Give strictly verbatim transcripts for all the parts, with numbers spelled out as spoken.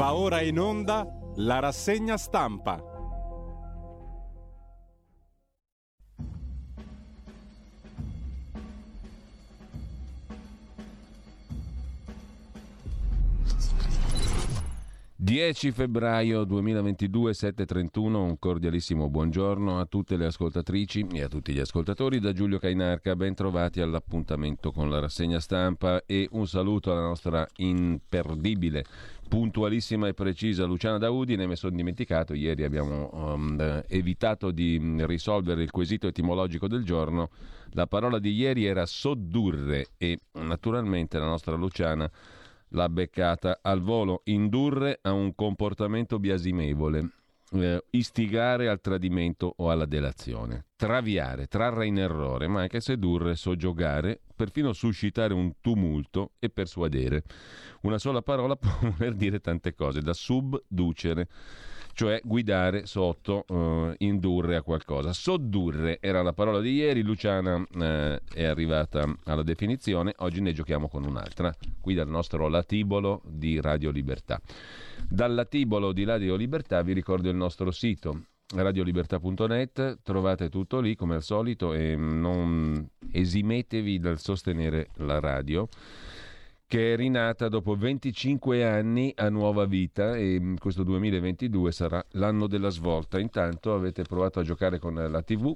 Va ora in onda la rassegna stampa. dieci febbraio duemilaventidue, sette e trentuno, un cordialissimo buongiorno a tutte le ascoltatrici e a tutti gli ascoltatori da Giulio Cainarca, ben trovati all'appuntamento con la rassegna stampa e un saluto alla nostra imperdibile, puntualissima e precisa Luciana da Udine. Mi sono dimenticato, ieri abbiamo um, evitato di risolvere il quesito etimologico del giorno, la parola di ieri era soddurre e naturalmente la nostra Luciana l'ha beccata al volo. Indurre a un comportamento biasimevole, eh, istigare al tradimento o alla delazione, traviare, trarre in errore, ma anche sedurre, soggiogare, perfino suscitare un tumulto e persuadere. Una sola parola può voler dire tante cose, da subducere, cioè guidare sotto, uh, indurre a qualcosa. Soddurre era la parola di ieri, Luciana eh, è arrivata alla definizione, oggi ne giochiamo con un'altra, qui dal nostro latibolo di Radio Libertà. Dal latibolo di Radio Libertà vi ricordo il nostro sito radiolibertà punto net, trovate tutto lì come al solito e non esimetevi dal sostenere la radio, che è rinata dopo venticinque anni a nuova vita e questo duemilaventidue sarà l'anno della svolta. Intanto avete provato a giocare con la tivù,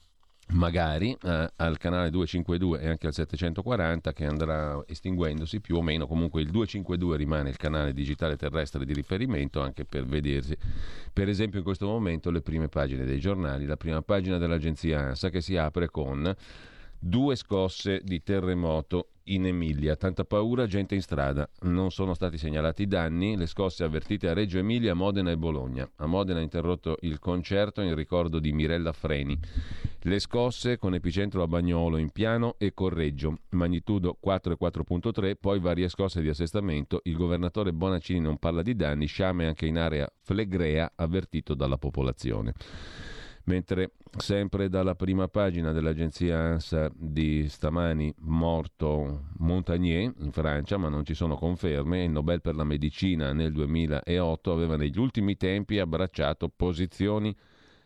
magari eh, al canale duecentocinquantadue e anche al settecentoquaranta, che andrà estinguendosi più o meno. Comunque il duecentocinquantadue rimane il canale digitale terrestre di riferimento anche per vedersi, per esempio in questo momento, le prime pagine dei giornali. La prima pagina dell'agenzia ANSA che si apre con due scosse di terremoto in Emilia, tanta paura, gente in strada, non sono stati segnalati danni, le scosse avvertite a Reggio Emilia, Modena e Bologna. A Modena ha interrotto il concerto in ricordo di Mirella Freni. Le scosse con epicentro a Bagnolo in Piano e Correggio, magnitudo quattro e quattro virgola tre, poi varie scosse di assestamento. Il governatore Bonaccini non parla di danni, sciame anche in area Flegrea, avvertito dalla popolazione. Mentre sempre dalla prima pagina dell'agenzia ANSA di stamani, morto Montagnier in Francia, ma non ci sono conferme. Il Nobel per la medicina nel duemilaotto aveva negli ultimi tempi abbracciato posizioni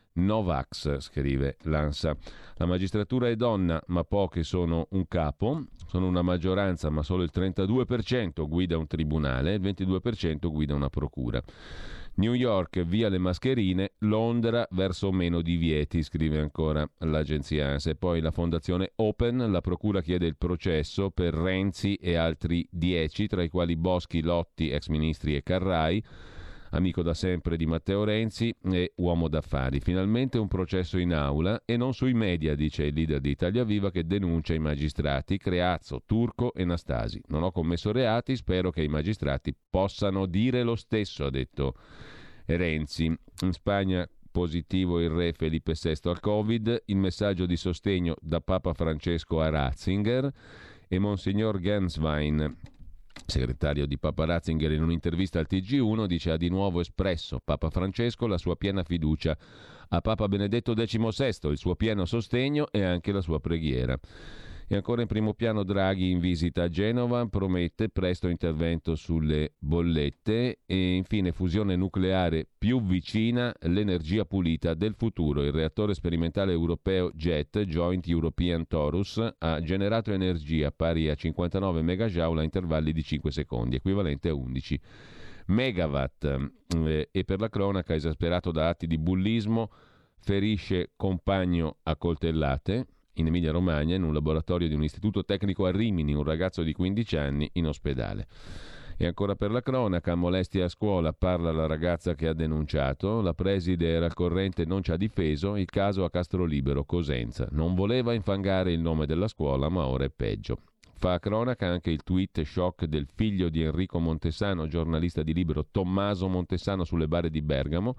Novax, scrive l'ANSA. La magistratura è donna, ma poche sono un capo, sono una maggioranza, ma solo il trentadue per cento guida un tribunale, il ventidue per cento guida una procura. New York via le mascherine, Londra verso meno divieti, scrive ancora l'agenzia ANSA. E poi la fondazione Open, la procura chiede il processo per Renzi e altri dieci, tra i quali Boschi, Lotti, ex ministri e Carrai, amico da sempre di Matteo Renzi e uomo d'affari. Finalmente un processo in aula e non sui media, dice il leader di Italia Viva, che denuncia i magistrati Creazzo, Turco e Nastasi. Non ho commesso reati, spero che i magistrati possano dire lo stesso, ha detto Renzi. In Spagna positivo il re Felipe sesto al Covid, il messaggio di sostegno da Papa Francesco a Ratzinger e Monsignor Genswein, segretario di Papa Ratzinger, in un'intervista al T G uno dice: ha di nuovo espresso Papa Francesco la sua piena fiducia a Papa Benedetto diciannovesimo, il suo pieno sostegno e anche la sua preghiera. E ancora in primo piano Draghi in visita a Genova, promette presto intervento sulle bollette. E infine fusione nucleare più vicina, l'energia pulita del futuro. Il reattore sperimentale europeo JET, Joint European Torus, ha generato energia pari a cinquantanove megajoule a intervalli di cinque secondi, equivalente a undici megawatt. Eh, e per la cronaca, esasperato da atti di bullismo, ferisce compagno a coltellate. In Emilia-Romagna, in un laboratorio di un istituto tecnico a Rimini, un ragazzo di quindici anni in ospedale. E ancora per la cronaca, molestia a scuola, parla la ragazza che ha denunciato, la preside era al corrente, non ci ha difeso, il caso a Castrolibero, Cosenza. Non voleva infangare il nome della scuola, ma ora è peggio. Fa cronaca anche il tweet shock del figlio di Enrico Montesano, giornalista di Libero, Tommaso Montesano, sulle bare di Bergamo.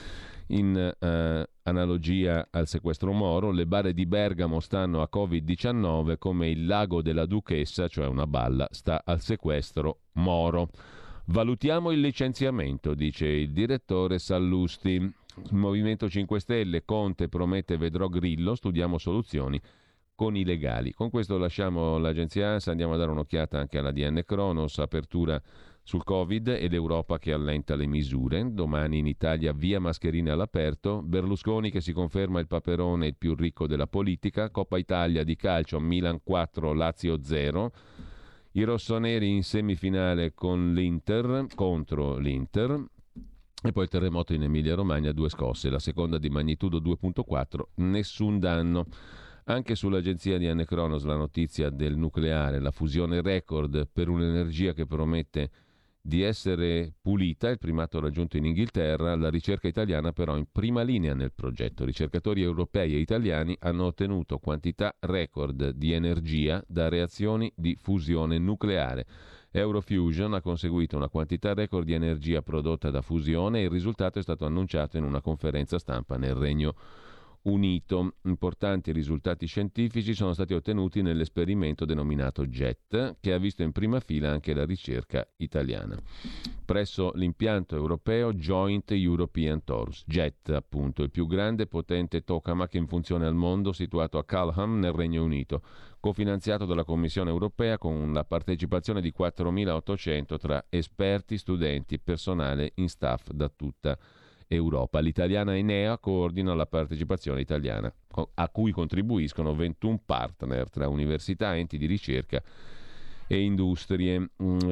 In eh, analogia al sequestro Moro, le bare di Bergamo stanno a covid diciannove come il lago della Duchessa, cioè una balla, sta al sequestro Moro. Valutiamo il licenziamento, dice il direttore Sallusti. Movimento cinque Stelle, Conte promette vedrò Grillo, studiamo soluzioni con i legali. Con questo lasciamo l'agenzia ANSA, andiamo a dare un'occhiata anche alla D N Cronos, apertura sul Covid e l'Europa che allenta le misure. Domani in Italia via mascherine all'aperto, Berlusconi che si conferma il paperone il più ricco della politica, Coppa Italia di calcio, Milan quattro, Lazio zero, i rossoneri in semifinale con l'Inter, contro l'Inter, e poi il terremoto in Emilia-Romagna, due scosse, la seconda di magnitudo due virgola quattro, nessun danno. Anche sull'agenzia di Anne Kronos la notizia del nucleare, la fusione record per un'energia che promette di essere pulita, il primato raggiunto in Inghilterra, la ricerca italiana però in prima linea nel progetto. Ricercatori europei e italiani hanno ottenuto quantità record di energia da reazioni di fusione nucleare. Eurofusion ha conseguito una quantità record di energia prodotta da fusione e il risultato è stato annunciato in una conferenza stampa nel Regno Unito. Importanti risultati scientifici sono stati ottenuti nell'esperimento denominato JET, che ha visto in prima fila anche la ricerca italiana. Presso l'impianto europeo Joint European Torus, JET appunto, il più grande e potente tokamak in funzione al mondo, situato a Culham nel Regno Unito, cofinanziato dalla Commissione europea con la partecipazione di quattromilaottocento tra esperti, studenti, personale in staff da tutta Europa. L'italiana Enea coordina la partecipazione italiana, a cui contribuiscono ventuno partner tra università, enti di ricerca e industrie.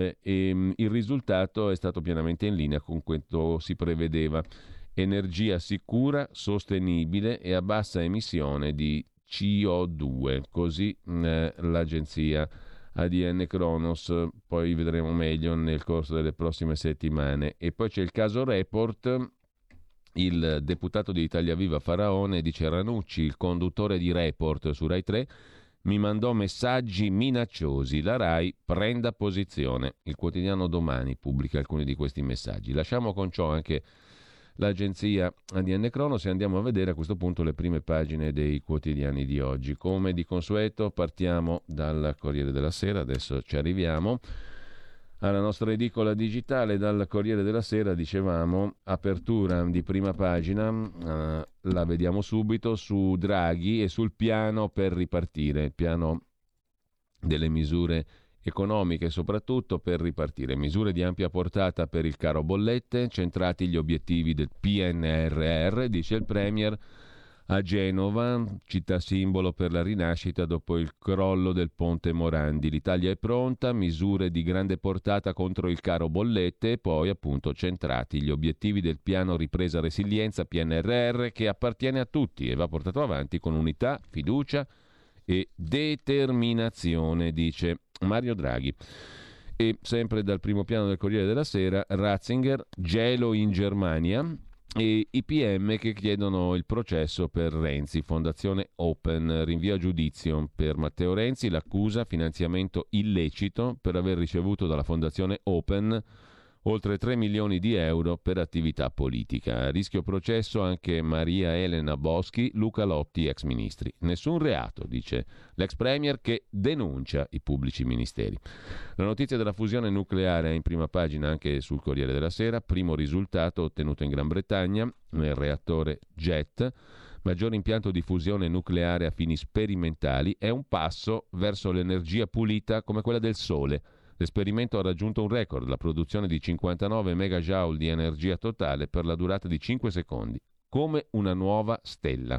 E il risultato è stato pienamente in linea con quanto si prevedeva: energia sicura, sostenibile e a bassa emissione di C O due, così eh, l'agenzia A D N Kronos, poi vedremo meglio nel corso delle prossime settimane. E poi c'è il caso Report. Il deputato di Italia Viva Faraone dice: Ranucci, il conduttore di Report su Rai tre, mi mandò messaggi minacciosi, la Rai prenda posizione. Il quotidiano Domani pubblica alcuni di questi messaggi. Lasciamo con ciò anche l'agenzia A D N Kronos e andiamo a vedere a questo punto le prime pagine dei quotidiani di oggi. Come di consueto partiamo dal Corriere della Sera, adesso ci arriviamo alla nostra edicola digitale. Dal Corriere della Sera, dicevamo, apertura di prima pagina, eh, la vediamo subito, su Draghi e sul piano per ripartire, il piano delle misure economiche soprattutto per ripartire, misure di ampia portata per il caro bollette, centrati gli obiettivi del P N R R, dice il Premier a Genova, città simbolo per la rinascita dopo il crollo del ponte Morandi. L'Italia è pronta, misure di grande portata contro il caro bollette e poi appunto centrati gli obiettivi del piano ripresa resilienza P N R R, che appartiene a tutti e va portato avanti con unità, fiducia e determinazione, dice Mario Draghi. E sempre dal primo piano del Corriere della Sera, Ratzinger, gelo in Germania, e i P M che chiedono il processo per Renzi. Fondazione Open, rinvio a giudizio per Matteo Renzi, l'accusa finanziamento illecito per aver ricevuto dalla Fondazione Open oltre tre milioni di euro per attività politica. A rischio processo anche Maria Elena Boschi, Luca Lotti, ex ministri. Nessun reato, dice l'ex premier che denuncia i pubblici ministeri. La notizia della fusione nucleare è in prima pagina anche sul Corriere della Sera. Primo risultato ottenuto in Gran Bretagna nel reattore JET. Maggiore impianto di fusione nucleare a fini sperimentali è un passo verso l'energia pulita come quella del sole. L'esperimento ha raggiunto un record, la produzione di cinquantanove megajoule di energia totale per la durata di cinque secondi, come una nuova stella.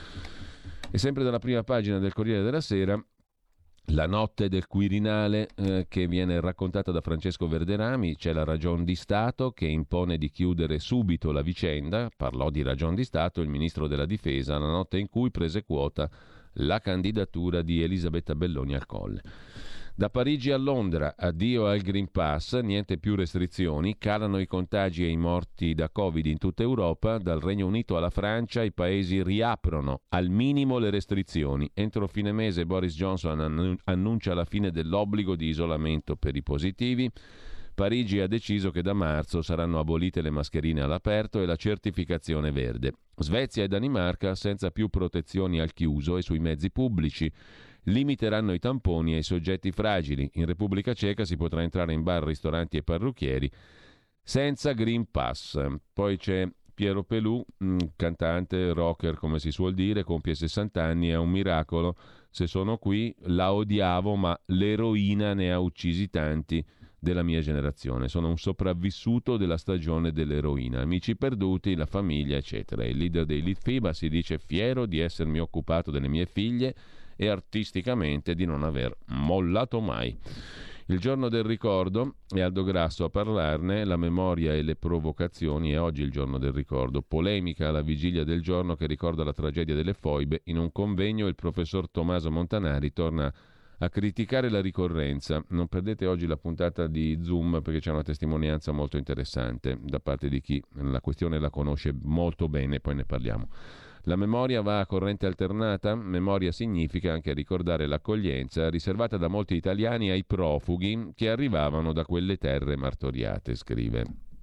E sempre dalla prima pagina del Corriere della Sera, la notte del Quirinale eh, che viene raccontata da Francesco Verderami. C'è la ragion di Stato che impone di chiudere subito la vicenda. Parlò di ragion di Stato il ministro della Difesa la notte in cui prese quota la candidatura di Elisabetta Belloni al Colle. Da Parigi a Londra, addio al Green Pass, niente più restrizioni, calano i contagi e i morti da Covid in tutta Europa, dal Regno Unito alla Francia i paesi riaprono al minimo le restrizioni. Entro fine mese Boris Johnson annuncia la fine dell'obbligo di isolamento per i positivi. Parigi ha deciso che da marzo saranno abolite le mascherine all'aperto e la certificazione verde. Svezia e Danimarca senza più protezioni al chiuso e sui mezzi pubblici. Limiteranno i tamponi ai soggetti fragili. In Repubblica Ceca si potrà entrare in bar, ristoranti e parrucchieri senza Green Pass. Poi c'è Piero Pelù, cantante, rocker come si suol dire, compie sessanta anni, è un miracolo. Se sono qui, la odiavo, ma l'eroina ne ha uccisi tanti. della mia generazione. Sono un sopravvissuto della stagione dell'eroina. Amici perduti, la famiglia, eccetera. Il leader dei Litfiba si dice fiero di essermi occupato delle mie figlie e artisticamente di non aver mollato mai. Il giorno del ricordo, è Aldo Grasso a parlarne, la memoria e le provocazioni, è oggi il giorno del ricordo. Polemica alla vigilia del giorno che ricorda la tragedia delle foibe. In un convegno il professor Tommaso Montanari torna a criticare la ricorrenza. Non perdete oggi la puntata di Zoom perché c'è una testimonianza molto interessante da parte di chi la questione la conosce molto bene, poi ne parliamo. La memoria va a corrente alternata? Memoria significa anche ricordare l'accoglienza riservata da molti italiani ai profughi che arrivavano da quelle terre martoriate, scrive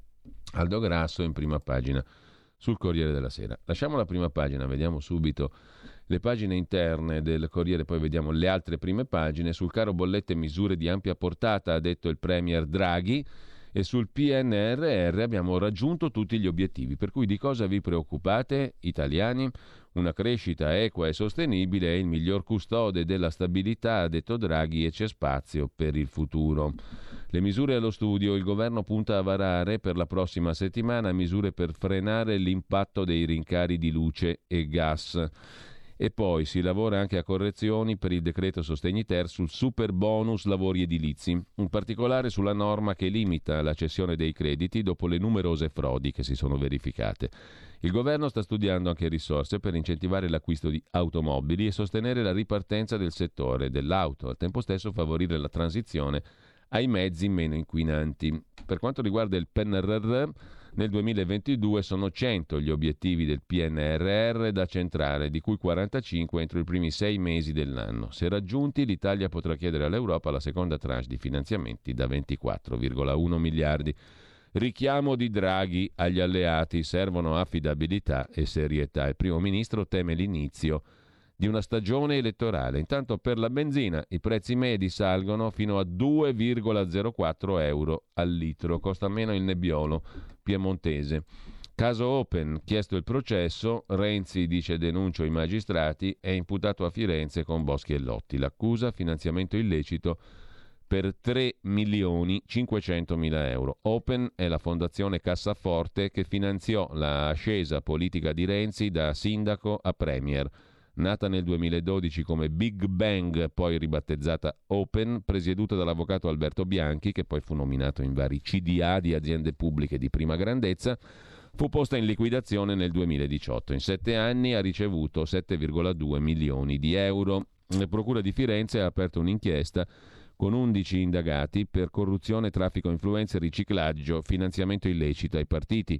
Aldo Grasso in prima pagina sul Corriere della Sera. Lasciamo la prima pagina, vediamo subito le pagine interne del Corriere, poi vediamo le altre prime pagine. Sul caro bollette misure di ampia portata, ha detto il premier Draghi, e sul P N R R abbiamo raggiunto tutti gli obiettivi. Per cui di cosa vi preoccupate, italiani? Una crescita equa e sostenibile è il miglior custode della stabilità, ha detto Draghi, e c'è spazio per il futuro. Le misure allo studio. Il governo punta a varare per la prossima settimana misure per frenare l'impatto dei rincari di luce e gas. E poi si lavora anche a correzioni per il decreto sostegni ter sul super bonus lavori edilizi, in particolare sulla norma che limita la cessione dei crediti dopo le numerose frodi che si sono verificate. Il governo sta studiando anche risorse per incentivare l'acquisto di automobili e sostenere la ripartenza del settore dell'auto, al tempo stesso favorire la transizione ai mezzi meno inquinanti. Per quanto riguarda il P N R R, nel duemilaventidue sono cento gli obiettivi del P N R R da centrare, di cui quarantacinque entro i primi sei mesi dell'anno. Se raggiunti, l'Italia potrà chiedere all'Europa la seconda tranche di finanziamenti da ventiquattro virgola uno miliardi. Richiamo di Draghi agli alleati: servono affidabilità e serietà. Il primo ministro teme l'inizio di una stagione elettorale. Intanto per la benzina i prezzi medi salgono fino a due virgola zero quattro euro al litro, costa meno il Nebbiolo piemontese. Caso Open, chiesto il processo, Renzi dice denuncio i magistrati, è imputato a Firenze con Boschi e Lotti. L'accusa: finanziamento illecito per tre milioni cinquecentomila euro. Open è la fondazione Cassaforte che finanziò la ascesa politica di Renzi da sindaco a premier. Nata nel duemiladodici come Big Bang, poi ribattezzata Open, presieduta dall'avvocato Alberto Bianchi, che poi fu nominato in vari C D A di aziende pubbliche di prima grandezza, fu posta in liquidazione nel duemiladiciotto. In sette anni ha ricevuto sette virgola due milioni di euro. La Procura di Firenze ha aperto un'inchiesta con undici indagati per corruzione, traffico influenze, riciclaggio, finanziamento illecito ai partiti.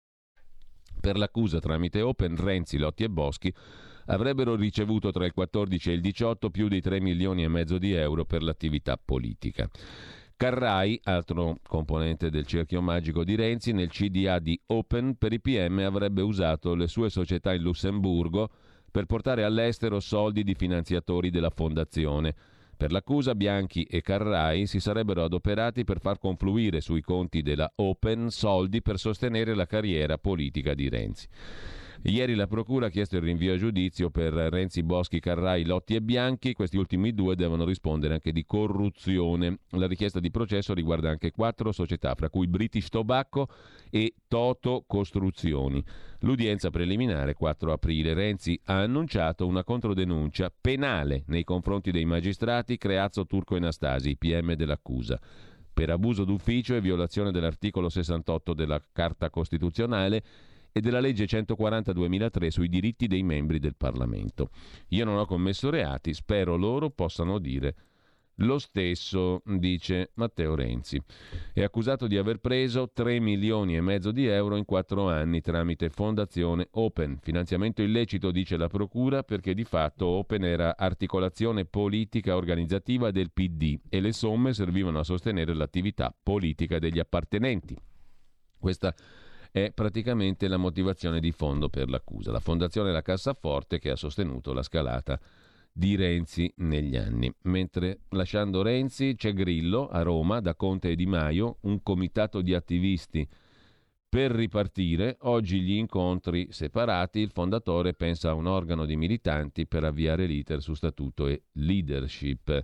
Per l'accusa tramite Open, Renzi, Lotti e Boschi avrebbero ricevuto tra il quattordici e il diciotto più di tre milioni e mezzo di euro per l'attività politica. Carrai, altro componente del cerchio magico di Renzi, nel C D A di Open per i P M avrebbe usato le sue società in Lussemburgo per portare all'estero soldi di finanziatori della fondazione. Per l'accusa, Bianchi e Carrai si sarebbero adoperati per far confluire sui conti della Open soldi per sostenere la carriera politica di Renzi. Ieri la Procura ha chiesto il rinvio a giudizio per Renzi, Boschi, Carrai, Lotti e Bianchi. Questi ultimi due devono rispondere anche di corruzione. La richiesta di processo riguarda anche quattro società, fra cui British Tobacco e Toto Costruzioni. L'udienza preliminare quattro aprile. Renzi ha annunciato una controdenuncia penale nei confronti dei magistrati Creazzo, Turco e Nastasi, i P M dell'accusa, per abuso d'ufficio e violazione dell'articolo sessantotto della Carta Costituzionale e della legge centoquaranta duemilatré sui diritti dei membri del Parlamento. Io non ho commesso reati, spero loro possano dire lo stesso, dice Matteo Renzi. È accusato di aver preso tre milioni e mezzo di euro in quattro anni tramite Fondazione Open. Finanziamento illecito, dice la Procura, perché di fatto Open era articolazione politica organizzativa del P D e le somme servivano a sostenere l'attività politica degli appartenenti. Questa è praticamente la motivazione di fondo per l'accusa. La Fondazione La Cassaforte che ha sostenuto la scalata di Renzi negli anni. Mentre lasciando Renzi c'è Grillo a Roma, da Conte e Di Maio, un comitato di attivisti Per ripartire, oggi gli incontri separati, il fondatore pensa a un organo di militanti per avviare l'iter su statuto e leadership.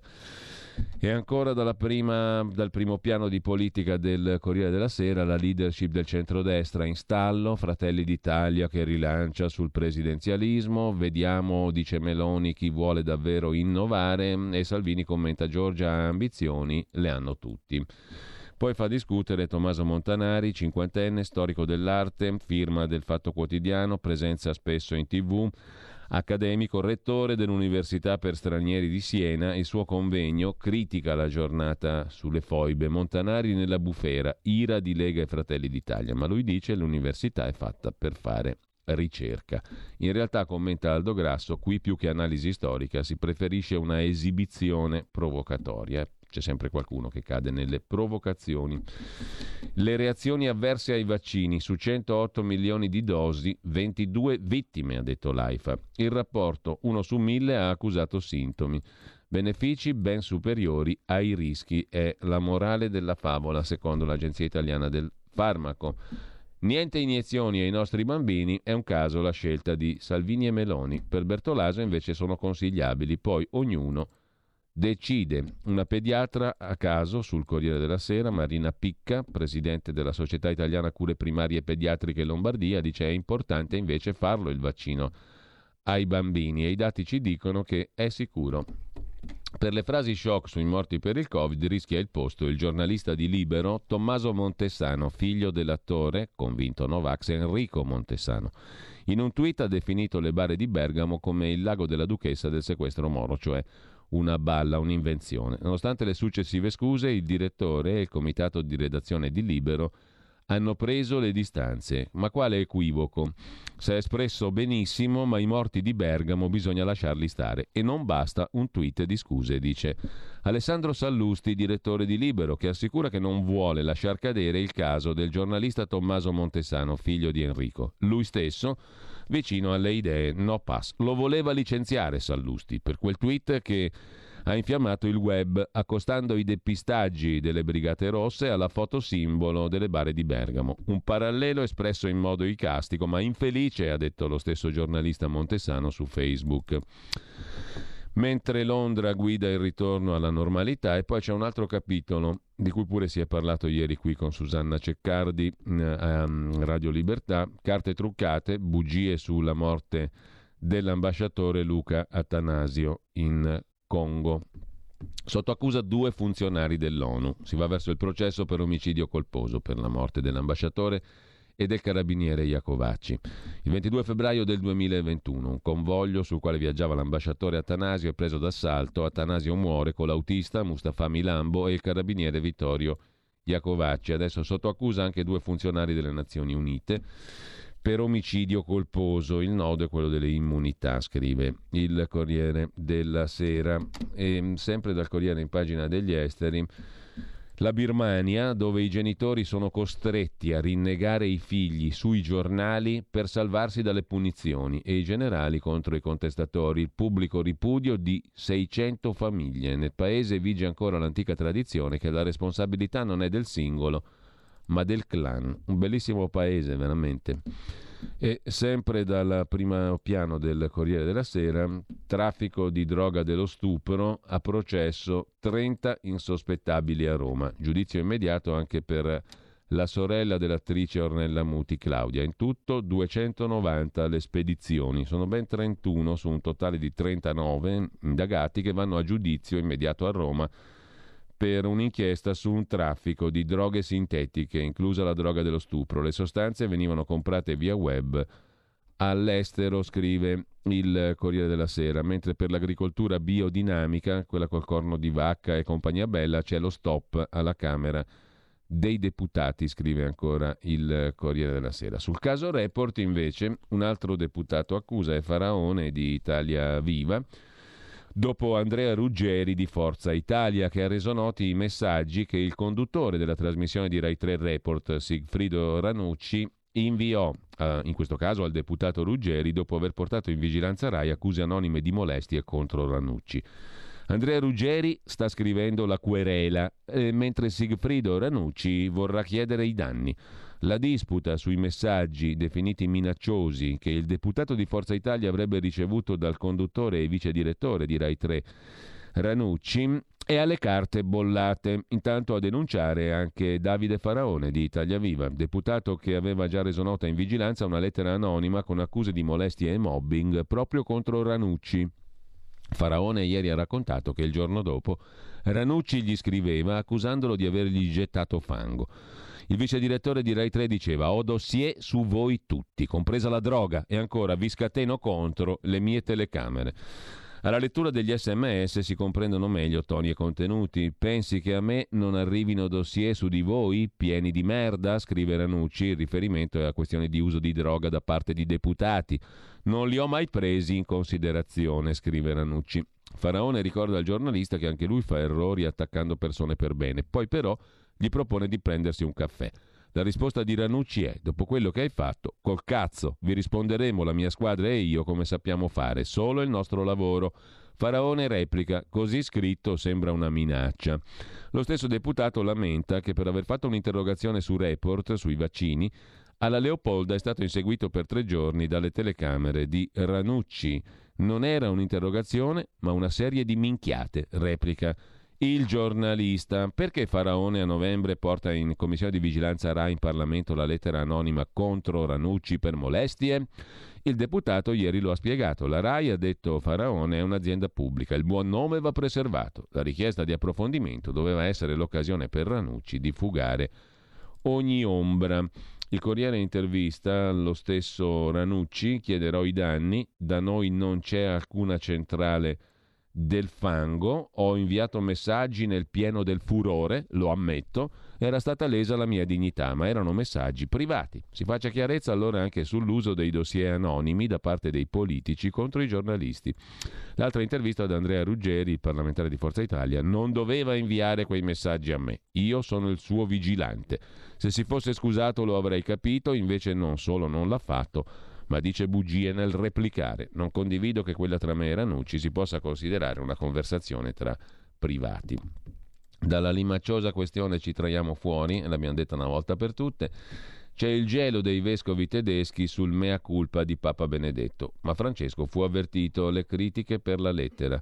E ancora dalla prima, dal primo piano di politica del Corriere della Sera, la leadership del centrodestra in stallo, Fratelli d'Italia che rilancia sul presidenzialismo, vediamo, dice Meloni, chi vuole davvero innovare, e Salvini commenta: Giorgia ha ambizioni, le hanno tutti. Poi fa discutere Tommaso Montanari, cinquantenne, storico dell'arte, firma del Fatto Quotidiano, presenza spesso in tivù, accademico, rettore dell'Università per Stranieri di Siena. Il suo convegno critica la giornata sulle foibe. Montanari nella bufera, ira di Lega e Fratelli d'Italia, ma lui dice che l'università è fatta per fare ricerca. In realtà, commenta Aldo Grasso, qui più che analisi storica si preferisce una esibizione provocatoria. C'è sempre qualcuno che cade nelle provocazioni. Le reazioni avverse ai vaccini: su centootto milioni di dosi, ventidue vittime, ha detto l'AIFA. Il rapporto: uno su mille ha accusato sintomi. Benefici ben superiori ai rischi, è la morale della favola, secondo l'Agenzia Italiana del Farmaco. Niente iniezioni ai nostri bambini, è un caso la scelta di Salvini e Meloni. Per Bertolaso invece sono consigliabili, poi ognuno decide. Una pediatra a caso sul Corriere della Sera, Marina Picca, presidente della Società Italiana Cure Primarie Pediatriche Lombardia, dice: è importante invece farlo il vaccino ai bambini e i dati ci dicono che è sicuro. Per le frasi shock sui morti per il Covid rischia il posto il giornalista di Libero Tommaso Montesano, figlio dell'attore convinto Novax Enrico Montesano. In un tweet ha definito le bare di Bergamo come il lago della duchessa del sequestro Moro, cioè una balla, un'invenzione. Nonostante le successive scuse, il direttore e il comitato di redazione di Libero hanno preso le distanze. Ma quale equivoco? Si è espresso benissimo, ma i morti di Bergamo bisogna lasciarli stare e non basta un tweet di scuse, dice Alessandro Sallusti, direttore di Libero, che assicura che non vuole lasciar cadere il caso del giornalista Tommaso Montesano, figlio di Enrico. Lui stesso vicino alle idee no pass. Lo voleva licenziare Sallusti per quel tweet che ha infiammato il web, accostando i depistaggi delle Brigate Rosse alla foto simbolo delle bare di Bergamo. Un parallelo espresso in modo icastico ma infelice, ha detto lo stesso giornalista Montesano su Facebook. Mentre Londra guida il ritorno alla normalità, e poi c'è un altro capitolo di cui pure si è parlato ieri qui con Susanna Ceccardi a Radio Libertà: carte truccate, bugie sulla morte dell'ambasciatore Luca Attanasio in Congo. Sotto accusa due funzionari dell'ONU. Si va verso il processo per omicidio colposo per la morte dell'ambasciatore e del carabiniere Iacovacci. Il ventidue febbraio del duemilaventuno, un convoglio sul quale viaggiava l'ambasciatore Attanasio è preso d'assalto. Attanasio muore con l'autista Mustafa Milambo e il carabiniere Vittorio Iacovacci. Adesso sotto accusa anche due funzionari delle Nazioni Unite per omicidio colposo. Il nodo è quello delle immunità, scrive il Corriere della Sera. E sempre dal Corriere, in pagina degli esteri, la Birmania, dove i genitori sono costretti a rinnegare i figli sui giornali per salvarsi dalle punizioni, e i generali contro i contestatori. Il pubblico ripudio di seicento famiglie. Nel paese vige ancora l'antica tradizione che la responsabilità non è del singolo ma del clan. Un bellissimo paese, veramente. E sempre dal primo piano del Corriere della Sera, traffico di droga dello stupro, a processo trenta insospettabili a Roma. Giudizio immediato anche per la sorella dell'attrice Ornella Muti, Claudia. In tutto duecentonovanta le spedizioni, sono ben trentuno su un totale di trentanove indagati che vanno a giudizio immediato a Roma per un'inchiesta su un traffico di droghe sintetiche, inclusa la droga dello stupro. Le sostanze venivano comprate via web all'estero, scrive il Corriere della Sera, mentre per l'agricoltura biodinamica, quella col corno di vacca e compagnia bella, c'è lo stop alla Camera dei Deputati, scrive ancora il Corriere della Sera. Sul caso Report, invece, un altro deputato accusa è Faraone di Italia Viva, dopo Andrea Ruggeri di Forza Italia, che ha reso noti i messaggi che il conduttore della trasmissione di Rai tre Report, Sigfrido Ranucci, inviò, eh, in questo caso al deputato Ruggeri, dopo aver portato in vigilanza Rai accuse anonime di molestie contro Ranucci. Andrea Ruggeri sta scrivendo la querela, eh, mentre Sigfrido Ranucci vorrà chiedere i danni. La disputa sui messaggi definiti minacciosi che il deputato di Forza Italia avrebbe ricevuto dal conduttore e vice direttore di Rai tre Ranucci è alle carte bollate. Intanto a denunciare anche Davide Faraone di Italia Viva, deputato che aveva già reso nota in vigilanza una lettera anonima con accuse di molestie e mobbing proprio contro Ranucci. Faraone ieri ha raccontato che il giorno dopo Ranucci gli scriveva accusandolo di avergli gettato fango. Il vice direttore di Rai tre diceva: ho dossier su voi tutti, compresa la droga, e ancora vi scateno contro le mie telecamere. Alla lettura degli sms si comprendono meglio toni e contenuti. Pensi che a me non arrivino dossier su di voi, pieni di merda? Scrive Ranucci. Il riferimento è a questioni di uso di droga da parte di deputati. Non li ho mai presi in considerazione, scrive Ranucci. Faraone ricorda al giornalista che anche lui fa errori attaccando persone per bene. Poi però gli propone di prendersi un caffè. La risposta di Ranucci è: dopo quello che hai fatto, col cazzo, vi risponderemo la mia squadra e io come sappiamo fare, solo il nostro lavoro. Faraone replica: così scritto sembra una minaccia. Lo stesso deputato lamenta che per aver fatto un'interrogazione su Report, sui vaccini, alla Leopolda è stato inseguito per tre giorni dalle telecamere di Ranucci. Non era un'interrogazione, ma una serie di minchiate, replica il giornalista. Perché Faraone a novembre porta in commissione di vigilanza Rai in Parlamento la lettera anonima contro Ranucci per molestie? Il deputato ieri lo ha spiegato. La Rai, ha detto Faraone, è un'azienda pubblica, il buon nome va preservato. La richiesta di approfondimento doveva essere l'occasione per Ranucci di fugare ogni ombra. Il Corriere intervista lo stesso Ranucci: chiederò i danni, da noi non c'è alcuna centrale del fango, ho inviato messaggi nel pieno del furore, lo ammetto, era stata lesa la mia dignità, ma erano messaggi privati. Si faccia chiarezza allora anche sull'uso dei dossier anonimi da parte dei politici contro i giornalisti. L'altra intervista ad Andrea Ruggeri, il parlamentare di Forza Italia: non doveva inviare quei messaggi a me, io sono il suo vigilante. Se si fosse scusato lo avrei capito, invece non solo non l'ha fatto, ma dice bugie nel replicare. Non condivido che quella tra me e Ranucci si possa considerare una conversazione tra privati. Dalla limacciosa questione ci traiamo fuori, l'abbiamo detta una volta per tutte. C'è il gelo dei vescovi tedeschi sul mea culpa di Papa Benedetto, ma Francesco fu avvertito, le critiche per la lettera.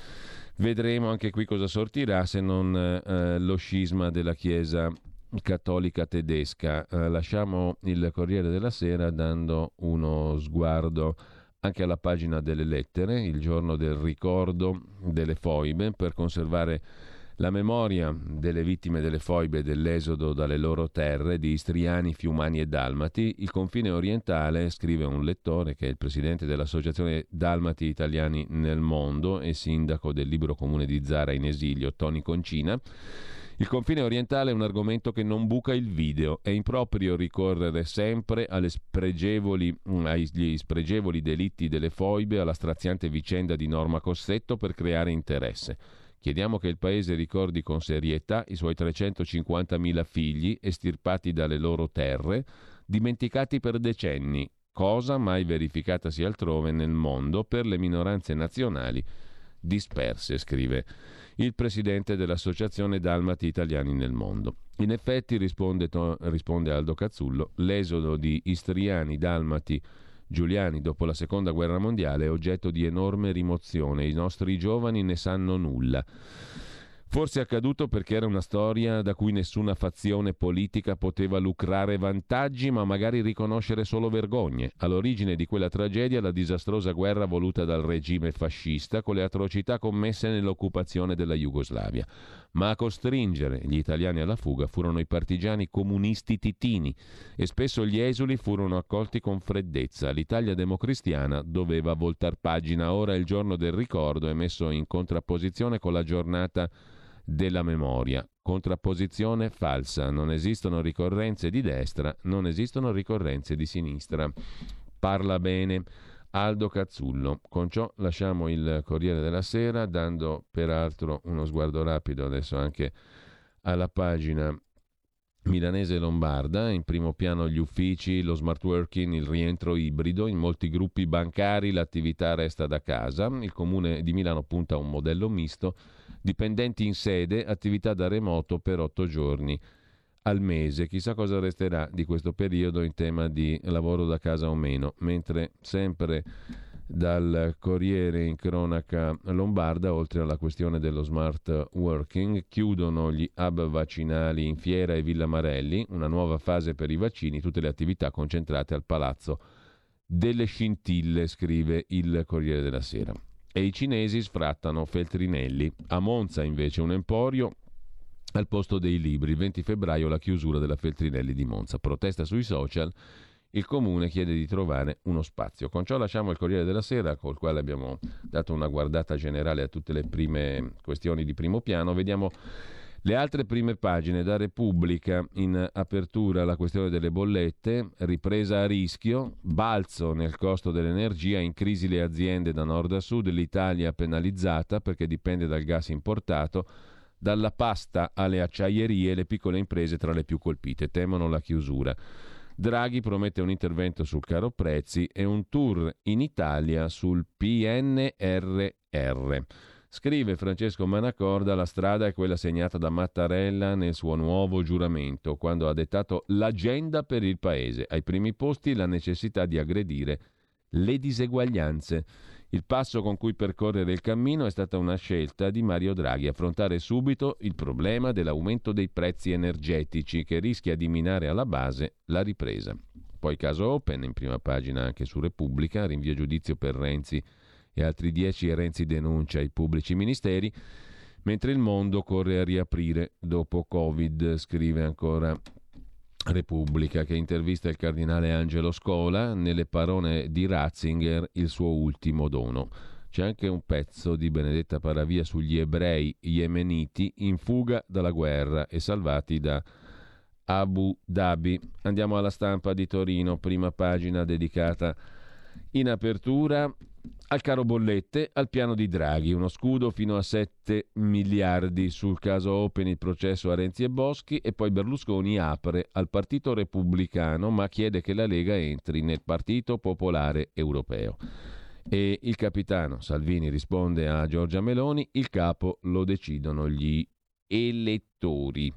Vedremo anche qui cosa sortirà, se non eh, lo scisma della Chiesa cattolica tedesca. Eh, lasciamo il Corriere della Sera dando uno sguardo anche alla pagina delle lettere, il giorno del ricordo delle foibe, per conservare la memoria delle vittime delle foibe dell'esodo dalle loro terre, di istriani, fiumani e dalmati. Il confine orientale, scrive un lettore che è il presidente dell'Associazione Dalmati Italiani nel Mondo e sindaco del Libero Comune di Zara in esilio, Tony Concina. Il confine orientale è un argomento che non buca il video. È improprio ricorrere sempre alle spregevoli, agli spregevoli delitti delle foibe, alla straziante vicenda di Norma Cossetto per creare interesse. Chiediamo che il Paese ricordi con serietà i suoi trecentocinquantamila figli estirpati dalle loro terre, dimenticati per decenni, cosa mai verificatasi altrove nel mondo per le minoranze nazionali disperse, scrive il presidente dell'Associazione Dalmati Italiani nel Mondo. In effetti, risponde, risponde Aldo Cazzullo, l'esodo di istriani, dalmati, giuliani dopo la seconda guerra mondiale è oggetto di enorme rimozione. I nostri giovani ne sanno nulla. Forse è accaduto perché era una storia da cui nessuna fazione politica poteva lucrare vantaggi, ma magari riconoscere solo vergogne. All'origine di quella tragedia la disastrosa guerra voluta dal regime fascista con le atrocità commesse nell'occupazione della Jugoslavia. Ma a costringere gli italiani alla fuga furono i partigiani comunisti titini e spesso gli esuli furono accolti con freddezza. L'Italia democristiana doveva voltar pagina. Ora il giorno del ricordo è messo in contrapposizione con la giornata della memoria. Contrapposizione falsa. Non esistono ricorrenze di destra, non esistono ricorrenze di sinistra. Parla bene Aldo Cazzullo. Con ciò lasciamo il Corriere della Sera, dando peraltro uno sguardo rapido adesso anche alla pagina milanese e lombarda, in primo piano gli uffici, lo smart working, il rientro ibrido, in molti gruppi bancari l'attività resta da casa, il comune di Milano punta a un modello misto, dipendenti in sede, attività da remoto per otto giorni al mese. Chissà cosa resterà di questo periodo in tema di lavoro da casa o meno, mentre sempre dal Corriere in cronaca lombarda, oltre alla questione dello smart working, chiudono gli hub vaccinali in Fiera e Villa Marelli, una nuova fase per i vaccini, tutte le attività concentrate al Palazzo delle Scintille, scrive il Corriere della Sera. E i cinesi sfrattano Feltrinelli. A Monza invece un emporio al posto dei libri. Il venti febbraio la chiusura della Feltrinelli di Monza. Protesta sui social. Il comune chiede di trovare uno spazio. Con ciò lasciamo il Corriere della Sera, col quale abbiamo dato una guardata generale a tutte le prime questioni di primo piano. Vediamo le altre prime pagine. Da Repubblica, in apertura, la questione delle bollette, ripresa a rischio, balzo nel costo dell'energia, in crisi le aziende da nord a sud, l'Italia penalizzata perché dipende dal gas importato, dalla pasta alle acciaierie, le piccole imprese tra le più colpite, temono la chiusura. Draghi promette un intervento sul caro prezzi e un tour in Italia sul P N R R. Scrive Francesco Manacorda, la strada è quella segnata da Mattarella nel suo nuovo giuramento, quando ha dettato l'agenda per il Paese. Ai primi posti la necessità di aggredire le diseguaglianze. Il passo con cui percorrere il cammino è stata una scelta di Mario Draghi, affrontare subito il problema dell'aumento dei prezzi energetici che rischia di minare alla base la ripresa. Poi caso Open, in prima pagina anche su Repubblica, rinvio giudizio per Renzi e altri dieci e Renzi denuncia i pubblici ministeri, mentre il mondo corre a riaprire dopo Covid, scrive ancora Repubblica, che intervista il cardinale Angelo Scola, nelle parole di Ratzinger il suo ultimo dono. C'è anche un pezzo di Benedetta Paravia sugli ebrei yemeniti in fuga dalla guerra e salvati da Abu Dhabi. Andiamo alla Stampa di Torino, prima pagina dedicata in apertura al caro bollette, al piano di Draghi, uno scudo fino a sette miliardi sul caso Open, il processo a Renzi e Boschi, e poi Berlusconi apre al Partito Repubblicano ma chiede che la Lega entri nel Partito Popolare Europeo. E il capitano Salvini risponde a Giorgia Meloni, il capo lo decidono gli elettori.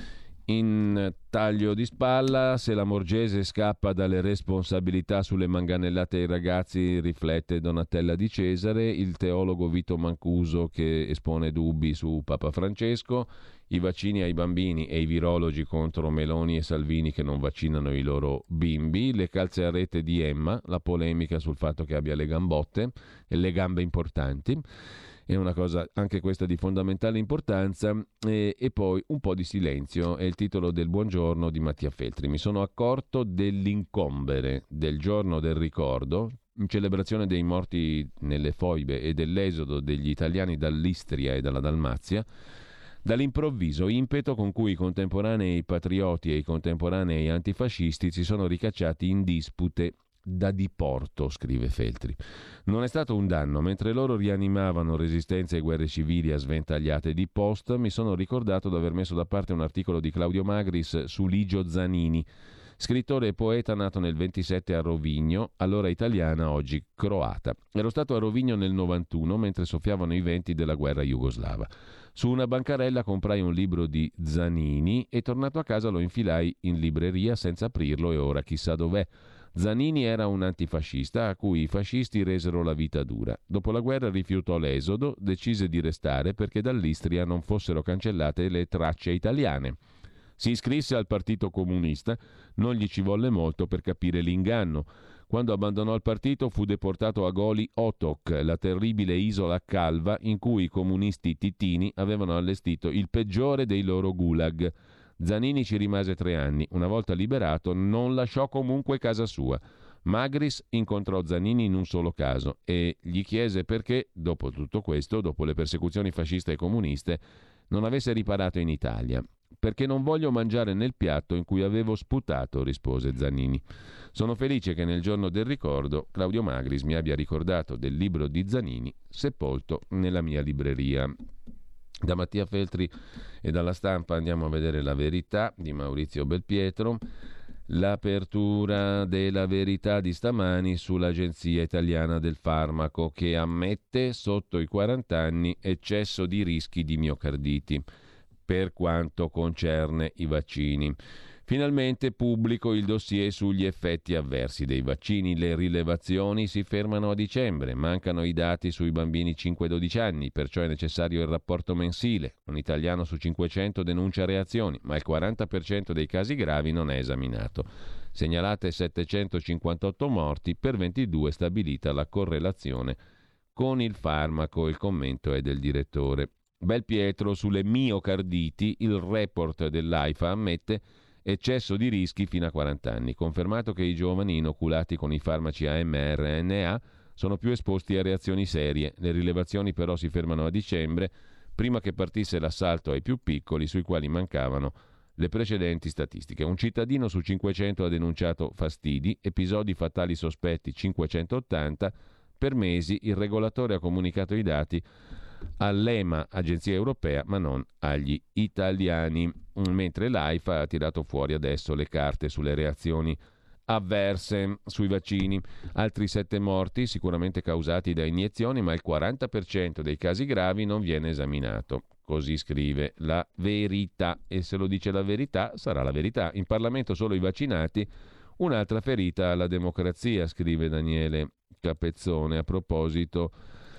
In taglio di spalla, se la Morgese scappa dalle responsabilità sulle manganellate ai ragazzi, riflette Donatella Di Cesare, il teologo Vito Mancuso che espone dubbi su Papa Francesco, i vaccini ai bambini e i virologi contro Meloni e Salvini che non vaccinano i loro bimbi, le calze a rete di Emma, la polemica sul fatto che abbia le gambotte e le gambe importanti. È una cosa anche questa di fondamentale importanza, e, e poi un po' di silenzio, è il titolo del buongiorno di Mattia Feltri. Mi sono accorto dell'incombere del giorno del ricordo, in celebrazione dei morti nelle foibe e dell'esodo degli italiani dall'Istria e dalla Dalmazia, dall'improvviso impeto con cui i contemporanei patrioti e i contemporanei antifascisti si sono ricacciati in dispute da diporto, scrive Feltri. Non è stato un danno. Mentre loro rianimavano resistenze e guerre civili a sventagliate di post, mi sono ricordato di aver messo da parte un articolo di Claudio Magris su Ligio Zanini, scrittore e poeta nato nel ventisette a Rovigno, allora italiana, oggi croata. Ero stato a Rovigno nel novantuno mentre soffiavano i venti della guerra jugoslava. Su una bancarella comprai un libro di Zanini e tornato a casa lo infilai in libreria senza aprirlo e ora chissà dov'è. Zanini era un antifascista a cui i fascisti resero la vita dura. Dopo la guerra rifiutò l'esodo, decise di restare perché dall'Istria non fossero cancellate le tracce italiane. Si iscrisse al Partito Comunista, non gli ci volle molto per capire l'inganno. Quando abbandonò il partito fu deportato a Goli Otok, la terribile isola calva in cui i comunisti titini avevano allestito il peggiore dei loro gulag. Zanini ci rimase tre anni. Una volta liberato non lasciò comunque casa sua. Magris incontrò Zanini in un solo caso e gli chiese perché, dopo tutto questo, dopo le persecuzioni fasciste e comuniste, non avesse riparato in Italia. «Perché non voglio mangiare nel piatto in cui avevo sputato», rispose Zanini. Sono felice che nel giorno del ricordo Claudio Magris mi abbia ricordato del libro di Zanini sepolto nella mia libreria. Da Mattia Feltri e dalla Stampa andiamo a vedere La Verità di Maurizio Belpietro. L'apertura della Verità di stamani sull'Agenzia Italiana del Farmaco, che ammette sotto i quaranta anni eccesso di rischi di miocarditi per quanto concerne i vaccini. Finalmente pubblico il dossier sugli effetti avversi dei vaccini. Le rilevazioni si fermano a dicembre, mancano i dati sui bambini cinque dodici anni, perciò è necessario il rapporto mensile. Un italiano su cinquecento denuncia reazioni, ma il quaranta per cento dei casi gravi non è esaminato. Segnalate settecentocinquantotto morti, per ventidue stabilita la correlazione con il farmaco. Il commento è del direttore. Belpietro sulle miocarditi, il report dell'AIFA ammette eccesso di rischi fino a quaranta anni. Confermato che i giovani inoculati con i farmaci a mRNA sono più esposti a reazioni serie. Le rilevazioni però si fermano a dicembre, prima che partisse l'assalto ai più piccoli, sui quali mancavano le precedenti statistiche. Un cittadino su cinquecento ha denunciato fastidi, episodi fatali sospetti cinquecentottanta. Per mesi il regolatore ha comunicato i dati all'EMA, agenzia europea, ma non agli italiani, mentre l'AIFA ha tirato fuori adesso le carte sulle reazioni avverse sui vaccini. Altri sette morti, sicuramente causati da iniezioni, ma il quaranta per cento dei casi gravi non viene esaminato. Così scrive La Verità, e se lo dice La Verità sarà la verità. In Parlamento solo i vaccinati, un'altra ferita alla democrazia, scrive Daniele Capezzone a proposito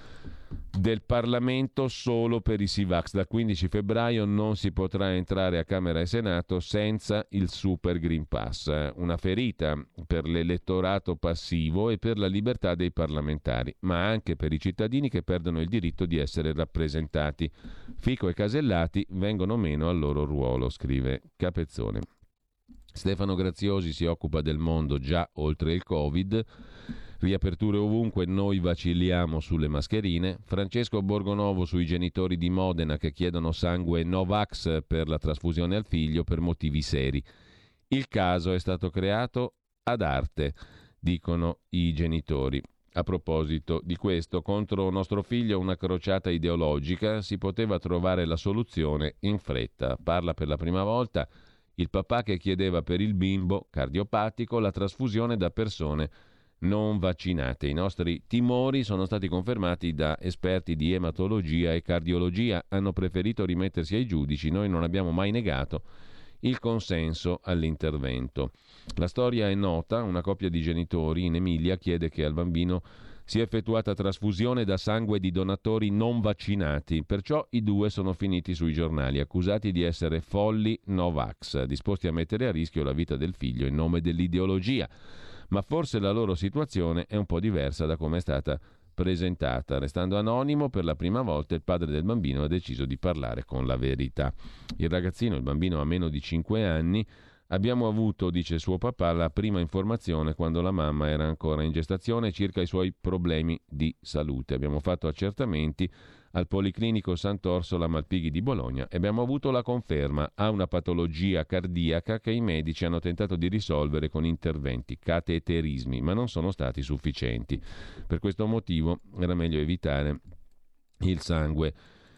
del Parlamento solo per i Sivax. Dal quindici febbraio non si potrà entrare a Camera e Senato senza il Super Green Pass, una ferita per l'elettorato passivo e per la libertà dei parlamentari, ma anche per i cittadini che perdono il diritto di essere rappresentati. Fico e Casellati vengono meno al loro ruolo, scrive Capezzone. Stefano Graziosi si occupa del mondo già oltre il Covid. Riaperture ovunque, noi vacilliamo sulle mascherine. Francesco Borgonovo sui genitori di Modena che chiedono sangue Novax per la trasfusione al figlio per motivi seri. Il caso è stato creato ad arte, dicono i genitori. A proposito di questo, contro nostro figlio una crociata ideologica, si poteva trovare la soluzione in fretta. Parla per la prima volta il papà che chiedeva per il bimbo cardiopatico la trasfusione da persone non vaccinate. I nostri timori sono stati confermati da esperti di ematologia e cardiologia. Hanno preferito rimettersi ai giudici. Noi non abbiamo mai negato il consenso all'intervento. La storia è nota. Una coppia di genitori in Emilia chiede che al bambino sia effettuata trasfusione da sangue di donatori non vaccinati. Perciò i due sono finiti sui giornali, accusati di essere folli Novax, disposti a mettere a rischio la vita del figlio in nome dell'ideologia. Ma forse la loro situazione è un po' diversa da come è stata presentata. Restando anonimo, per la prima volta il padre del bambino ha deciso di parlare con La Verità. Il ragazzino, il bambino ha meno di cinque anni, abbiamo avuto, dice suo papà, la prima informazione quando la mamma era ancora in gestazione circa i suoi problemi di salute. Abbiamo fatto accertamenti al Policlinico Sant'Orsola Malpighi di Bologna e abbiamo avuto la conferma. Ha una patologia cardiaca che i medici hanno tentato di risolvere con interventi, cateterismi, ma non sono stati sufficienti. Per questo motivo era meglio evitare il sangue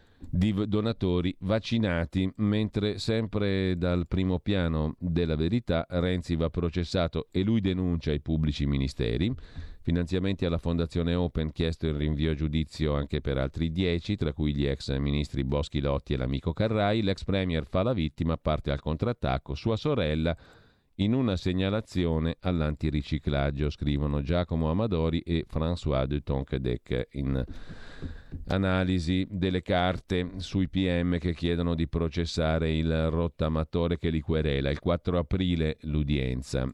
di donatori vaccinati. Mentre sempre dal primo piano della Verità, Renzi va processato e lui denuncia i pubblici ministeri. Finanziamenti alla Fondazione Open, chiesto il rinvio a giudizio anche per altri dieci, tra cui gli ex ministri Boschi Lotti e l'amico Carrai. L'ex premier fa la vittima, parte al contrattacco, sua sorella in una segnalazione all'antiriciclaggio, scrivono Giacomo Amadori e François de Tonquedec in analisi delle carte sui P M che chiedono di processare il rottamatore che li querela. Il quattro aprile l'udienza.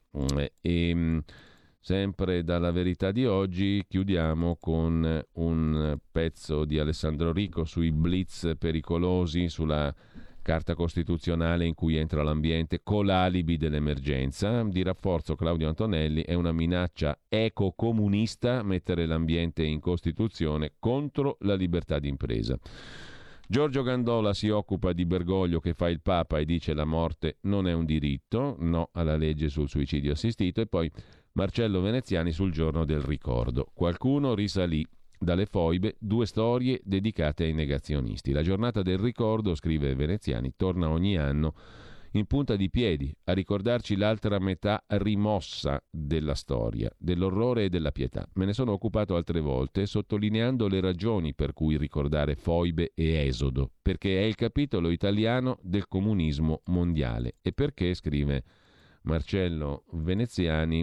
E sempre dalla Verità di oggi chiudiamo con un pezzo di Alessandro Rico sui blitz pericolosi, sulla Carta Costituzionale in cui entra l'ambiente con l'alibi dell'emergenza. Di rafforzo Claudio Antonelli: è una minaccia ecocomunista mettere l'ambiente in Costituzione contro la libertà d'impresa. Giorgio Gandola si occupa di Bergoglio che fa il Papa e dice la morte non è un diritto, no alla legge sul suicidio assistito. E poi Marcello Veneziani sul Giorno del ricordo. Qualcuno risalì Dalle foibe, due storie dedicate ai negazionisti. La giornata del ricordo, scrive Veneziani, torna ogni anno in punta di piedi a ricordarci l'altra metà rimossa della storia, dell'orrore e della pietà. Me ne sono occupato altre volte sottolineando le ragioni per cui ricordare foibe e esodo, perché è il capitolo italiano del comunismo mondiale e perché, scrive Marcello Veneziani,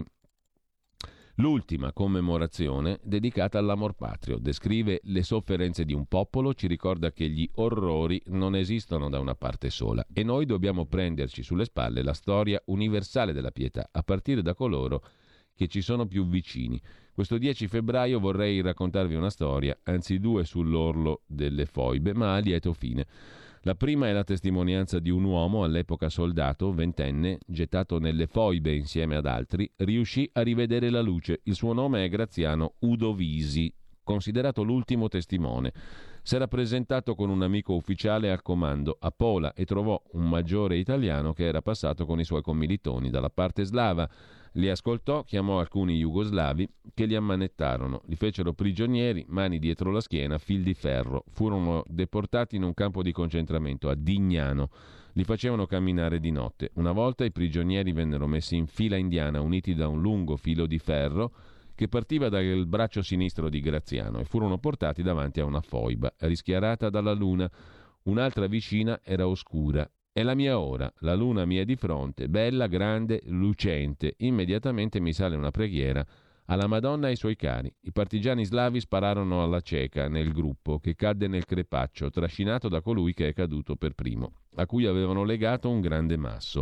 l'ultima commemorazione dedicata all'amor patrio, descrive le sofferenze di un popolo, ci ricorda che gli orrori non esistono da una parte sola e noi dobbiamo prenderci sulle spalle la storia universale della pietà, a partire da coloro che ci sono più vicini. Questo dieci febbraio vorrei raccontarvi una storia, anzi due sull'orlo delle foibe, ma a lieto fine. La prima è la testimonianza di un uomo, all'epoca soldato, ventenne, gettato nelle foibe insieme ad altri, riuscì a rivedere la luce. Il suo nome è Graziano Udovisi, considerato l'ultimo testimone. S'era presentato con un amico ufficiale al comando a Pola e trovò un maggiore italiano che era passato con i suoi commilitoni dalla parte slava. Li ascoltò, chiamò alcuni jugoslavi che li ammanettarono, li fecero prigionieri, mani dietro la schiena, fil di ferro. Furono deportati in un campo di concentramento a Dignano. Li facevano camminare di notte. Una volta i prigionieri vennero messi in fila indiana, uniti da un lungo filo di ferro che partiva dal braccio sinistro di Graziano e furono portati davanti a una foiba, rischiarata dalla luna. Un'altra vicina era oscura. È la mia ora, la luna mi è di fronte, bella, grande, lucente. Immediatamente mi sale una preghiera alla Madonna e ai suoi cari. I partigiani slavi spararono alla cieca nel gruppo, che cadde nel crepaccio, trascinato da colui che è caduto per primo, a cui avevano legato un grande masso.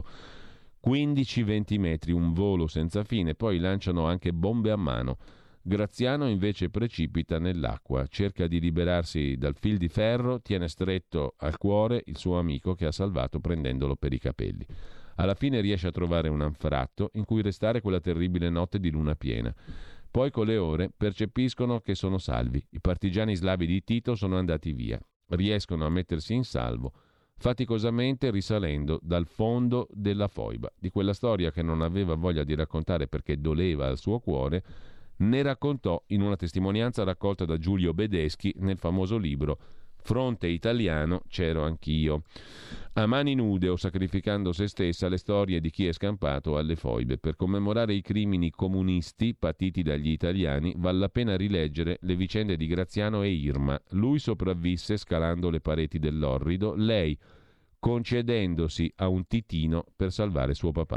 quindici venti metri, un volo senza fine, poi lanciano anche bombe a mano. Graziano invece precipita nell'acqua, cerca di liberarsi dal fil di ferro, tiene stretto al cuore il suo amico che ha salvato prendendolo per i capelli. Alla fine riesce a trovare un anfratto in cui restare quella terribile notte di luna piena. Poi con le ore percepiscono che sono salvi. I partigiani slavi di Tito sono andati via. Riescono a mettersi in salvo, faticosamente risalendo dal fondo della foiba. Di quella storia che non aveva voglia di raccontare perché doleva al suo cuore, ne raccontò in una testimonianza raccolta da Giulio Bedeschi nel famoso libro Fronte Italiano, c'ero anch'io. A mani nude o sacrificando se stessa le storie di chi è scampato alle foibe. Per commemorare i crimini comunisti patiti dagli italiani vale la pena rileggere le vicende di Graziano e Irma. Lui sopravvisse scalando le pareti dell'orrido, lei concedendosi a un titino per salvare suo papà.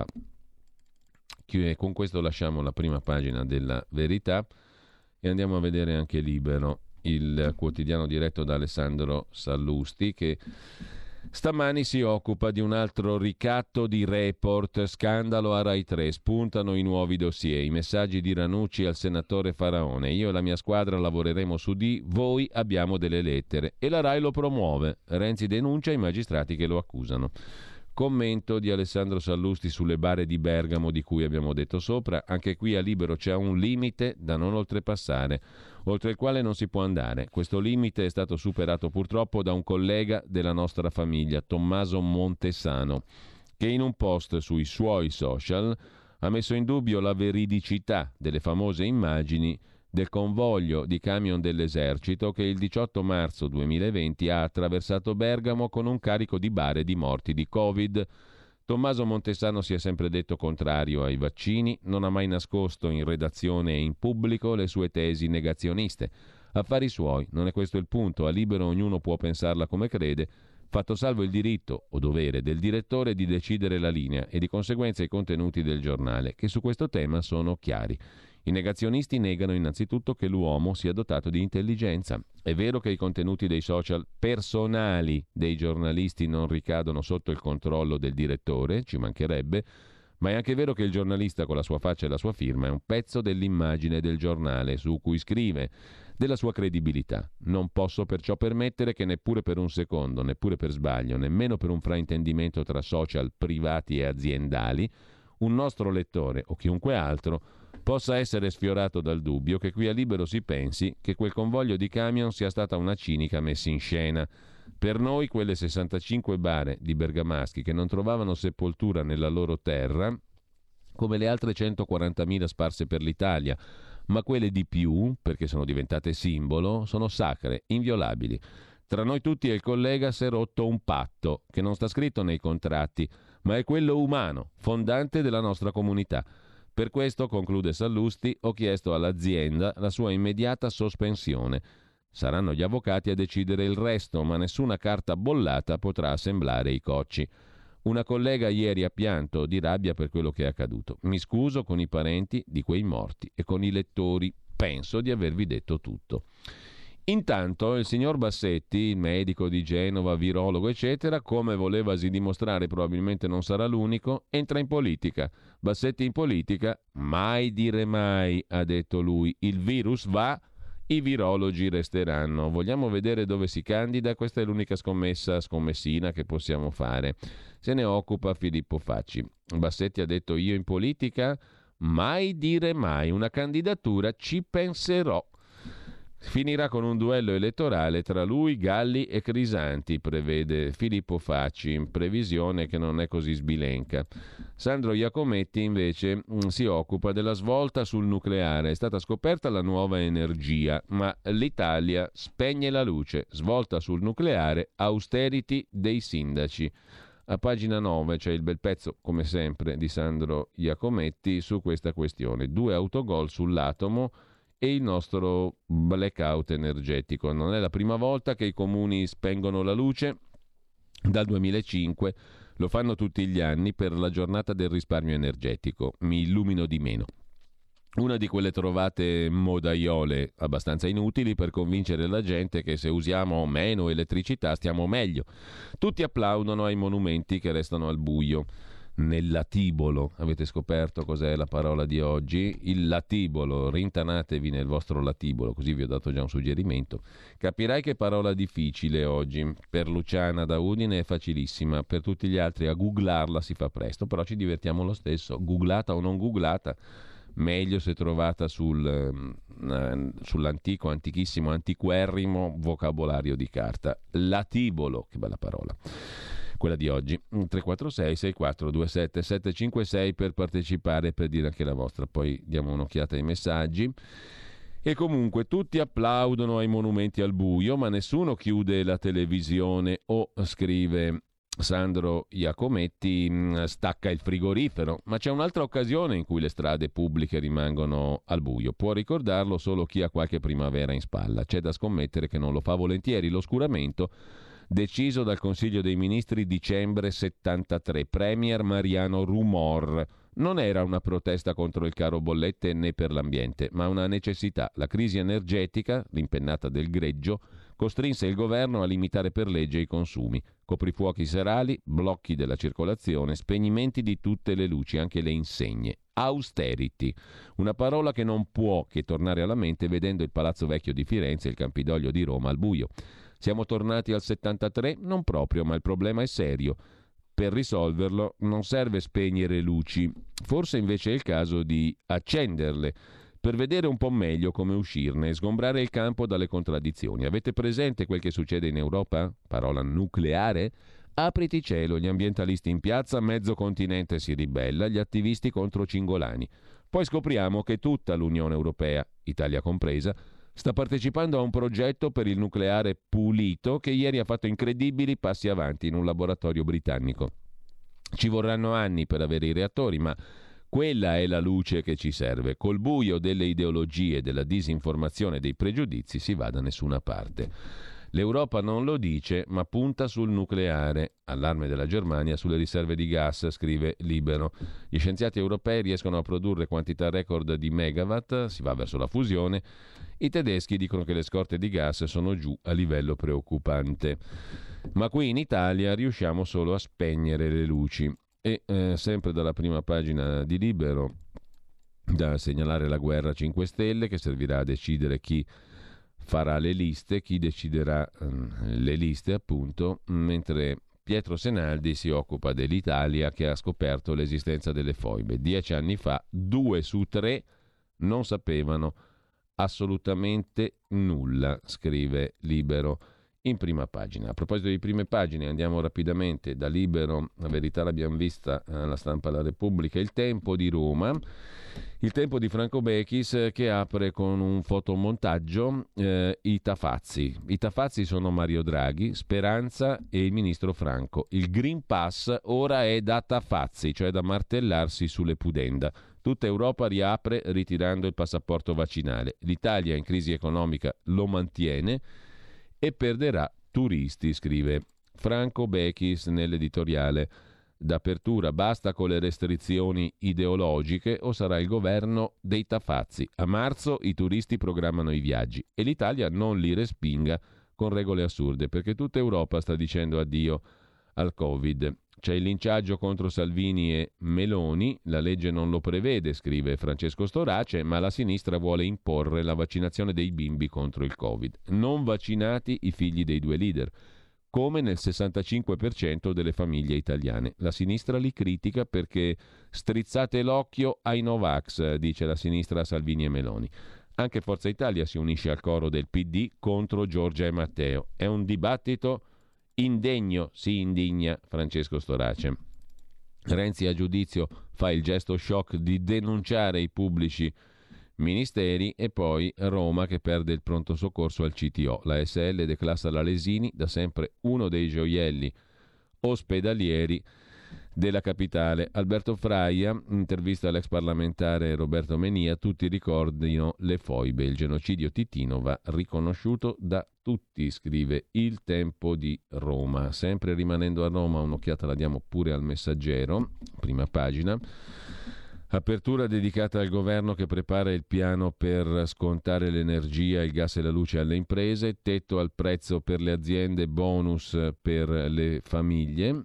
Con questo lasciamo la prima pagina della Verità e andiamo a vedere anche Libero, il quotidiano diretto da Alessandro Sallusti, che stamani si occupa di un altro ricatto di Report, scandalo a Rai tre, spuntano i nuovi dossier, i messaggi di Ranucci al senatore Faraone, io e la mia squadra lavoreremo su D, voi abbiamo delle lettere, e la Rai lo promuove, Renzi denuncia i magistrati che lo accusano. Commento di Alessandro Sallusti sulle bare di Bergamo di cui abbiamo detto sopra. Anche qui a Libero c'è un limite da non oltrepassare, oltre il quale non si può andare. Questo limite è stato superato purtroppo da un collega della nostra famiglia, Tommaso Montesano, che in un post sui suoi social ha messo in dubbio la veridicità delle famose immagini del convoglio di camion dell'esercito che il diciotto marzo duemilaventi ha attraversato Bergamo con un carico di bare di morti di Covid. Tommaso Montesano si è sempre detto contrario ai vaccini, non ha mai nascosto in redazione e in pubblico le sue tesi negazioniste. Affari suoi, non è questo il punto, a Libero ognuno può pensarla come crede, fatto salvo il diritto o dovere del direttore di decidere la linea e di conseguenza i contenuti del giornale, che su questo tema sono chiari. I negazionisti negano innanzitutto che l'uomo sia dotato di intelligenza. È vero che i contenuti dei social personali dei giornalisti non ricadono sotto il controllo del direttore, ci mancherebbe, ma è anche vero che il giornalista con la sua faccia e la sua firma è un pezzo dell'immagine del giornale su cui scrive, della sua credibilità. Non posso perciò permettere che neppure per un secondo, neppure per sbaglio, nemmeno per un fraintendimento tra social privati e aziendali, un nostro lettore o chiunque altro possa essere sfiorato dal dubbio che qui a Libero si pensi che quel convoglio di camion sia stata una cinica messa in scena. Per noi quelle sessantacinque bare di bergamaschi che non trovavano sepoltura nella loro terra, come le altre centoquarantamila sparse per l'Italia, ma quelle di più, perché sono diventate simbolo, sono sacre, inviolabili. Tra noi tutti e il collega si è rotto un patto che non sta scritto nei contratti, ma è quello umano, fondante della nostra comunità. Per questo, conclude Sallusti, ho chiesto all'azienda la sua immediata sospensione. Saranno gli avvocati a decidere il resto, ma nessuna carta bollata potrà assemblare i cocci. Una collega ieri ha pianto di rabbia per quello che è accaduto. Mi scuso con i parenti di quei morti e con i lettori. Penso di avervi detto tutto. Intanto il signor Bassetti, il medico di Genova, virologo eccetera, come volevasi dimostrare probabilmente non sarà l'unico, entra in politica. Bassetti in politica? Mai dire mai, ha detto lui. Il virus va, i virologi resteranno. Vogliamo vedere dove si candida? Questa è l'unica scommessa, scommessina che possiamo fare. Se ne occupa Filippo Facci. Bassetti ha detto io in politica? Mai dire mai. Una candidatura ci penserò. Finirà con un duello elettorale tra lui, Galli e Crisanti, prevede Filippo Facci, in previsione che non è così sbilenca. Sandro Iacometti invece si occupa della svolta sul nucleare. È stata scoperta la nuova energia, ma l'Italia spegne la luce. Svolta sul nucleare, austerity dei sindaci. A pagina nove c'è il bel pezzo, come sempre, di Sandro Iacometti su questa questione. Due autogol sull'atomo e il nostro blackout energetico. Non è la prima volta che i comuni spengono la luce. Dal duemilacinque lo fanno tutti gli anni per la giornata del risparmio energetico. Mi illumino di meno. Una di quelle trovate modaiole abbastanza inutili per convincere la gente che se usiamo meno elettricità stiamo meglio. Tutti applaudono ai monumenti che restano al buio. Nel latibolo, avete scoperto cos'è la parola di oggi? Il latibolo, rintanatevi nel vostro latibolo, così vi ho dato già un suggerimento. Capirai che parola difficile oggi. Per Luciana da Udine è facilissima, per tutti gli altri a googlarla si fa presto, però ci divertiamo lo stesso, googlata o non googlata, meglio se trovata sul, eh, sull'antico, antichissimo, antiquerrimo vocabolario di carta. Latibolo, che bella parola. Quella di oggi. tre quattro sei sei quattro due sette sette cinque sei per partecipare, per dire anche la vostra, poi diamo un'occhiata ai messaggi. E comunque tutti applaudono ai monumenti al buio, ma nessuno chiude la televisione o, scrive Sandro Iacometti, stacca il frigorifero. Ma c'è un'altra occasione in cui le strade pubbliche rimangono al buio. Può ricordarlo solo chi ha qualche primavera in spalla. C'è da scommettere che non lo fa volentieri. L'oscuramento deciso dal Consiglio dei Ministri dicembre settantatré, Premier Mariano Rumor. Non era una protesta contro il caro bollette né per l'ambiente, ma una necessità. La crisi energetica, l'impennata del greggio, costrinse il governo a limitare per legge i consumi. Coprifuochi serali, blocchi della circolazione, spegnimenti di tutte le luci, anche le insegne. Austerity, una parola che non può che tornare alla mente vedendo il Palazzo Vecchio di Firenze e il Campidoglio di Roma al buio. Siamo tornati al settantatré? Non proprio, ma il problema è serio. Per risolverlo non serve spegnere luci, forse invece è il caso di accenderle, per vedere un po' meglio come uscirne e sgombrare il campo dalle contraddizioni. Avete presente quel che succede in Europa? Parola nucleare? Apriti cielo, gli ambientalisti in piazza, mezzo continente si ribella, gli attivisti contro Cingolani. Poi scopriamo che tutta l'Unione Europea, Italia compresa, sta partecipando a un progetto per il nucleare pulito che ieri ha fatto incredibili passi avanti in un laboratorio britannico. Ci vorranno anni per avere i reattori, ma quella è la luce che ci serve. Col buio delle ideologie, della disinformazione e dei pregiudizi si va da nessuna parte. L'Europa non lo dice, ma punta sul nucleare. Allarme della Germania sulle riserve di gas, scrive Libero. Gli scienziati europei riescono a produrre quantità record di megawatt, si va verso la fusione. I tedeschi dicono che le scorte di gas sono giù a livello preoccupante. Ma qui in Italia riusciamo solo a spegnere le luci. E eh, sempre dalla prima pagina di Libero, da segnalare la guerra cinque Stelle, che servirà a decidere chi farà le liste, chi deciderà um, le liste appunto, mentre Pietro Senaldi si occupa dell'Italia che ha scoperto l'esistenza delle foibe. Dieci anni fa due su tre non sapevano assolutamente nulla, scrive Libero. in prima pagina. A proposito di prime pagine, andiamo rapidamente da Libero, La Verità l'abbiamo vista, alla Stampa La Repubblica, Il Tempo di Roma. Il Tempo di Franco Bechis che apre con un fotomontaggio eh, i Tafazzi. I Tafazzi sono Mario Draghi, Speranza e il ministro Franco. Il Green Pass ora è da Tafazzi, cioè da martellarsi sulle pudenda. Tutta Europa riapre ritirando il passaporto vaccinale. L'Italia in crisi economica lo mantiene e perderà turisti, scrive Franco Bechis nell'editoriale d'apertura. Basta con le restrizioni ideologiche o sarà il governo dei Tafazzi. A marzo i turisti programmano i viaggi e l'Italia non li respinga con regole assurde, perché tutta Europa sta dicendo addio al Covid. C'è il linciaggio contro Salvini e Meloni, la legge non lo prevede, scrive Francesco Storace, ma la sinistra vuole imporre la vaccinazione dei bimbi contro il Covid. Non vaccinati i figli dei due leader, come nel sessantacinque per cento delle famiglie italiane. La sinistra li critica perché strizzate l'occhio ai Novax, dice la sinistra a Salvini e Meloni. Anche Forza Italia si unisce al coro del P D contro Giorgia e Matteo. È un dibattito indegno, si indigna Francesco Storace. Renzi a giudizio fa il gesto shock di denunciare i pubblici ministeri e poi Roma che perde il pronto soccorso al C T O. La S L declassa la Lesini, da sempre uno dei gioielli ospedalieri della capitale. Alberto Fraia, intervista all'ex parlamentare Roberto Menia, tutti ricordino le foibe, il genocidio titino va riconosciuto da tutti, scrive Il Tempo di Roma. Sempre rimanendo a Roma, un'occhiata la diamo pure al Messaggero, prima pagina. Apertura dedicata al governo che prepara il piano per scontare l'energia, il gas e la luce alle imprese, tetto al prezzo per le aziende, bonus per le famiglie.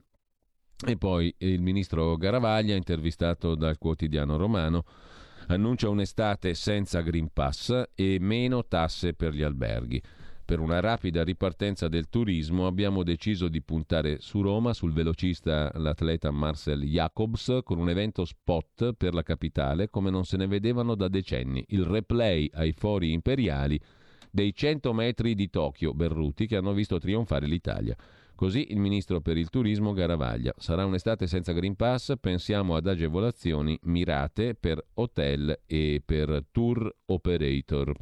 E poi il ministro Garavaglia, intervistato dal Quotidiano Romano, annuncia un'estate senza Green Pass e meno tasse per gli alberghi. Per una rapida ripartenza del turismo abbiamo deciso di puntare su Roma, sul velocista l'atleta Marcel Jacobs, con un evento spot per la capitale come non se ne vedevano da decenni. Il replay ai fori imperiali dei cento metri di Tokyo Berruti che hanno visto trionfare l'Italia. Così il ministro per il turismo Garavaglia. Sarà un'estate senza Green Pass, pensiamo ad agevolazioni mirate per hotel e per tour operator.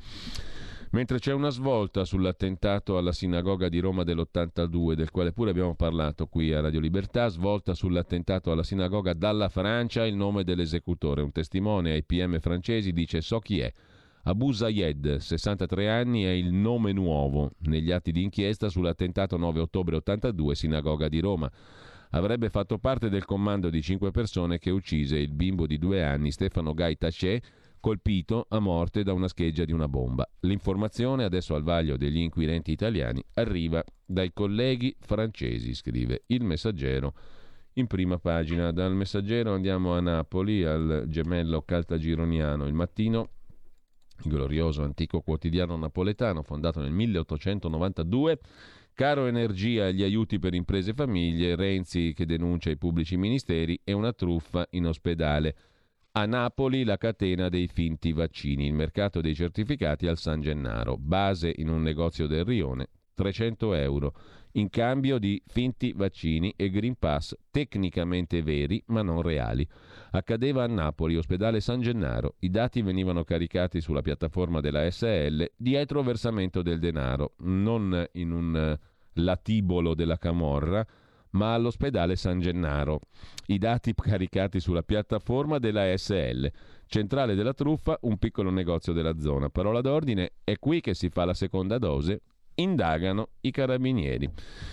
Mentre c'è una svolta sull'attentato alla sinagoga di Roma dell'ottantadue, del quale pure abbiamo parlato qui a Radio Libertà, svolta sull'attentato alla sinagoga dalla Francia, il nome dell'esecutore. Un testimone ai P M francesi dice: so chi è. Abu Zayed, sessantatré anni, è il nome nuovo negli atti di inchiesta sull'attentato nove ottobre ottantadue, sinagoga di Roma. Avrebbe fatto parte del comando di cinque persone che uccise il bimbo di due anni Stefano Gai Taché, colpito a morte da una scheggia di una bomba. L'informazione, adesso al vaglio degli inquirenti italiani, arriva dai colleghi francesi, scrive Il Messaggero in prima pagina. Dal Messaggero andiamo a Napoli, al gemello caltagironiano Il Mattino, il glorioso antico quotidiano napoletano fondato nel milleottocentonovantadue. Caro energia e gli aiuti per imprese e famiglie, Renzi che denuncia i pubblici ministeri e una truffa in ospedale. A Napoli la catena dei finti vaccini, il mercato dei certificati al San Gennaro, base in un negozio del Rione, trecento euro, in cambio di finti vaccini e Green Pass tecnicamente veri ma non reali. Accadeva a Napoli, ospedale San Gennaro, i dati venivano caricati sulla piattaforma della S L dietro versamento del denaro, non in un latibolo della camorra, ma all'ospedale San Gennaro. I dati caricati sulla piattaforma della S L. Centrale della truffa, un piccolo negozio della zona. Parola d'ordine, è qui che si fa la seconda dose. Indagano i carabinieri.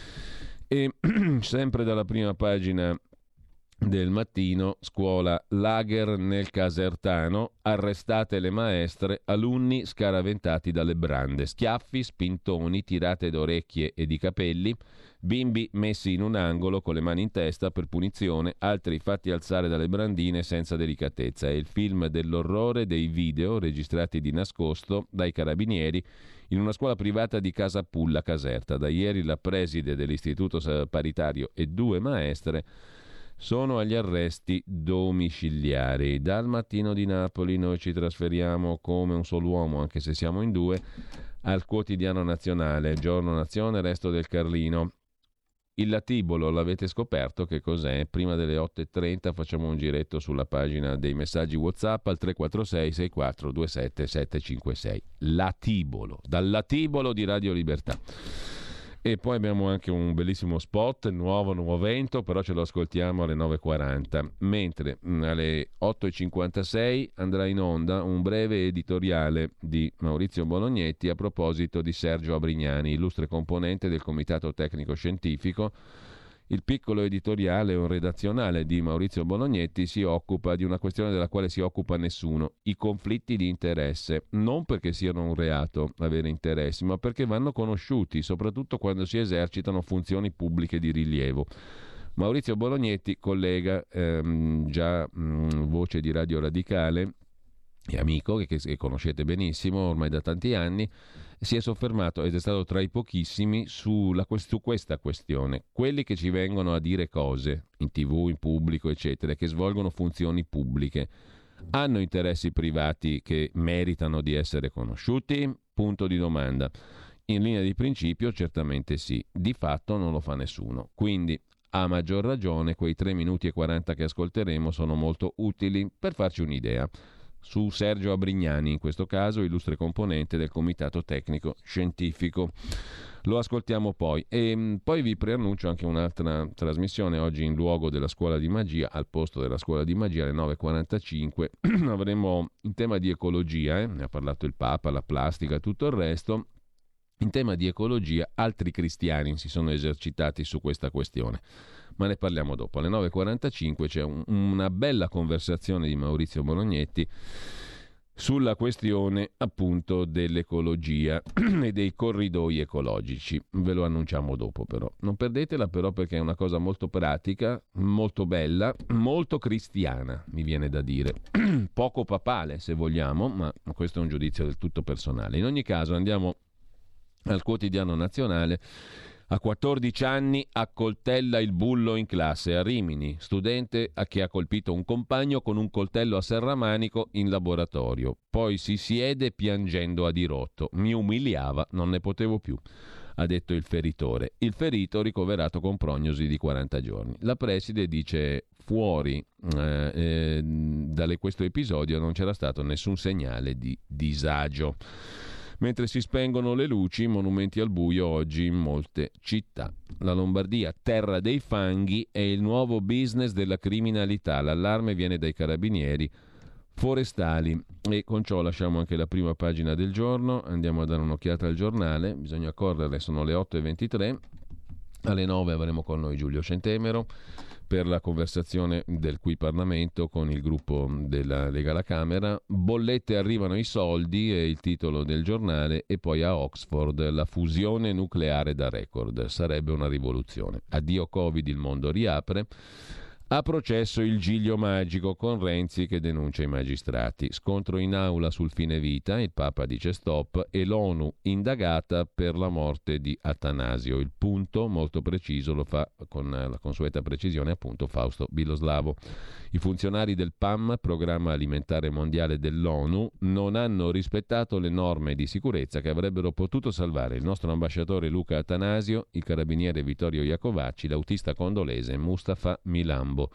E sempre dalla prima pagina del Mattino, scuola lager nel Casertano, arrestate le maestre, alunni scaraventati dalle brande, schiaffi, spintoni, tirate d'orecchie e di capelli, bimbi messi in un angolo con le mani in testa per punizione, altri fatti alzare dalle brandine senza delicatezza. È il film dell'orrore dei video registrati di nascosto dai carabinieri in una scuola privata di Casapulla, Caserta. Da ieri la preside dell'istituto paritario e due maestre sono agli arresti domiciliari. Dal Mattino di Napoli noi ci trasferiamo come un solo uomo, anche se siamo in due, al Quotidiano Nazionale, Giorno Nazione, Resto del Carlino. Il latibolo, l'avete scoperto che cos'è? Prima delle otto e trenta facciamo un giretto sulla pagina dei messaggi WhatsApp al tre quattro sei sei quattro due sette sette cinque sei. Latibolo, dal latibolo di Radio Libertà. E poi abbiamo anche un bellissimo spot, nuovo, nuovento, però ce lo ascoltiamo alle nove e quaranta. Mentre alle otto e cinquantasei andrà in onda un breve editoriale di Maurizio Bolognetti a proposito di Sergio Abrignani, illustre componente del Comitato Tecnico Scientifico. Il piccolo editoriale o redazionale di Maurizio Bolognetti si occupa di una questione della quale si occupa nessuno, i conflitti di interesse, non perché siano un reato avere interessi, ma perché vanno conosciuti, soprattutto quando si esercitano funzioni pubbliche di rilievo. Maurizio Bolognetti, collega, ehm, già mh, voce di Radio Radicale e amico, che, che conoscete benissimo ormai da tanti anni, si è soffermato ed è stato tra i pochissimi sulla, su questa questione. Quelli che ci vengono a dire cose in tv, in pubblico, eccetera, che svolgono funzioni pubbliche, hanno interessi privati che meritano di essere conosciuti? Punto di domanda. In linea di principio certamente sì, di fatto non lo fa nessuno. Quindi a maggior ragione quei tre minuti e quaranta che ascolteremo sono molto utili per farci un'idea su Sergio Abrignani, in questo caso illustre componente del Comitato Tecnico Scientifico. Lo ascoltiamo poi. E poi vi preannuncio anche un'altra trasmissione oggi in luogo della Scuola di Magia, al posto della Scuola di Magia alle nove e quarantacinque. Avremo in tema di ecologia, eh? ne ha parlato il Papa, la plastica e tutto il resto. In tema di ecologia altri cristiani si sono esercitati su questa questione, ma ne parliamo dopo. Alle nove e quarantacinque c'è un, una bella conversazione di Maurizio Bolognetti sulla questione appunto dell'ecologia e dei corridoi ecologici. Ve lo annunciamo dopo però. Non perdetela però, perché è una cosa molto pratica, molto bella, molto cristiana, mi viene da dire. Poco papale se vogliamo, ma questo è un giudizio del tutto personale. In ogni caso andiamo al Quotidiano Nazionale. A quattordici anni accoltella il bullo in classe a Rimini, studente a che ha colpito un compagno con un coltello a serramanico in laboratorio. Poi si siede piangendo a dirotto. Mi umiliava, non ne potevo più, ha detto il feritore. Il ferito ricoverato con prognosi di quaranta giorni. La preside dice fuori eh, eh, da questo episodio non c'era stato nessun segnale di disagio. Mentre si spengono le luci, monumenti al buio oggi in molte città. La Lombardia, terra dei fanghi, è il nuovo business della criminalità. L'allarme viene dai carabinieri forestali. E con ciò lasciamo anche la prima pagina del giorno. Andiamo a dare un'occhiata al giornale. Bisogna correre, sono le otto e ventitré. Alle nove avremo con noi Giulio Centemero per la conversazione del Qui Parlamento con il gruppo della Lega alla Camera. Bollette, arrivano i soldi, è il titolo del giornale. E poi a Oxford la fusione nucleare da record, sarebbe una rivoluzione. Addio Covid, il mondo riapre. A processo il Giglio Magico con Renzi che denuncia i magistrati. Scontro in aula sul fine vita, il Papa dice stop e l'ONU indagata per la morte di Atanasio. Il punto molto preciso lo fa con la consueta precisione appunto Fausto Biloslavo. I funzionari del P A M, Programma Alimentare Mondiale dell'ONU, non hanno rispettato le norme di sicurezza che avrebbero potuto salvare il nostro ambasciatore Luca Atanasio, il carabiniere Vittorio Iacovacci, l'autista congolese Mustafa Milambo.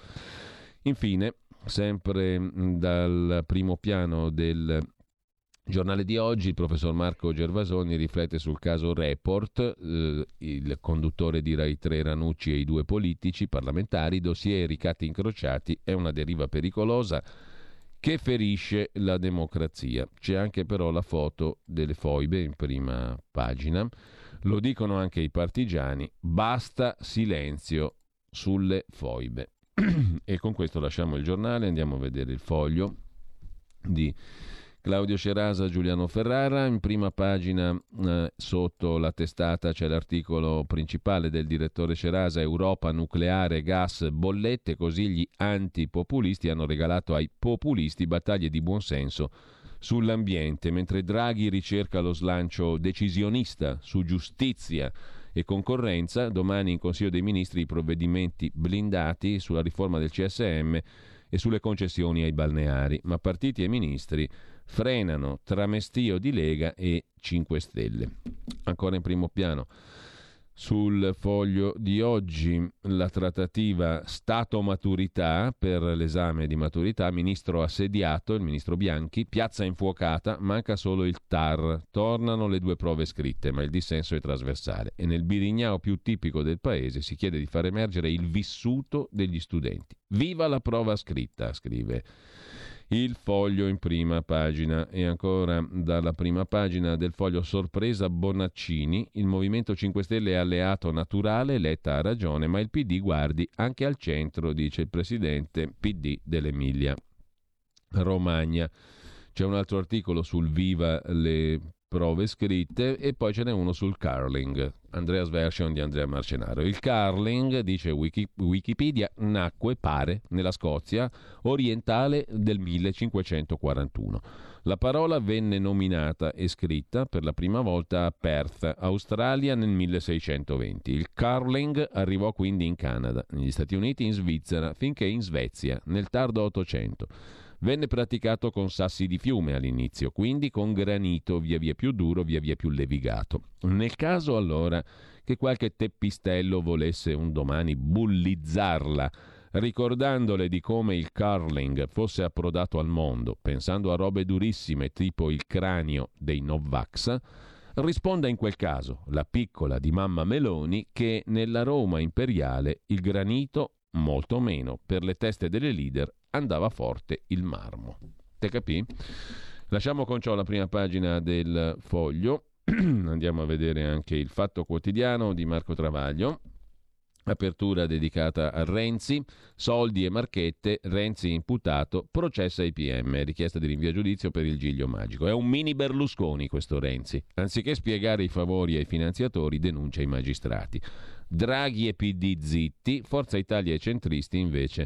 Infine, sempre dal primo piano del giornale di oggi, il professor Marco Gervasoni riflette sul caso Report, eh, il conduttore di Rai tre Ranucci e i due politici parlamentari, dossier ricatti incrociati, è una deriva pericolosa che ferisce la democrazia. C'è anche però la foto delle foibe in prima pagina, lo dicono anche i partigiani, basta silenzio sulle foibe. E con questo lasciamo il giornale, andiamo a vedere il Foglio di Claudio Cerasa, Giuliano Ferrara. In prima pagina eh, sotto la testata c'è l'articolo principale del direttore Cerasa: Europa, nucleare, gas, bollette, così gli antipopulisti hanno regalato ai populisti battaglie di buonsenso sull'ambiente, mentre Draghi ricerca lo slancio decisionista su giustizia e concorrenza. Domani in Consiglio dei Ministri i provvedimenti blindati sulla riforma del C S M e sulle concessioni ai balneari, ma partiti e ministri frenano tramestio di Lega e cinque Stelle. Ancora in primo piano sul Foglio di oggi la trattativa Stato-maturità per l'esame di maturità, ministro assediato, il ministro Bianchi, piazza infuocata, manca solo il T A R, tornano le due prove scritte, ma il dissenso è trasversale e nel birignao più tipico del paese si chiede di far emergere il vissuto degli studenti. Viva la prova scritta, scrive il Foglio in prima pagina. E ancora dalla prima pagina del Foglio, sorpresa Bonaccini, il Movimento cinque Stelle è alleato naturale, Letta ha ragione, ma il P D guardi anche al centro, dice il presidente P D dell'Emilia Romagna. C'è un altro articolo sul Viva le prove scritte e poi ce n'è uno sul curling, Andrea's Version di Andrea Marcenaro. Il curling, dice Wiki, Wikipedia, nacque, pare, nella Scozia orientale del millecinquecentoquarantuno. La parola venne nominata e scritta per la prima volta a Perth, Australia, nel milleseicentoventi. Il curling arrivò quindi in Canada, negli Stati Uniti, in Svizzera, finché in Svezia, nel tardo Ottocento. Venne praticato con sassi di fiume all'inizio, quindi con granito via via più duro, via via più levigato. Nel caso allora che qualche teppistello volesse un domani bullizzarla, ricordandole di come il curling fosse approdato al mondo, pensando a robe durissime tipo il cranio dei Novax, risponda in quel caso la piccola di mamma Meloni che nella Roma imperiale il granito, molto meno, per le teste delle leader andava forte il marmo. Te capì? Lasciamo con ciò la prima pagina del Foglio. Andiamo a vedere anche il Fatto Quotidiano di Marco Travaglio. Apertura dedicata a Renzi, soldi e marchette, Renzi imputato, processa I P M, richiesta di rinvio a giudizio per il Giglio Magico. È un mini Berlusconi questo Renzi. Anziché spiegare i favori ai finanziatori, denuncia i magistrati. Draghi e P D zitti, Forza Italia e centristi invece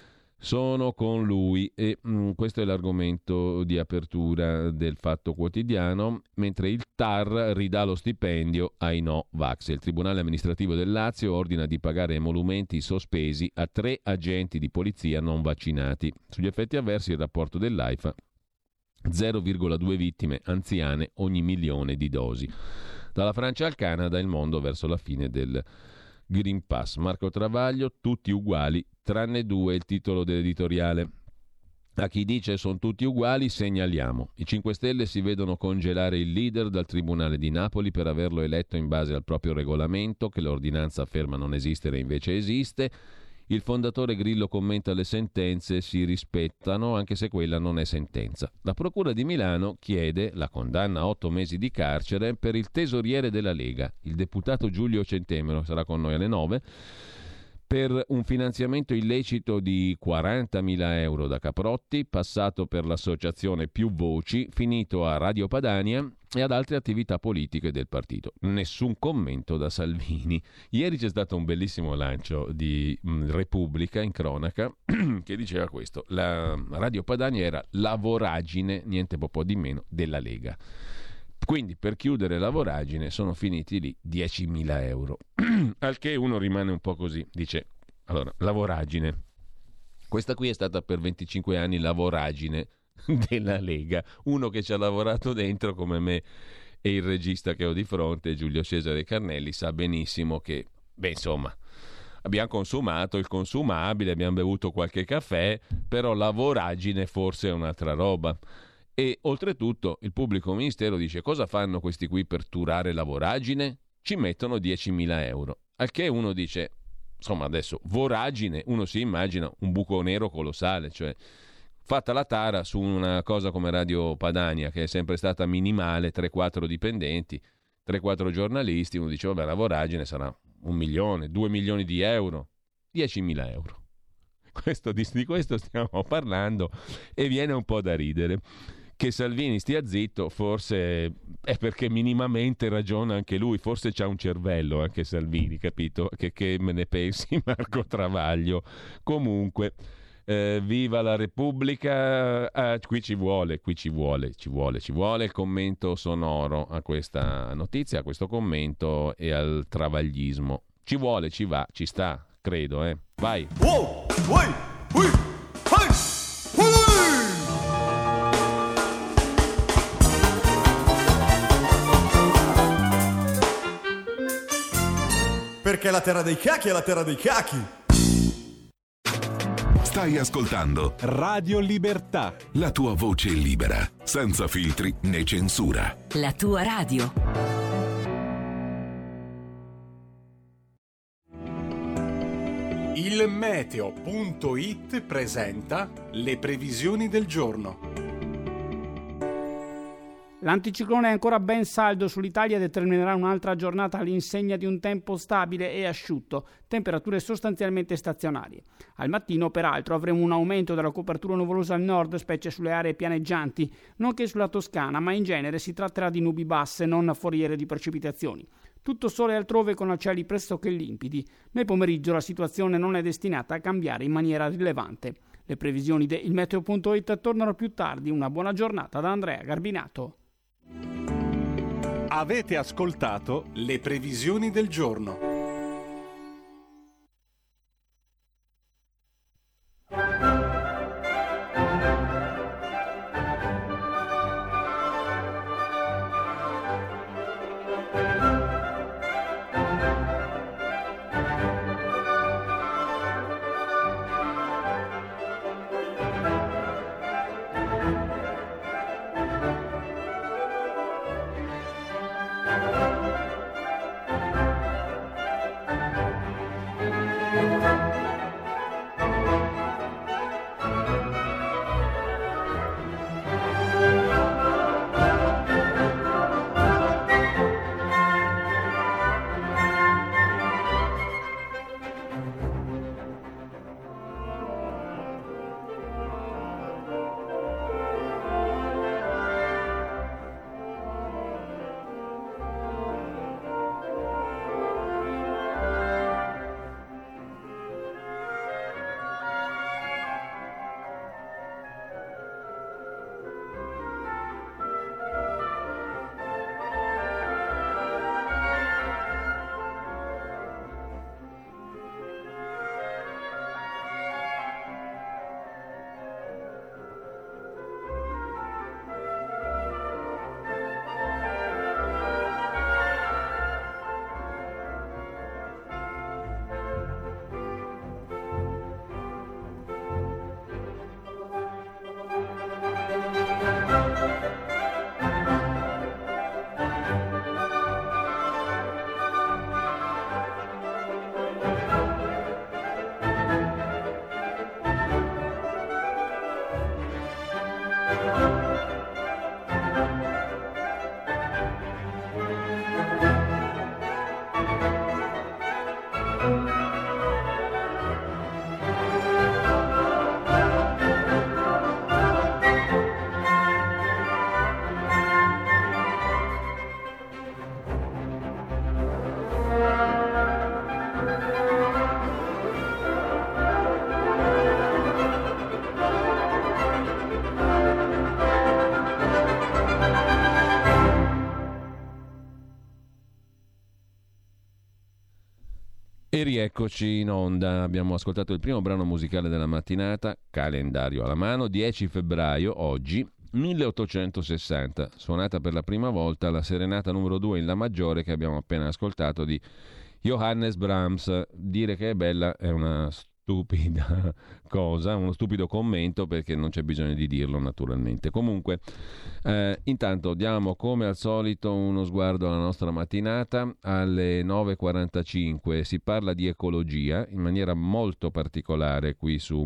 sono con lui e mh, questo è l'argomento di apertura del Fatto Quotidiano, mentre il T A R ridà lo stipendio ai no vax. Il Tribunale amministrativo del Lazio ordina di pagare emolumenti sospesi a tre agenti di polizia non vaccinati. Sugli effetti avversi il rapporto dell'AIFA, zero virgola due vittime anziane ogni milione di dosi. Dalla Francia al Canada, il mondo verso la fine del Green Pass. Marco Travaglio, tutti uguali, tranne due, il titolo dell'editoriale. A chi dice sono tutti uguali segnaliamo. I cinque Stelle si vedono congelare il leader dal Tribunale di Napoli per averlo eletto in base al proprio regolamento, che l'ordinanza afferma non esistere invece esiste. Il fondatore Grillo commenta le sentenze si rispettano anche se quella non è sentenza. La Procura di Milano chiede la condanna a otto mesi di carcere per il tesoriere della Lega, il deputato Giulio Centemero, sarà con noi alle nove, per un finanziamento illecito di quarantamila euro da Caprotti, passato per l'associazione Più Voci, finito a Radio Padania e ad altre attività politiche del partito. Nessun commento da Salvini. Ieri c'è stato un bellissimo lancio di mh, Repubblica in cronaca che diceva questo: la Radio Padania era la voragine, niente po' di meno, della Lega. Quindi per chiudere la voragine sono finiti lì diecimila euro. Al che uno rimane un po' così, dice, allora, la voragine. Questa qui è stata per venticinque anni la voragine della Lega. Uno che ci ha lavorato dentro come me e il regista che ho di fronte, Giulio Cesare Carnelli, sa benissimo che, beh, insomma, abbiamo consumato il consumabile, abbiamo bevuto qualche caffè, però la voragine forse è un'altra roba. E oltretutto il pubblico ministero dice: cosa fanno questi qui per turare la voragine? Ci mettono diecimila euro. Al che uno dice, insomma, adesso voragine, uno si immagina un buco nero colossale, cioè fatta la tara su una cosa come Radio Padania, che è sempre stata minimale, tre quattro dipendenti, tre quattro giornalisti, uno dice vabbè, la voragine sarà un milione, due milioni di euro, diecimila euro. Questo, di questo stiamo parlando e viene un po' da ridere. Che Salvini stia zitto forse è perché minimamente ragiona anche lui, forse c'ha un cervello anche Salvini, capito? Che, che me ne pensi Marco Travaglio? Comunque, eh, viva la Repubblica, ah, qui ci vuole, qui ci vuole, ci vuole, ci vuole il commento sonoro a questa notizia, a questo commento e al travaglismo. Ci vuole, ci va, ci sta, credo, eh. Vai! Wow, vai, vai, vai. perché la terra dei cachi è la terra dei cachi. Stai ascoltando Radio Libertà. La tua voce libera, senza filtri né censura. La tua radio. Il meteo punto it presenta le previsioni del giorno. L'anticiclone è ancora ben saldo sull'Italia e determinerà un'altra giornata all'insegna di un tempo stabile e asciutto, temperature sostanzialmente stazionarie. Al mattino, peraltro, avremo un aumento della copertura nuvolosa al nord, specie sulle aree pianeggianti, nonché sulla Toscana, ma in genere si tratterà di nubi basse, non foriere di precipitazioni. Tutto sole altrove con cieli pressoché limpidi. Nel pomeriggio la situazione non è destinata a cambiare in maniera rilevante. Le previsioni di il meteo punto it tornano più tardi. Una buona giornata da Andrea Garbinato. Avete ascoltato le previsioni del giorno. E rieccoci in onda, abbiamo ascoltato il primo brano musicale della mattinata, calendario alla mano, dieci febbraio, oggi, milleottocentosessanta, suonata per la prima volta la serenata numero due in La maggiore che abbiamo appena ascoltato di Johannes Brahms. Dire che è bella è una stupida cosa, uno stupido commento, perché non c'è bisogno di dirlo naturalmente. Comunque, eh, intanto diamo come al solito uno sguardo alla nostra mattinata. Alle nove e quarantacinque si parla di ecologia in maniera molto particolare qui su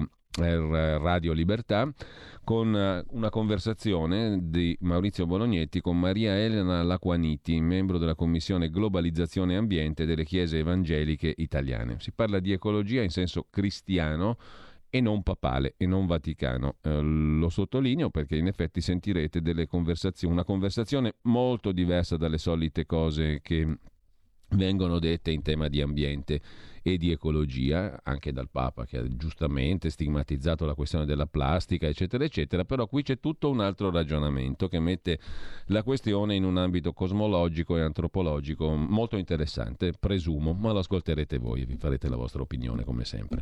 Radio Libertà, con una conversazione di Maurizio Bolognetti con Maria Elena Laquaniti, membro della Commissione Globalizzazione e Ambiente delle Chiese Evangeliche Italiane. Si parla di ecologia in senso cristiano e non papale e non vaticano. Eh, lo sottolineo perché in effetti sentirete delle conversazioni, una conversazione molto diversa dalle solite cose che vengono dette in tema di ambiente e di ecologia, anche dal Papa, che ha giustamente stigmatizzato la questione della plastica, eccetera, eccetera. Però qui c'è tutto un altro ragionamento che mette la questione in un ambito cosmologico e antropologico molto interessante, presumo, ma lo ascolterete voi e vi farete la vostra opinione come sempre.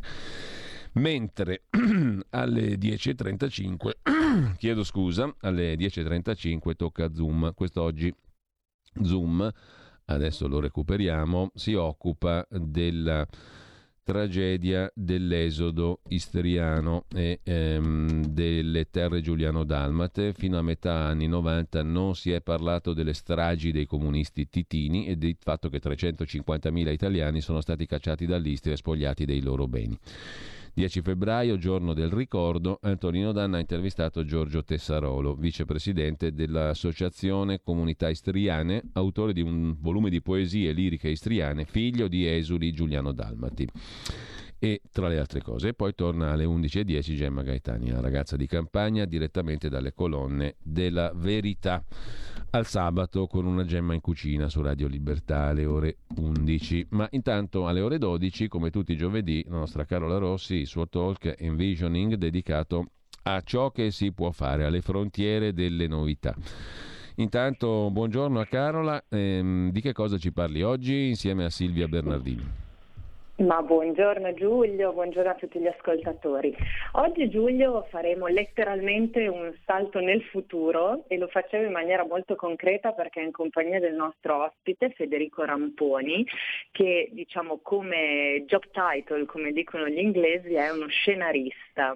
Mentre alle dieci e trentacinque, chiedo scusa, alle dieci e trentacinque tocca Zoom, quest'oggi Zoom adesso lo recuperiamo, si occupa della tragedia dell'esodo istriano e ehm, delle terre giuliano-dalmate. Fino a metà anni novanta non si è parlato delle stragi dei comunisti titini e del fatto che trecentocinquantamila italiani sono stati cacciati dall'Istria e spogliati dei loro beni. dieci febbraio, giorno del ricordo, Antonino Danna ha intervistato Giorgio Tessarolo, vicepresidente dell'Associazione Comunità Istriane, autore di un volume di poesie liriche istriane, figlio di esuli giuliano-dalmati. E tra le altre cose, poi torna alle undici e dieci Gemma Gaetani, la ragazza di campagna, direttamente dalle colonne della Verità. Al sabato con una Gemma in cucina su Radio Libertà alle ore undici. Ma intanto alle ore dodici, come tutti i giovedì, la nostra Carola Rossi, il suo talk Envisioning dedicato a ciò che si può fare, alle frontiere delle novità. Intanto buongiorno a Carola, ehm, di che cosa ci parli oggi insieme a Silvia Bernardini? Ma buongiorno Giulio, buongiorno a tutti gli ascoltatori. Oggi Giulio faremo letteralmente un salto nel futuro e lo facciamo in maniera molto concreta perché è in compagnia del nostro ospite Federico Ramponi, che diciamo come job title, come dicono gli inglesi, è uno scenarista.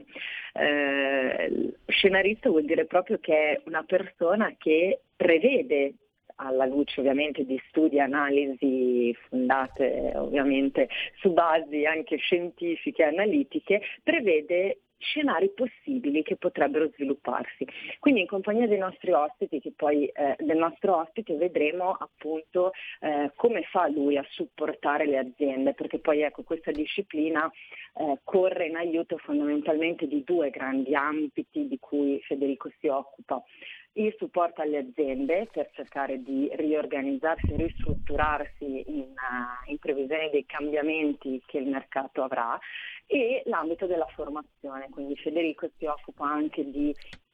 Eh, scenarista vuol dire proprio che è una persona che prevede, alla luce ovviamente di studi e analisi fondate ovviamente su basi anche scientifiche e analitiche, prevede scenari possibili che potrebbero svilupparsi. Quindi in compagnia dei nostri ospiti, che poi eh, del nostro ospite vedremo appunto eh, come fa lui a supportare le aziende, perché poi ecco questa disciplina eh, corre in aiuto fondamentalmente di due grandi ambiti di cui Federico si occupa. Il supporto alle aziende per cercare di riorganizzarsi e ristrutturarsi in, uh, in previsione dei cambiamenti che il mercato avrà, e l'ambito della formazione. Quindi Federico si occupa anche di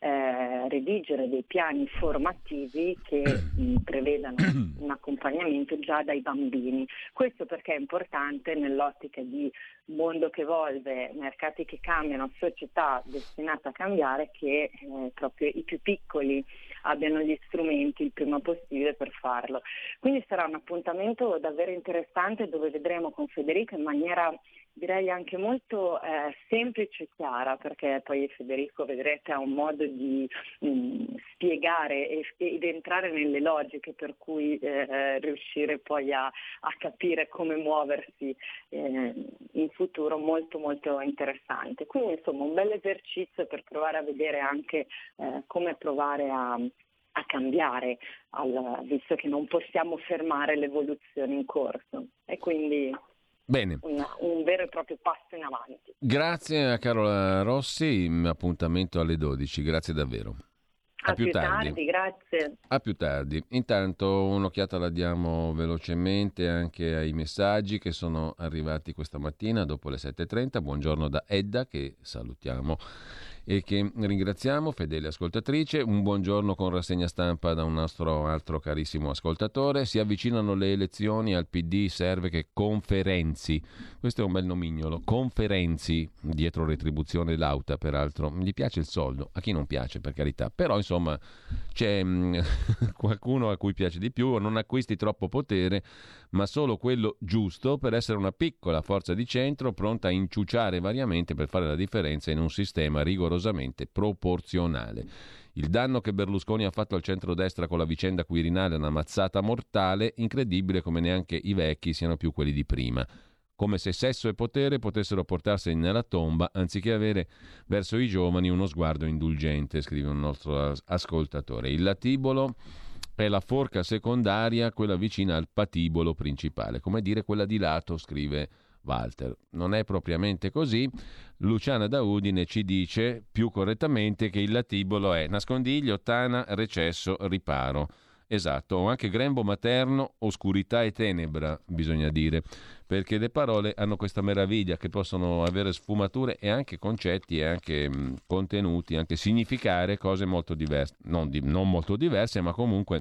eh, redigere dei piani formativi che mh, prevedano un accompagnamento già dai bambini. Questo perché è importante nell'ottica di mondo che evolve, mercati che cambiano, società destinata a cambiare, che eh, proprio i più piccoli abbiano gli strumenti il prima possibile per farlo. Quindi sarà un appuntamento davvero interessante dove vedremo con Federico in maniera direi anche molto eh, semplice e chiara, perché poi Federico, vedrete, ha un modo di mh, spiegare e, ed entrare nelle logiche per cui eh, riuscire poi a, a capire come muoversi eh, in futuro molto molto interessante. Quindi insomma un bel esercizio per provare a vedere anche eh, come provare a a cambiare, al, visto che non possiamo fermare l'evoluzione in corso, e quindi Bene. Un, un vero e proprio passo in avanti. Grazie a Carola Rossi, appuntamento alle dodici, grazie davvero. A, a più, più tardi. tardi, grazie. A più tardi. Intanto un'occhiata la diamo velocemente anche ai messaggi che sono arrivati questa mattina dopo le sette e trenta. Buongiorno da Edda, che salutiamo e che ringraziamo, fedele ascoltatrice. Un buongiorno con rassegna stampa da un nostro altro carissimo ascoltatore. Si avvicinano le elezioni, al P D serve che Conferenzi, questo è un bel nomignolo, Conferenzi, dietro retribuzione lauta peraltro, gli piace il soldo, a chi non piace per carità, però insomma c'è mh, qualcuno a cui piace di più, non acquisti troppo potere ma solo quello giusto per essere una piccola forza di centro pronta a inciuciare variamente per fare la differenza in un sistema rigorosamente proporzionale. Il danno che Berlusconi ha fatto al centrodestra con la vicenda Quirinale è una mazzata mortale, incredibile come neanche i vecchi siano più quelli di prima. Come se sesso e potere potessero portarseli nella tomba anziché avere verso i giovani uno sguardo indulgente, scrive un nostro ascoltatore. Il latibolo è la forca secondaria, quella vicina al patibolo principale, come dire quella di lato, scrive Walter. Non è propriamente così. Luciana da Udine ci dice più correttamente che il latibolo è nascondiglio, tana, recesso, riparo. Esatto, o anche grembo materno, oscurità e tenebra, bisogna dire, perché le parole hanno questa meraviglia che possono avere sfumature e anche concetti e anche mh, contenuti, anche significare cose molto diverse, non, di, non molto diverse, ma comunque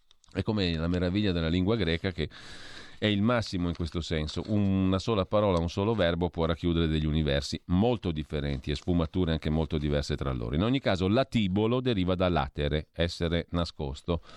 è come la meraviglia della lingua greca, che è il massimo in questo senso. Una sola parola, un solo verbo può racchiudere degli universi molto differenti e sfumature anche molto diverse tra loro. In ogni caso latibolo deriva da latere, essere nascosto,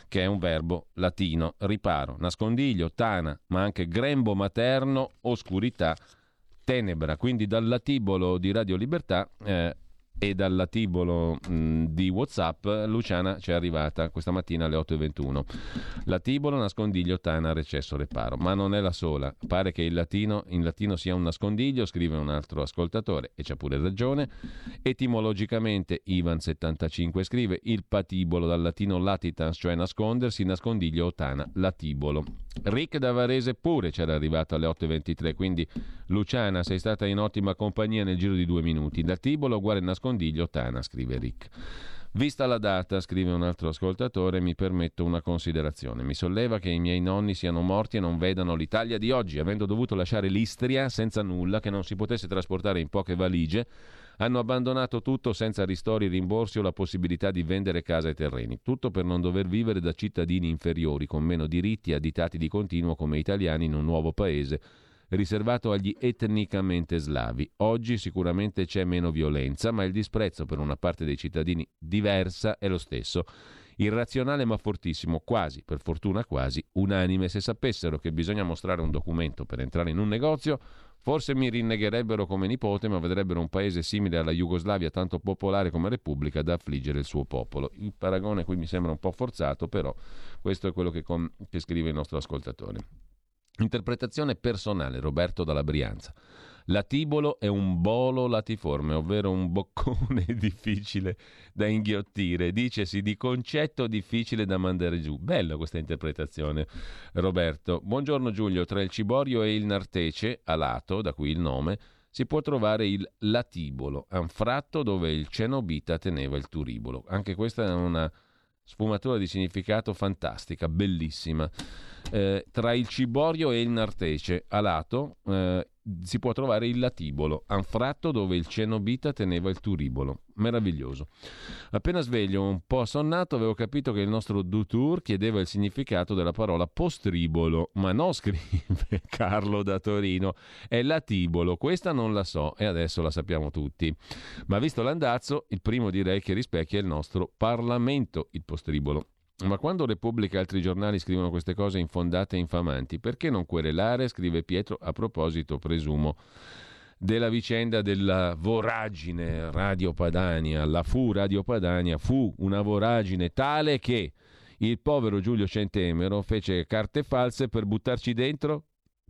che è un verbo latino, riparo, nascondiglio, tana, ma anche grembo materno, oscurità, tenebra. Quindi dal latibolo di Radio Libertà eh, e dal latibolo mh, di WhatsApp Luciana ci è arrivata questa mattina alle otto e ventuno. Latibolo, nascondiglio, tana, recesso, reparo. Ma non è la sola. Pare che il latino in latino sia un nascondiglio, scrive un altro ascoltatore e c'ha pure ragione. Etimologicamente Ivan settantacinque scrive il patibolo, dal latino latitans, cioè nascondersi, nascondiglio o tana, latibolo. Rick da Varese pure c'era arrivato alle otto e ventitré, quindi Luciana sei stata in ottima compagnia nel giro di due minuti. Latibolo uguale nascondiglio, tana, scrive Rick. Vista la data, scrive un altro ascoltatore, mi permetto una considerazione. Mi solleva che i miei nonni siano morti e non vedano l'Italia di oggi, avendo dovuto lasciare l'Istria senza nulla, che non si potesse trasportare in poche valigie. Hanno abbandonato tutto senza ristori, rimborsi o la possibilità di vendere casa e terreni. Tutto per non dover vivere da cittadini inferiori, con meno diritti additati di continuo come italiani in un nuovo paese riservato agli etnicamente slavi. Oggi sicuramente c'è meno violenza, ma il disprezzo per una parte dei cittadini diversa è lo stesso. Irrazionale ma fortissimo, quasi, per fortuna quasi, unanime. Se sapessero che bisogna mostrare un documento per entrare in un negozio, forse mi rinnegherebbero come nipote, ma vedrebbero un paese simile alla Jugoslavia, tanto popolare come repubblica, da affliggere il suo popolo. Il paragone qui mi sembra un po' forzato, però questo è quello che, com- che scrive il nostro ascoltatore. Interpretazione personale, Roberto dalla Brianza. Latibolo è un bolo latiforme, ovvero un boccone difficile da inghiottire. Dicesi di concetto difficile da mandare giù. Bella questa interpretazione, Roberto. Buongiorno Giulio. Tra il ciborio e il nartece, a lato, da qui il nome, si può trovare il latibolo, anfratto dove il cenobita teneva il turibolo. Anche questa è una sfumatura di significato fantastica, bellissima. Eh, tra il ciborio e il nartece, a lato, eh, si può trovare il latibolo, anfratto dove il cenobita teneva il turibolo. Meraviglioso. Appena sveglio, un po' assonnato, avevo capito che il nostro Dutour chiedeva il significato della parola postribolo, ma no, scrive Carlo da Torino, è latibolo. Questa non la so e adesso la sappiamo tutti. Ma visto l'andazzo, il primo direi che rispecchia il nostro Parlamento, il postribolo. Ma quando Repubblica e altri giornali scrivono queste cose infondate e infamanti, perché non querelare? Scrive Pietro a proposito, presumo, della vicenda della voragine Radio Padania. La fu Radio Padania fu una voragine tale che il povero Giulio Centemero fece carte false per buttarci dentro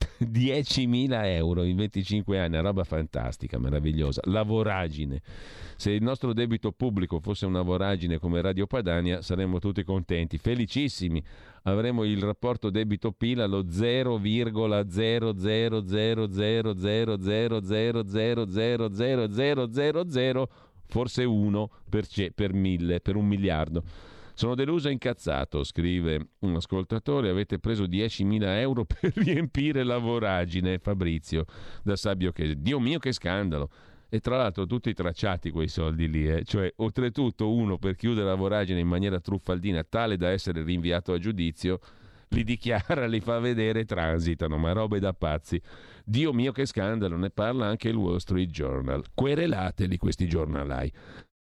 diecimila euro in venticinque anni, una roba fantastica, meravigliosa. La voragine. Se il nostro debito pubblico fosse una voragine come Radio Padania, saremmo tutti contenti, felicissimi. Avremo il rapporto debito-P I L allo zero virgola zero zero zero zero zero zero zero zero zero zero zero zero zero, forse uno per, ce- per mille, per un miliardo. Sono deluso e incazzato, scrive un ascoltatore, avete preso diecimila euro per riempire la voragine, Fabrizio da Sabbio Chiese. Dio mio che scandalo! E tra l'altro tutti tracciati quei soldi lì, eh? Cioè oltretutto uno per chiudere la voragine in maniera truffaldina tale da essere rinviato a giudizio, li dichiara, li fa vedere, transitano, ma robe da pazzi. Dio mio che scandalo, ne parla anche il Wall Street Journal. Querelateli questi giornalai.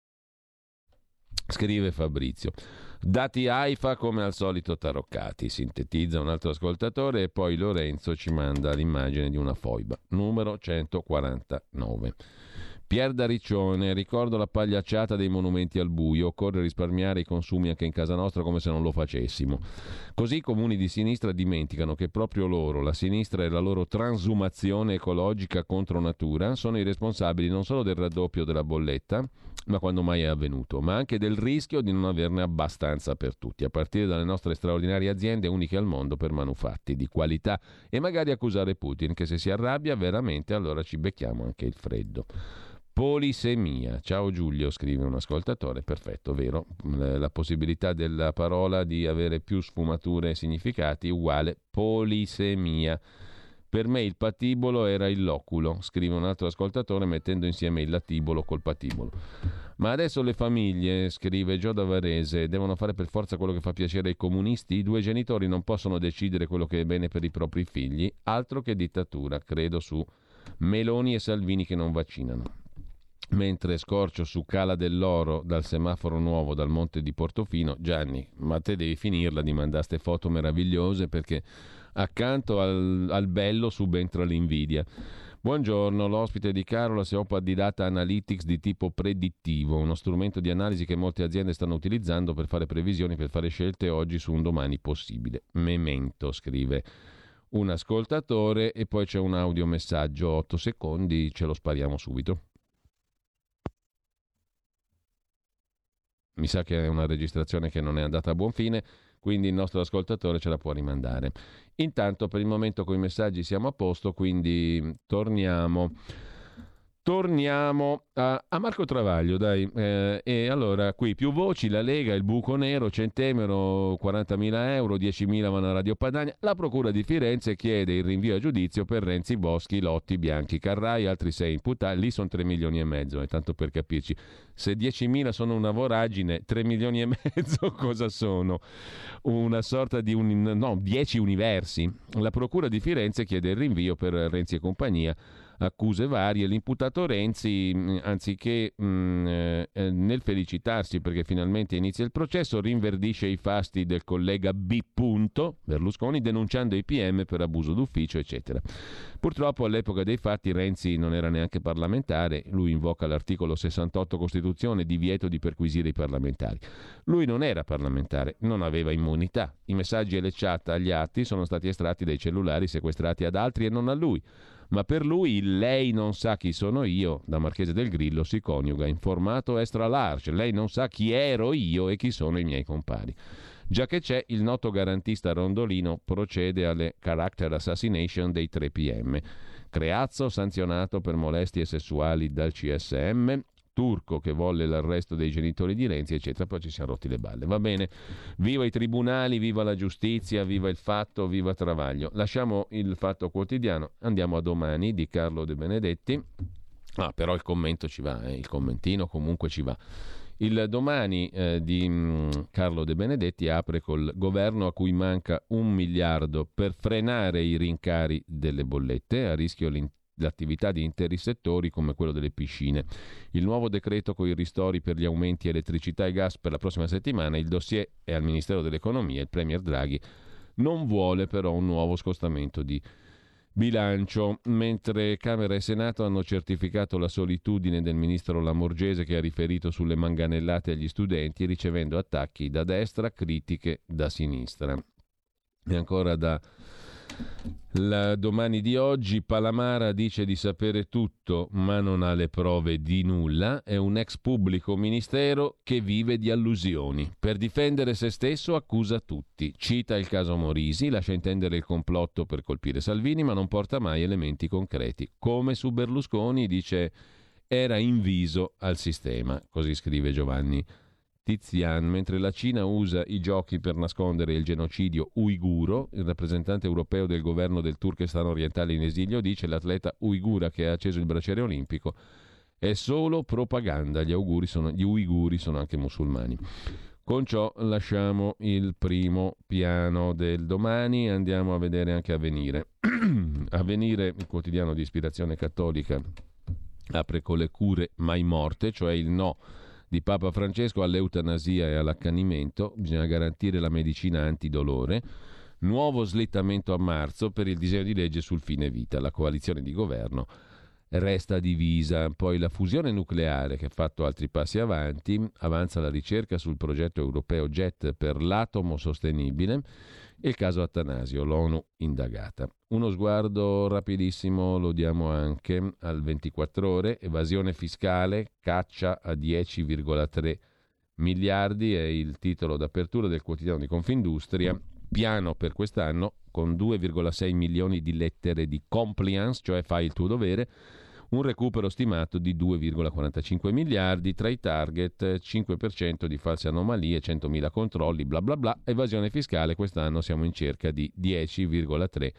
Scrive Fabrizio. Dati AIFA come al solito taroccati, sintetizza un altro ascoltatore e poi Lorenzo ci manda l'immagine di una foiba, numero centoquarantanove. Pier da Riccione, ricordo la pagliacciata dei monumenti al buio, occorre risparmiare i consumi anche in casa nostra come se non lo facessimo. Così i comuni di sinistra dimenticano che proprio loro, la sinistra e la loro transumazione ecologica contro natura, sono i responsabili non solo del raddoppio della bolletta, ma quando mai è avvenuto, ma anche del rischio di non averne abbastanza per tutti, a partire dalle nostre straordinarie aziende uniche al mondo per manufatti di qualità, e magari accusare Putin che se si arrabbia veramente allora ci becchiamo anche il freddo. Polisemia. Ciao Giulio, scrive un ascoltatore, perfetto, vero, la possibilità della parola di avere più sfumature e significati uguale polisemia. Per me il patibolo era il loculo, scrive un altro ascoltatore mettendo insieme il latibolo col patibolo. Ma adesso le famiglie, scrive Gio da Varese, devono fare per forza quello che fa piacere ai comunisti? I due genitori non possono decidere quello che è bene per i propri figli? Altro che dittatura, credo su Meloni e Salvini che non vaccinano. mentre scorcio su Cala dell'Oro dal semaforo nuovo dal Monte di Portofino. Gianni, ma te devi finirla di mandare ste foto meravigliose, perché accanto al, al bello subentra l'invidia. Buongiorno, l'ospite di Carola si occupa di data analytics di tipo predittivo, uno strumento di analisi che molte aziende stanno utilizzando per fare previsioni, per fare scelte oggi su un domani possibile. Memento, scrive un ascoltatore, e poi c'è un audiomessaggio, otto secondi, ce lo spariamo subito. Mi sa che è una registrazione che non è andata a buon fine, quindi il nostro ascoltatore ce la può rimandare. Intanto per il momento con i messaggi siamo a posto, quindi torniamo Torniamo a, a Marco Travaglio, dai. Eh, e allora, qui più voci, la Lega, il buco nero, Centemero, quarantamila euro, diecimila vanno a Radio Padania. La Procura di Firenze chiede il rinvio a giudizio per Renzi, Boschi, Lotti, Bianchi, Carrai, altri sei imputati. Lì sono tre milioni e mezzo, eh, tanto per capirci. Se diecimila sono una voragine, tre milioni e mezzo cosa sono? Una sorta di un, no, dieci universi. La Procura di Firenze chiede il rinvio per Renzi e compagnia. Accuse varie, l'imputato Renzi, anziché mh, eh, nel felicitarsi perché finalmente inizia il processo, rinverdisce i fasti del collega B. Berlusconi, denunciando i P M per abuso d'ufficio, eccetera. Purtroppo all'epoca dei fatti Renzi non era neanche parlamentare, lui invoca l'articolo sessantotto Costituzione, divieto di perquisire i parlamentari. Lui non era parlamentare, non aveva immunità. I messaggi e le chat agli atti sono stati estratti dai cellulari sequestrati ad altri e non a lui. Ma per lui il lei non sa chi sono io, da Marchese del Grillo, si coniuga in formato extra large. Lei non sa chi ero io e chi sono i miei compari. Già che c'è, il noto garantista Rondolino procede alle character assassination dei tre P M. Creazzo sanzionato per molestie sessuali dal C S M, Turco che volle l'arresto dei genitori di Renzi, eccetera. Poi ci siamo rotti le balle. Va bene, viva i tribunali, viva la giustizia, viva il Fatto, viva Travaglio. Lasciamo il Fatto Quotidiano, andiamo a Domani di Carlo De Benedetti. Ah, però il commento ci va, eh, il commentino comunque ci va. Il Domani eh, di mh, Carlo De Benedetti apre col governo a cui manca un miliardo per frenare i rincari delle bollette, a rischio l'in- l'attività di interi settori come quello delle piscine. Il nuovo decreto con i ristori per gli aumenti elettricità e gas per la prossima settimana, il dossier è al Ministero dell'Economia, il Premier Draghi non vuole però un nuovo scostamento di bilancio, mentre Camera e Senato hanno certificato la solitudine del ministro Lamorgese, che ha riferito sulle manganellate agli studenti ricevendo attacchi da destra, critiche da sinistra. E ancora da la Domani di oggi, Palamara dice di sapere tutto ma non ha le prove di nulla, è un ex pubblico ministero che vive di allusioni. Per difendere se stesso accusa tutti, cita il caso Morisi, lascia intendere il complotto per colpire Salvini ma non porta mai elementi concreti. Come su Berlusconi dice era inviso al sistema, così scrive Giovanni Tizian. Mentre la Cina usa i giochi per nascondere il genocidio uiguro, il rappresentante europeo del governo del Turkestan orientale in esilio dice l'atleta uigura che ha acceso il braciere olimpico è solo propaganda, gli, auguri sono, gli uiguri sono anche musulmani. Con ciò lasciamo il primo piano del Domani, andiamo a vedere anche Avvenire. Avvenire, il quotidiano di ispirazione cattolica, apre con le cure mai morte, cioè il no di Papa Francesco all'eutanasia e all'accanimento, bisogna garantire la medicina antidolore. Nuovo slittamento a marzo per il disegno di legge sul fine vita. La coalizione di governo resta divisa. Poi la fusione nucleare, che ha fatto altri passi avanti, avanza la ricerca sul progetto europeo JET per l'atomo sostenibile e il caso Attanasio, l'ONU indagata. Uno sguardo rapidissimo lo diamo anche al ventiquattro ore, evasione fiscale, caccia a dieci virgola tre miliardi, è il titolo d'apertura del quotidiano di Confindustria. Piano per quest'anno con due virgola sei milioni di lettere di compliance, cioè fai il tuo dovere, un recupero stimato di due virgola quarantacinque miliardi, tra i target cinque per cento di false anomalie, centomila controlli, bla bla bla. Evasione fiscale quest'anno siamo in cerca di dieci virgola tre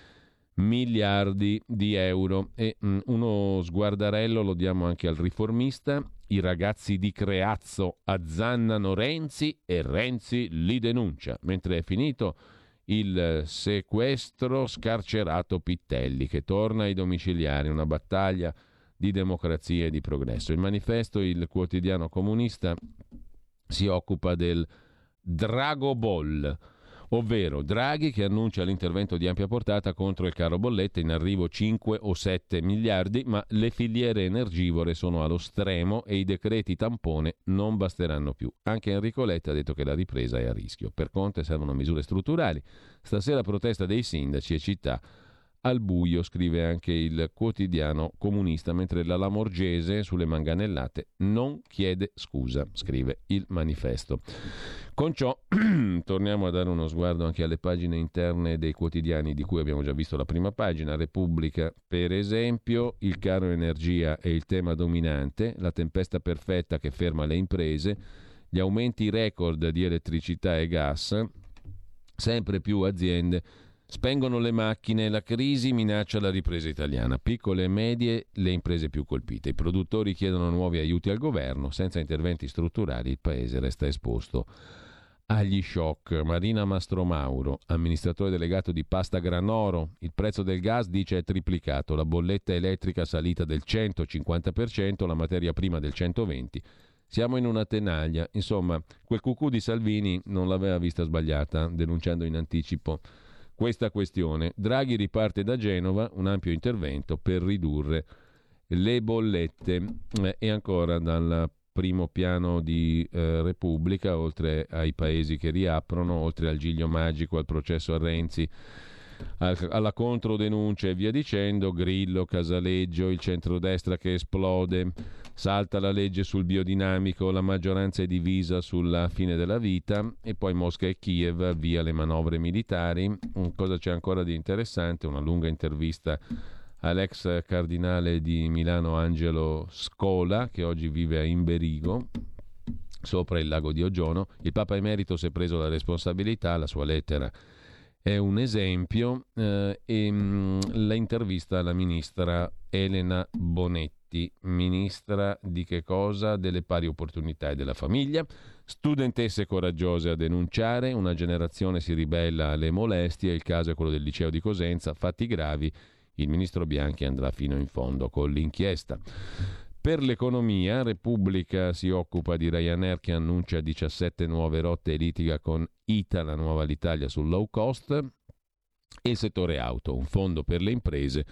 miliardi di euro. E mh, uno sguardarello lo diamo anche al Riformista. I ragazzi di Creazzo azzannano Renzi e Renzi li denuncia, mentre è finito il sequestro scarcerato Pittelli che torna ai domiciliari, una battaglia di democrazia e di progresso. Il Manifesto, il quotidiano comunista, si occupa del Dragobol, ovvero Draghi che annuncia l'intervento di ampia portata contro il caro bollette, in arrivo cinque o sette miliardi, ma le filiere energivore sono allo stremo e i decreti tampone non basteranno più. Anche Enrico Letta ha detto che la ripresa è a rischio. Per Conte servono misure strutturali. Stasera protesta dei sindaci e città al buio, scrive anche il quotidiano comunista, mentre la Lamorgese sulle manganellate non chiede scusa, scrive il Manifesto. Con ciò torniamo a dare uno sguardo anche alle pagine interne dei quotidiani di cui abbiamo già visto la prima pagina. Repubblica, per esempio, il caro energia è il tema dominante, la tempesta perfetta che ferma le imprese, gli aumenti record di elettricità e gas, sempre più aziende spengono le macchine, la crisi minaccia la ripresa italiana. Piccole e medie, le imprese più colpite. I produttori chiedono nuovi aiuti al governo. Senza interventi strutturali il paese resta esposto agli shock. Marina Mastromauro, amministratore delegato di Pasta Granoro. Il prezzo del gas, dice, è triplicato. La bolletta elettrica salita del centocinquanta per cento, la materia prima del centoventi per cento. Siamo in una tenaglia. Insomma, quel cucù di Salvini non l'aveva vista sbagliata, denunciando in anticipo questa questione. Draghi riparte da Genova, un ampio intervento per ridurre le bollette. Eh, e ancora dal primo piano di eh, Repubblica, oltre ai paesi che riaprono, oltre al giglio magico, al processo a Renzi, al, alla controdenuncia e via dicendo, Grillo, Casaleggio, il centrodestra che esplode, salta la legge sul biodinamico, la maggioranza è divisa sulla fine della vita, e poi Mosca e Kiev, via le manovre militari. Cosa c'è ancora di interessante? Una lunga intervista all'ex cardinale di Milano Angelo Scola, che oggi vive a Imberigo, sopra il lago di Ogiono. Il Papa Emerito si è preso la responsabilità, la sua lettera è un esempio, eh, e mh, l'intervista alla ministra Elena Bonetti, ministra di che cosa? Delle pari opportunità e della famiglia. Studentesse coraggiose a denunciare, una generazione si ribella alle molestie, il caso è quello del liceo di Cosenza, fatti gravi, il ministro Bianchi andrà fino in fondo con l'inchiesta. Per l'economia, Repubblica si occupa di Ryanair che annuncia diciassette nuove rotte e litiga con I T A, la nuova Alitalia sul low cost, e il settore auto, un fondo per le imprese,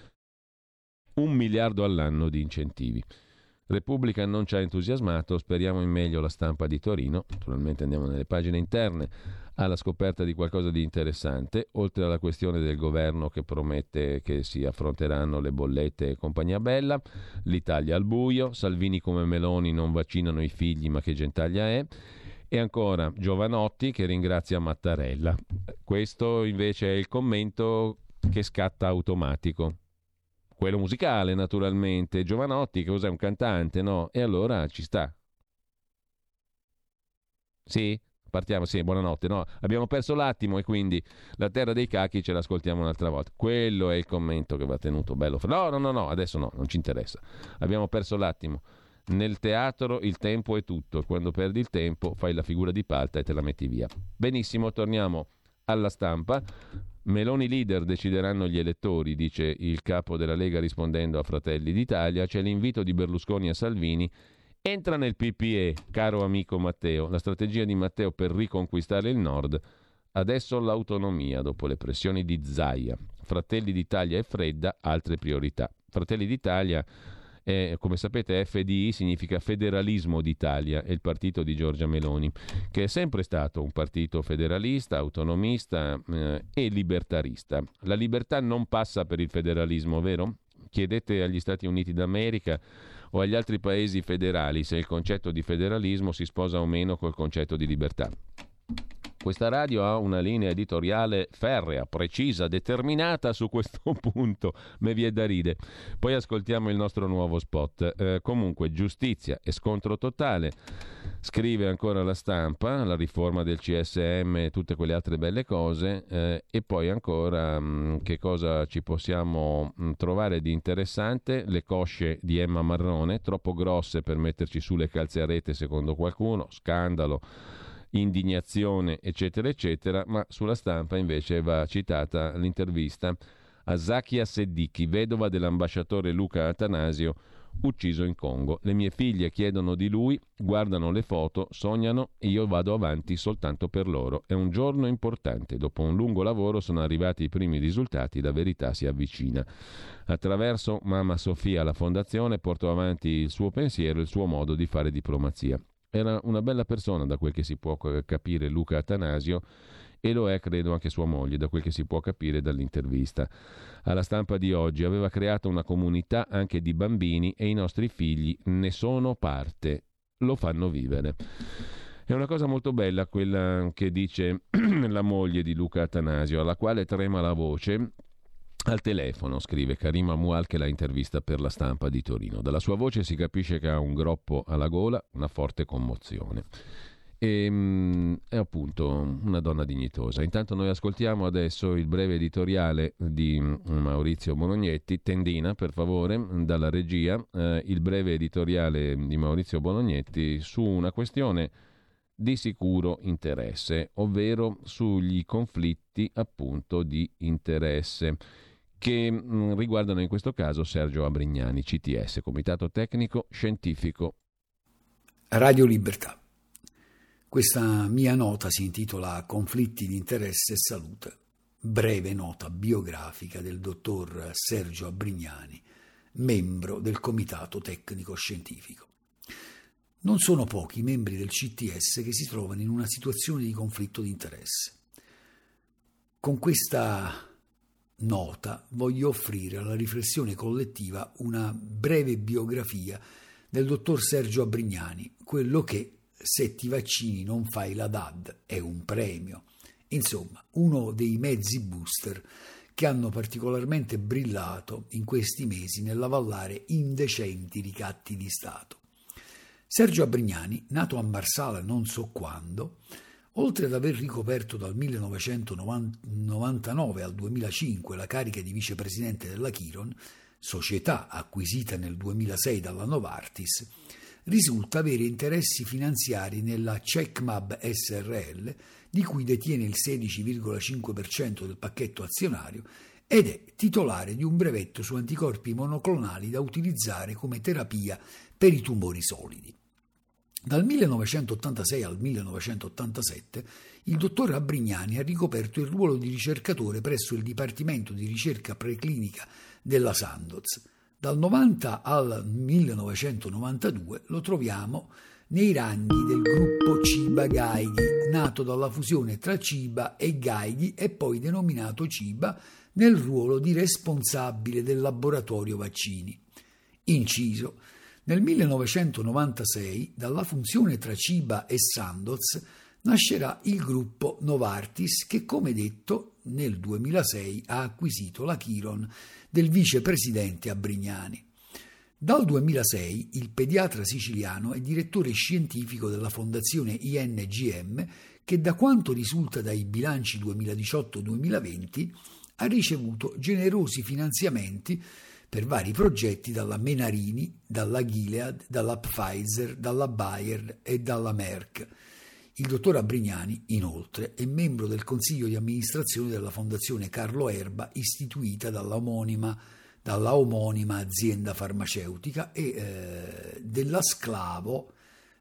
un miliardo all'anno di incentivi. Repubblica non ci ha entusiasmato, speriamo in meglio la Stampa di Torino, naturalmente andiamo nelle pagine interne alla scoperta di qualcosa di interessante, oltre alla questione del governo che promette che si affronteranno le bollette e compagnia bella, l'Italia al buio, Salvini come Meloni non vaccinano i figli ma che gentaglia è, e ancora Giovanotti che ringrazia Mattarella. Questo invece è il commento che scatta automatico. Quello musicale, naturalmente. Giovanotti, che cos'è, un cantante, no? E allora ci sta. Sì? Partiamo, sì, buonanotte. No, abbiamo perso l'attimo e quindi la terra dei cachi ce l'ascoltiamo un'altra volta. Quello è il commento che va tenuto bello. No, no, no, no, adesso no, non ci interessa. Abbiamo perso l'attimo. Nel teatro il tempo è tutto. Quando perdi il tempo fai la figura di Palta e te la metti via. Benissimo, torniamo alla Stampa. Meloni leader, decideranno gli elettori, dice il capo della Lega rispondendo a Fratelli d'Italia. C'è l'invito di Berlusconi a Salvini: entra nel P P E, caro amico Matteo. La strategia di Matteo per riconquistare il Nord. Adesso l'autonomia, dopo le pressioni di Zaia. Fratelli d'Italia è fredda, altre priorità. Fratelli d'Italia, è, come sapete, F D I significa Federalismo d'Italia, è il partito di Giorgia Meloni, che è sempre stato un partito federalista, autonomista eh, e libertarista. La libertà non passa per il federalismo, vero? Chiedete agli Stati Uniti d'America o agli altri paesi federali se il concetto di federalismo si sposa o meno col concetto di libertà. Questa radio ha una linea editoriale ferrea, precisa, determinata su questo punto, me vi è da ride. Poi ascoltiamo il nostro nuovo spot. Eh, comunque, giustizia e scontro totale, scrive ancora la Stampa, la riforma del C S M e tutte quelle altre belle cose, eh, e poi ancora mh, che cosa ci possiamo mh, trovare di interessante? Le cosce di Emma Marrone, troppo grosse per metterci su le calze a rete secondo qualcuno, scandalo, indignazione eccetera eccetera, ma sulla Stampa invece va citata l'intervista a Zakia Seddichi, vedova dell'ambasciatore Luca Attanasio, ucciso in Congo. Le mie figlie chiedono di lui, guardano le foto, sognano e io vado avanti soltanto per loro. È un giorno importante. Dopo un lungo lavoro sono arrivati i primi risultati, la verità si avvicina. Attraverso Mamma Sofia, la fondazione, porto avanti il suo pensiero, il suo modo di fare diplomazia. Era una bella persona, da quel che si può capire, Luca Attanasio, e lo è credo anche sua moglie, da quel che si può capire dall'intervista alla Stampa di oggi. Aveva creato una comunità anche di bambini e i nostri figli ne sono parte, lo fanno vivere. È una cosa molto bella quella che dice la moglie di Luca Attanasio, alla quale trema la voce al telefono, scrive Karima Mual, che la intervista per la Stampa di Torino. Dalla sua voce si capisce che ha un groppo alla gola, una forte commozione. E, mh, è appunto una donna dignitosa. Intanto noi ascoltiamo adesso il breve editoriale di Maurizio Bolognetti. Tendina, per favore, dalla regia, eh, il breve editoriale di Maurizio Bolognetti su una questione di sicuro interesse, ovvero sugli conflitti appunto di interesse che mh, riguardano in questo caso Sergio Abrignani, C T S, Comitato Tecnico Scientifico. Radio Libertà. Questa mia nota si intitola Conflitti di interesse e salute, breve nota biografica del dottor Sergio Abrignani, membro del Comitato Tecnico Scientifico. Non sono pochi i membri del C T S che si trovano in una situazione di conflitto di interesse. Con questa nota voglio offrire alla riflessione collettiva una breve biografia del dottor Sergio Abrignani, quello che se ti vaccini non fai la D A D è un premio. Insomma, uno dei mezzi booster che hanno particolarmente brillato in questi mesi nell'avallare indecenti ricatti di Stato. Sergio Abrignani, nato a Marsala non so quando, oltre ad aver ricoperto dal millenovecentonovantanove al duemilacinque la carica di vicepresidente della Chiron, società acquisita nel duemilasei dalla Novartis, risulta avere interessi finanziari nella Checkmab S R L, di cui detiene il sedici virgola cinque per cento del pacchetto azionario, ed è titolare di un brevetto su anticorpi monoclonali da utilizzare come terapia per i tumori solidi. Dal millenovecentottantasei al millenovecentottantasette il dottor Abrignani ha ricoperto il ruolo di ricercatore presso il Dipartimento di Ricerca Preclinica della Sandoz. Dal novanta al millenovecentonovantadue lo troviamo nei ranghi del gruppo Ciba-Geigy, nato dalla fusione tra Ciba e Geigy e poi denominato Ciba nel ruolo di responsabile del laboratorio vaccini. Inciso, nel millenovecentonovantasei, dalla funzione tra Ciba e Sandoz, nascerà il gruppo Novartis che, come detto, nel duemilasei ha acquisito la Chiron del vicepresidente Abrignani. Dal duemilasei il pediatra siciliano è direttore scientifico della fondazione I N G M che, da quanto risulta dai bilanci duemiladiciotto duemilaventi, ha ricevuto generosi finanziamenti per vari progetti dalla Menarini, dalla Gilead, dalla Pfizer, dalla Bayer e dalla Merck. Il dottor Abrignani, inoltre, è membro del consiglio di amministrazione della Fondazione Carlo Erba, istituita dalla omonima, dalla omonima azienda farmaceutica, e eh, della Sclavo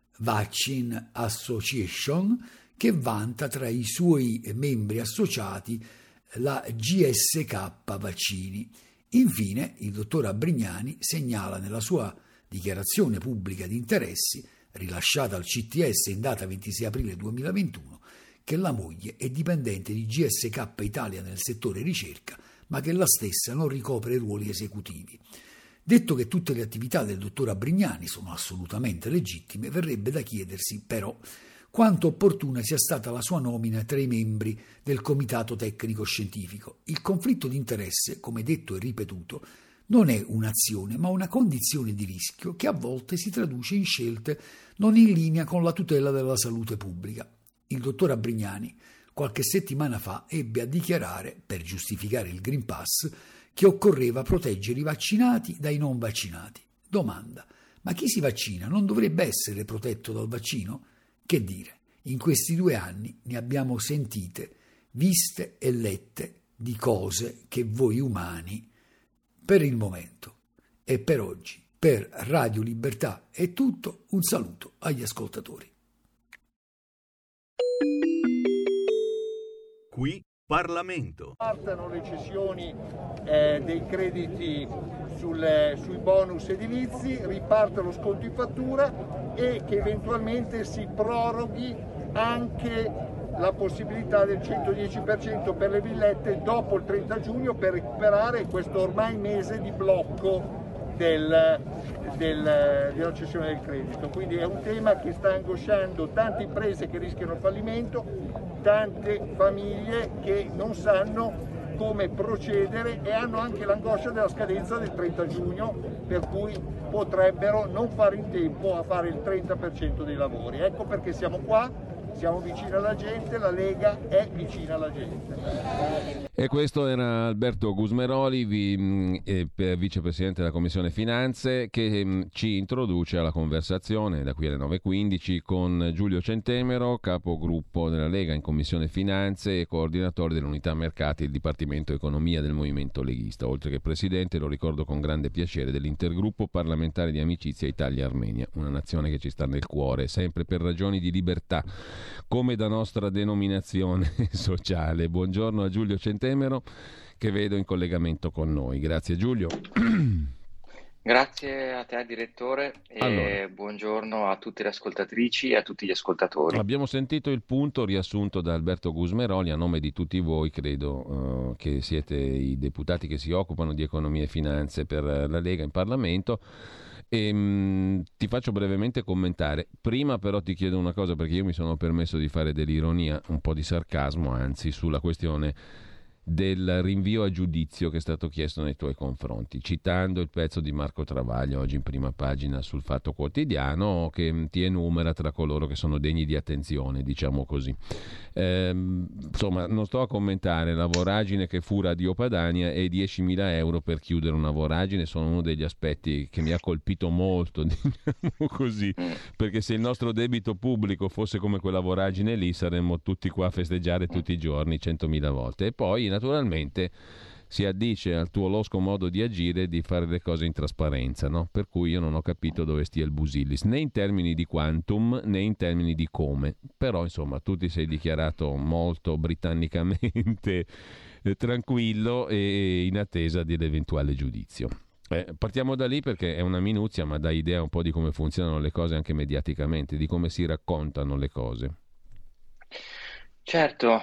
Vaccine Association, che vanta tra i suoi membri associati la G S K Vaccini. Infine, il dottor Abrignani segnala nella sua dichiarazione pubblica di interessi, rilasciata al C T S in data ventisei aprile duemilaventuno, che la moglie è dipendente di G S K Italia nel settore ricerca, ma che la stessa non ricopre ruoli esecutivi. Detto che tutte le attività del dottor Abrignani sono assolutamente legittime, verrebbe da chiedersi però quanto opportuna sia stata la sua nomina tra i membri del Comitato Tecnico Scientifico. Il conflitto di interesse, come detto e ripetuto, non è un'azione, ma una condizione di rischio che a volte si traduce in scelte non in linea con la tutela della salute pubblica. Il dottor Abrignani qualche settimana fa ebbe a dichiarare, per giustificare il Green Pass, che occorreva proteggere i vaccinati dai non vaccinati. Domanda: ma chi si vaccina non dovrebbe essere protetto dal vaccino? Che dire, in questi due anni ne abbiamo sentite, viste e lette di cose che voi umani, per il momento e per oggi, Per Radio Libertà è tutto, un saluto agli ascoltatori. Qui Parlamento. Partono le cessioni eh, dei crediti sul, sui bonus edilizi, riparte lo sconto in fattura e che eventualmente si proroghi anche la possibilità del centodieci per cento per le villette dopo il trenta giugno per recuperare questo ormai mese di blocco del, del, della cessione del credito. Quindi è un tema che sta angosciando tante imprese che rischiano il fallimento, tante famiglie che non sanno come procedere e hanno anche l'angoscia della scadenza del trenta giugno, per cui potrebbero non fare in tempo a fare il trenta per cento dei lavori. Ecco perché siamo qua. Siamo vicini alla gente, la Lega è vicina alla gente. E questo era Alberto Gusmeroli, vi, eh, vicepresidente della Commissione Finanze, che mh, ci introduce alla conversazione da qui alle nove e quindici con Giulio Centemero, capogruppo della Lega in Commissione Finanze e coordinatore dell'Unità Mercati del Dipartimento Economia del Movimento Leghista, oltre che presidente, lo ricordo con grande piacere, dell'Intergruppo Parlamentare di Amicizia Italia-Armenia, una nazione che ci sta nel cuore, sempre per ragioni di libertà, come da nostra denominazione sociale. Buongiorno a Giulio Centemero, che vedo in collegamento con noi. Grazie Giulio. Grazie a te direttore e allora, buongiorno a tutte le ascoltatrici e a tutti gli ascoltatori. Abbiamo sentito il punto riassunto da Alberto Gusmeroli a nome di tutti voi, credo uh, che siete i deputati che si occupano di economia e finanze per la Lega in Parlamento. E, mh, ti faccio brevemente commentare. Prima però ti chiedo una cosa, perché io mi sono permesso di fare dell'ironia, un po' di sarcasmo anzi, sulla questione del rinvio a giudizio che è stato chiesto nei tuoi confronti, citando il pezzo di Marco Travaglio oggi in prima pagina sul Fatto Quotidiano, che ti enumera tra coloro che sono degni di attenzione, diciamo così. Ehm, insomma, non sto a commentare la voragine che fu Radio Padania e i diecimila euro per chiudere una voragine, sono uno degli aspetti che mi ha colpito molto, diciamo così, perché se il nostro debito pubblico fosse come quella voragine lì saremmo tutti qua a festeggiare tutti i giorni centomila volte. E poi naturalmente si addice al tuo losco modo di agire di fare le cose in trasparenza, no? Per cui io non ho capito dove stia il Busillis, né in termini di quantum né in termini di come, però insomma tu ti sei dichiarato molto britannicamente eh, tranquillo e in attesa dell'eventuale giudizio. Eh, partiamo da lì perché è una minuzia ma dà idea un po' di come funzionano le cose anche mediaticamente, di come si raccontano le cose. Certo,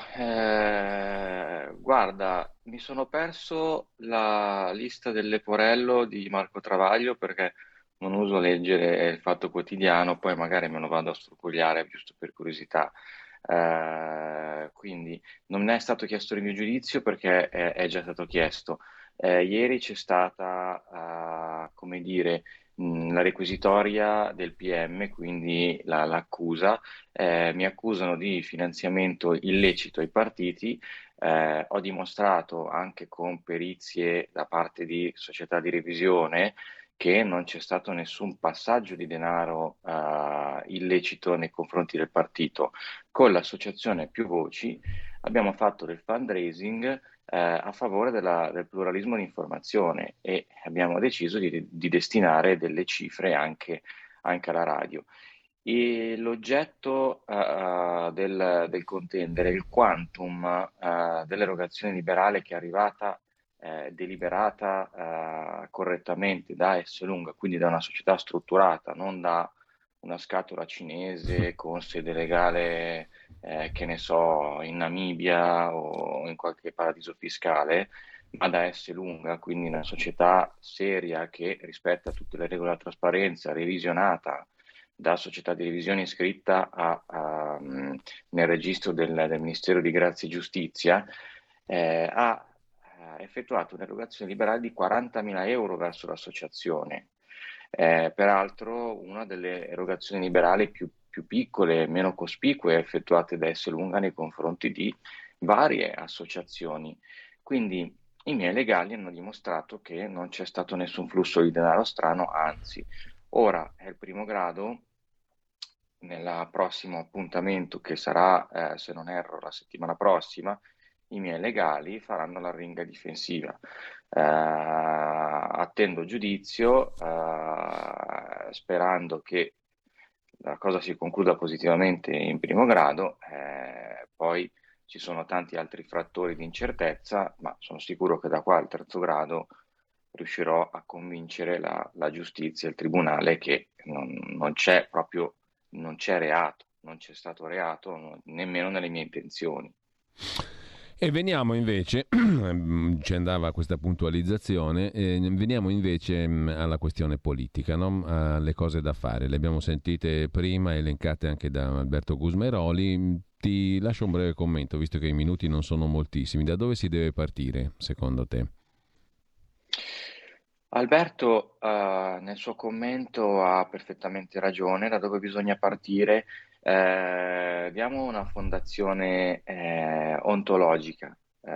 eh, guarda, mi sono perso la lista del Leporello di Marco Travaglio perché non uso leggere il Fatto Quotidiano, poi magari me lo vado a sfrucugliare giusto per curiosità. Eh, quindi non mi è stato chiesto il mio giudizio perché è, è già stato chiesto. Eh, ieri c'è stata, uh, come dire, la requisitoria del P M, quindi la, l'accusa, eh, mi accusano di finanziamento illecito ai partiti, eh, ho dimostrato anche con perizie da parte di società di revisione che non c'è stato nessun passaggio di denaro eh, illecito nei confronti del partito. Con l'associazione Più Voci abbiamo fatto del fundraising Eh, a favore della, del pluralismo di informazione e abbiamo deciso di, di destinare delle cifre anche, anche alla radio. E l'oggetto uh, del, del contendere, il quantum uh, dell'erogazione liberale che è arrivata eh, deliberata uh, correttamente da Esselunga, quindi da una società strutturata, non da una scatola cinese con sede legale, eh, che ne so, in Namibia o in qualche paradiso fiscale, ma da Esselunga, quindi una società seria che rispetta tutte le regole della trasparenza, revisionata da società di revisione iscritta a, a, nel registro del, del Ministero di Grazia e Giustizia, eh, ha effettuato un'erogazione liberale di quarantamila euro verso l'associazione. Eh, peraltro una delle erogazioni liberali più, più piccole e meno cospicue effettuate da Esselunga nei confronti di varie associazioni. Quindi i miei legali hanno dimostrato che non c'è stato nessun flusso di denaro strano, anzi, ora è il primo grado. Nel prossimo appuntamento, che sarà, eh, se non erro, la settimana prossima, i miei legali faranno la ringa difensiva. Eh, attendo giudizio, eh, sperando che la cosa si concluda positivamente in primo grado, eh, poi ci sono tanti altri fattori di incertezza, ma sono sicuro che da qua al terzo grado riuscirò a convincere la, la giustizia, il tribunale, che non, non c'è proprio, non c'è reato, non c'è stato reato, non, nemmeno nelle mie intenzioni. E veniamo invece, ci andava questa puntualizzazione, eh, veniamo invece mh, alla questione politica, no? Alle cose da fare. Le abbiamo sentite prima, elencate anche da Alberto Gusmeroli. Ti lascio un breve commento, visto che i minuti non sono moltissimi. Da dove si deve partire, secondo te? Alberto, eh, nel suo commento ha perfettamente ragione. Da dove bisogna partire? Eh, diamo una fondazione eh, ontologica.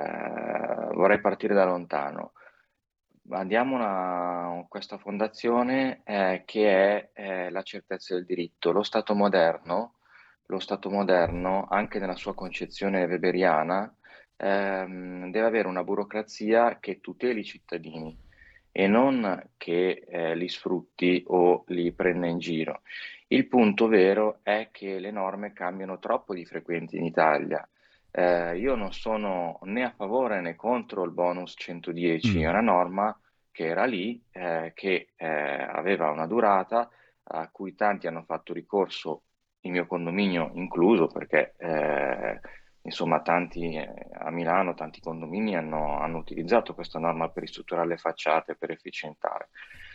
Eh, vorrei partire da lontano. Andiamo a questa fondazione eh, che è eh, la certezza del diritto. Lo Stato moderno, lo Stato moderno, anche nella sua concezione weberiana, ehm, deve avere una burocrazia che tuteli i cittadini e non che eh, li sfrutti o li prenda in giro. Il punto vero è che le norme cambiano troppo di frequente in Italia. Eh, io non sono né a favore né contro il bonus centodieci, Mm. è una norma che era lì, eh, che eh, aveva una durata a cui tanti hanno fatto ricorso, il mio condominio incluso, perché eh, insomma tanti eh, a Milano, tanti condomini hanno, hanno utilizzato questa norma per ristrutturare le facciate, per efficientare.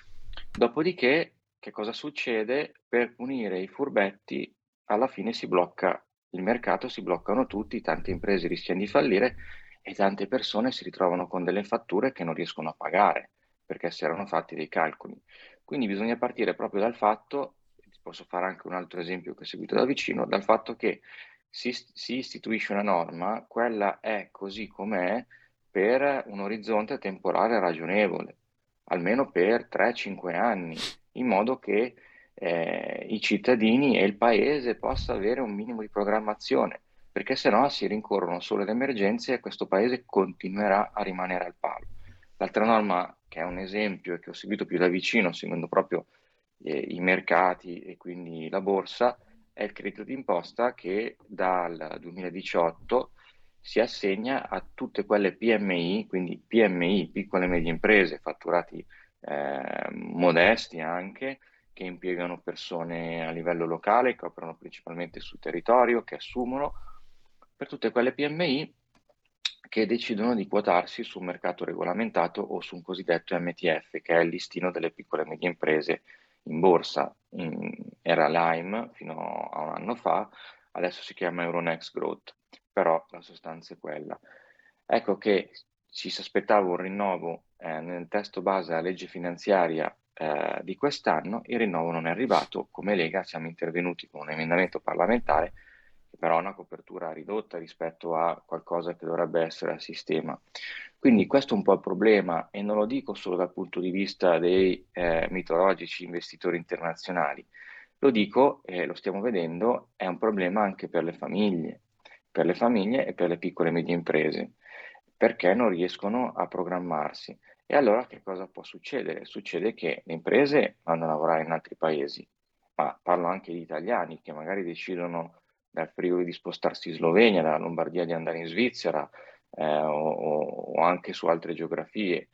Dopodiché, che cosa succede? Per punire i furbetti, alla fine si blocca il mercato, si bloccano tutti, tante imprese rischiano di fallire e tante persone si ritrovano con delle fatture che non riescono a pagare perché si erano fatti dei calcoli. Quindi bisogna partire proprio dal fatto, posso fare anche un altro esempio che ho seguito da vicino, dal fatto che si, si istituisce una norma, quella è così com'è per un orizzonte temporale ragionevole, almeno per tre cinque anni, in modo che eh, i cittadini e il paese possa avere un minimo di programmazione, perché sennò si rincorrono solo le emergenze e questo paese continuerà a rimanere al palo. L'altra norma, che è un esempio e che ho seguito più da vicino, seguendo proprio eh, i mercati e quindi la borsa, è il credito d'imposta che dal duemiladiciotto si assegna a tutte quelle P M I, quindi P M I, piccole e medie imprese, fatturati eh, modesti anche, che impiegano persone a livello locale, che operano principalmente sul territorio, che assumono, per tutte quelle P M I che decidono di quotarsi su un mercato regolamentato o su un cosiddetto M T F, che è il listino delle piccole e medie imprese in borsa. In, era Lime fino a un anno fa, adesso si chiama Euronext Growth, però la sostanza è quella. Ecco che ci si aspettava un rinnovo eh, nel testo base della legge finanziaria eh, di quest'anno, il rinnovo non è arrivato. Come Lega siamo intervenuti con un emendamento parlamentare che però ha una copertura ridotta rispetto a qualcosa che dovrebbe essere a sistema. Quindi questo è un po' il problema, e non lo dico solo dal punto di vista dei eh, mitologici investitori internazionali, lo dico, e eh, lo stiamo vedendo, è un problema anche per le famiglie, per le famiglie e per le piccole e medie imprese, perché non riescono a programmarsi. E allora che cosa può succedere? Succede che le imprese vanno a lavorare in altri paesi, ma parlo anche di italiani che magari decidono dal Friuli di spostarsi in Slovenia, dalla Lombardia di andare in Svizzera eh, o, o anche su altre geografie,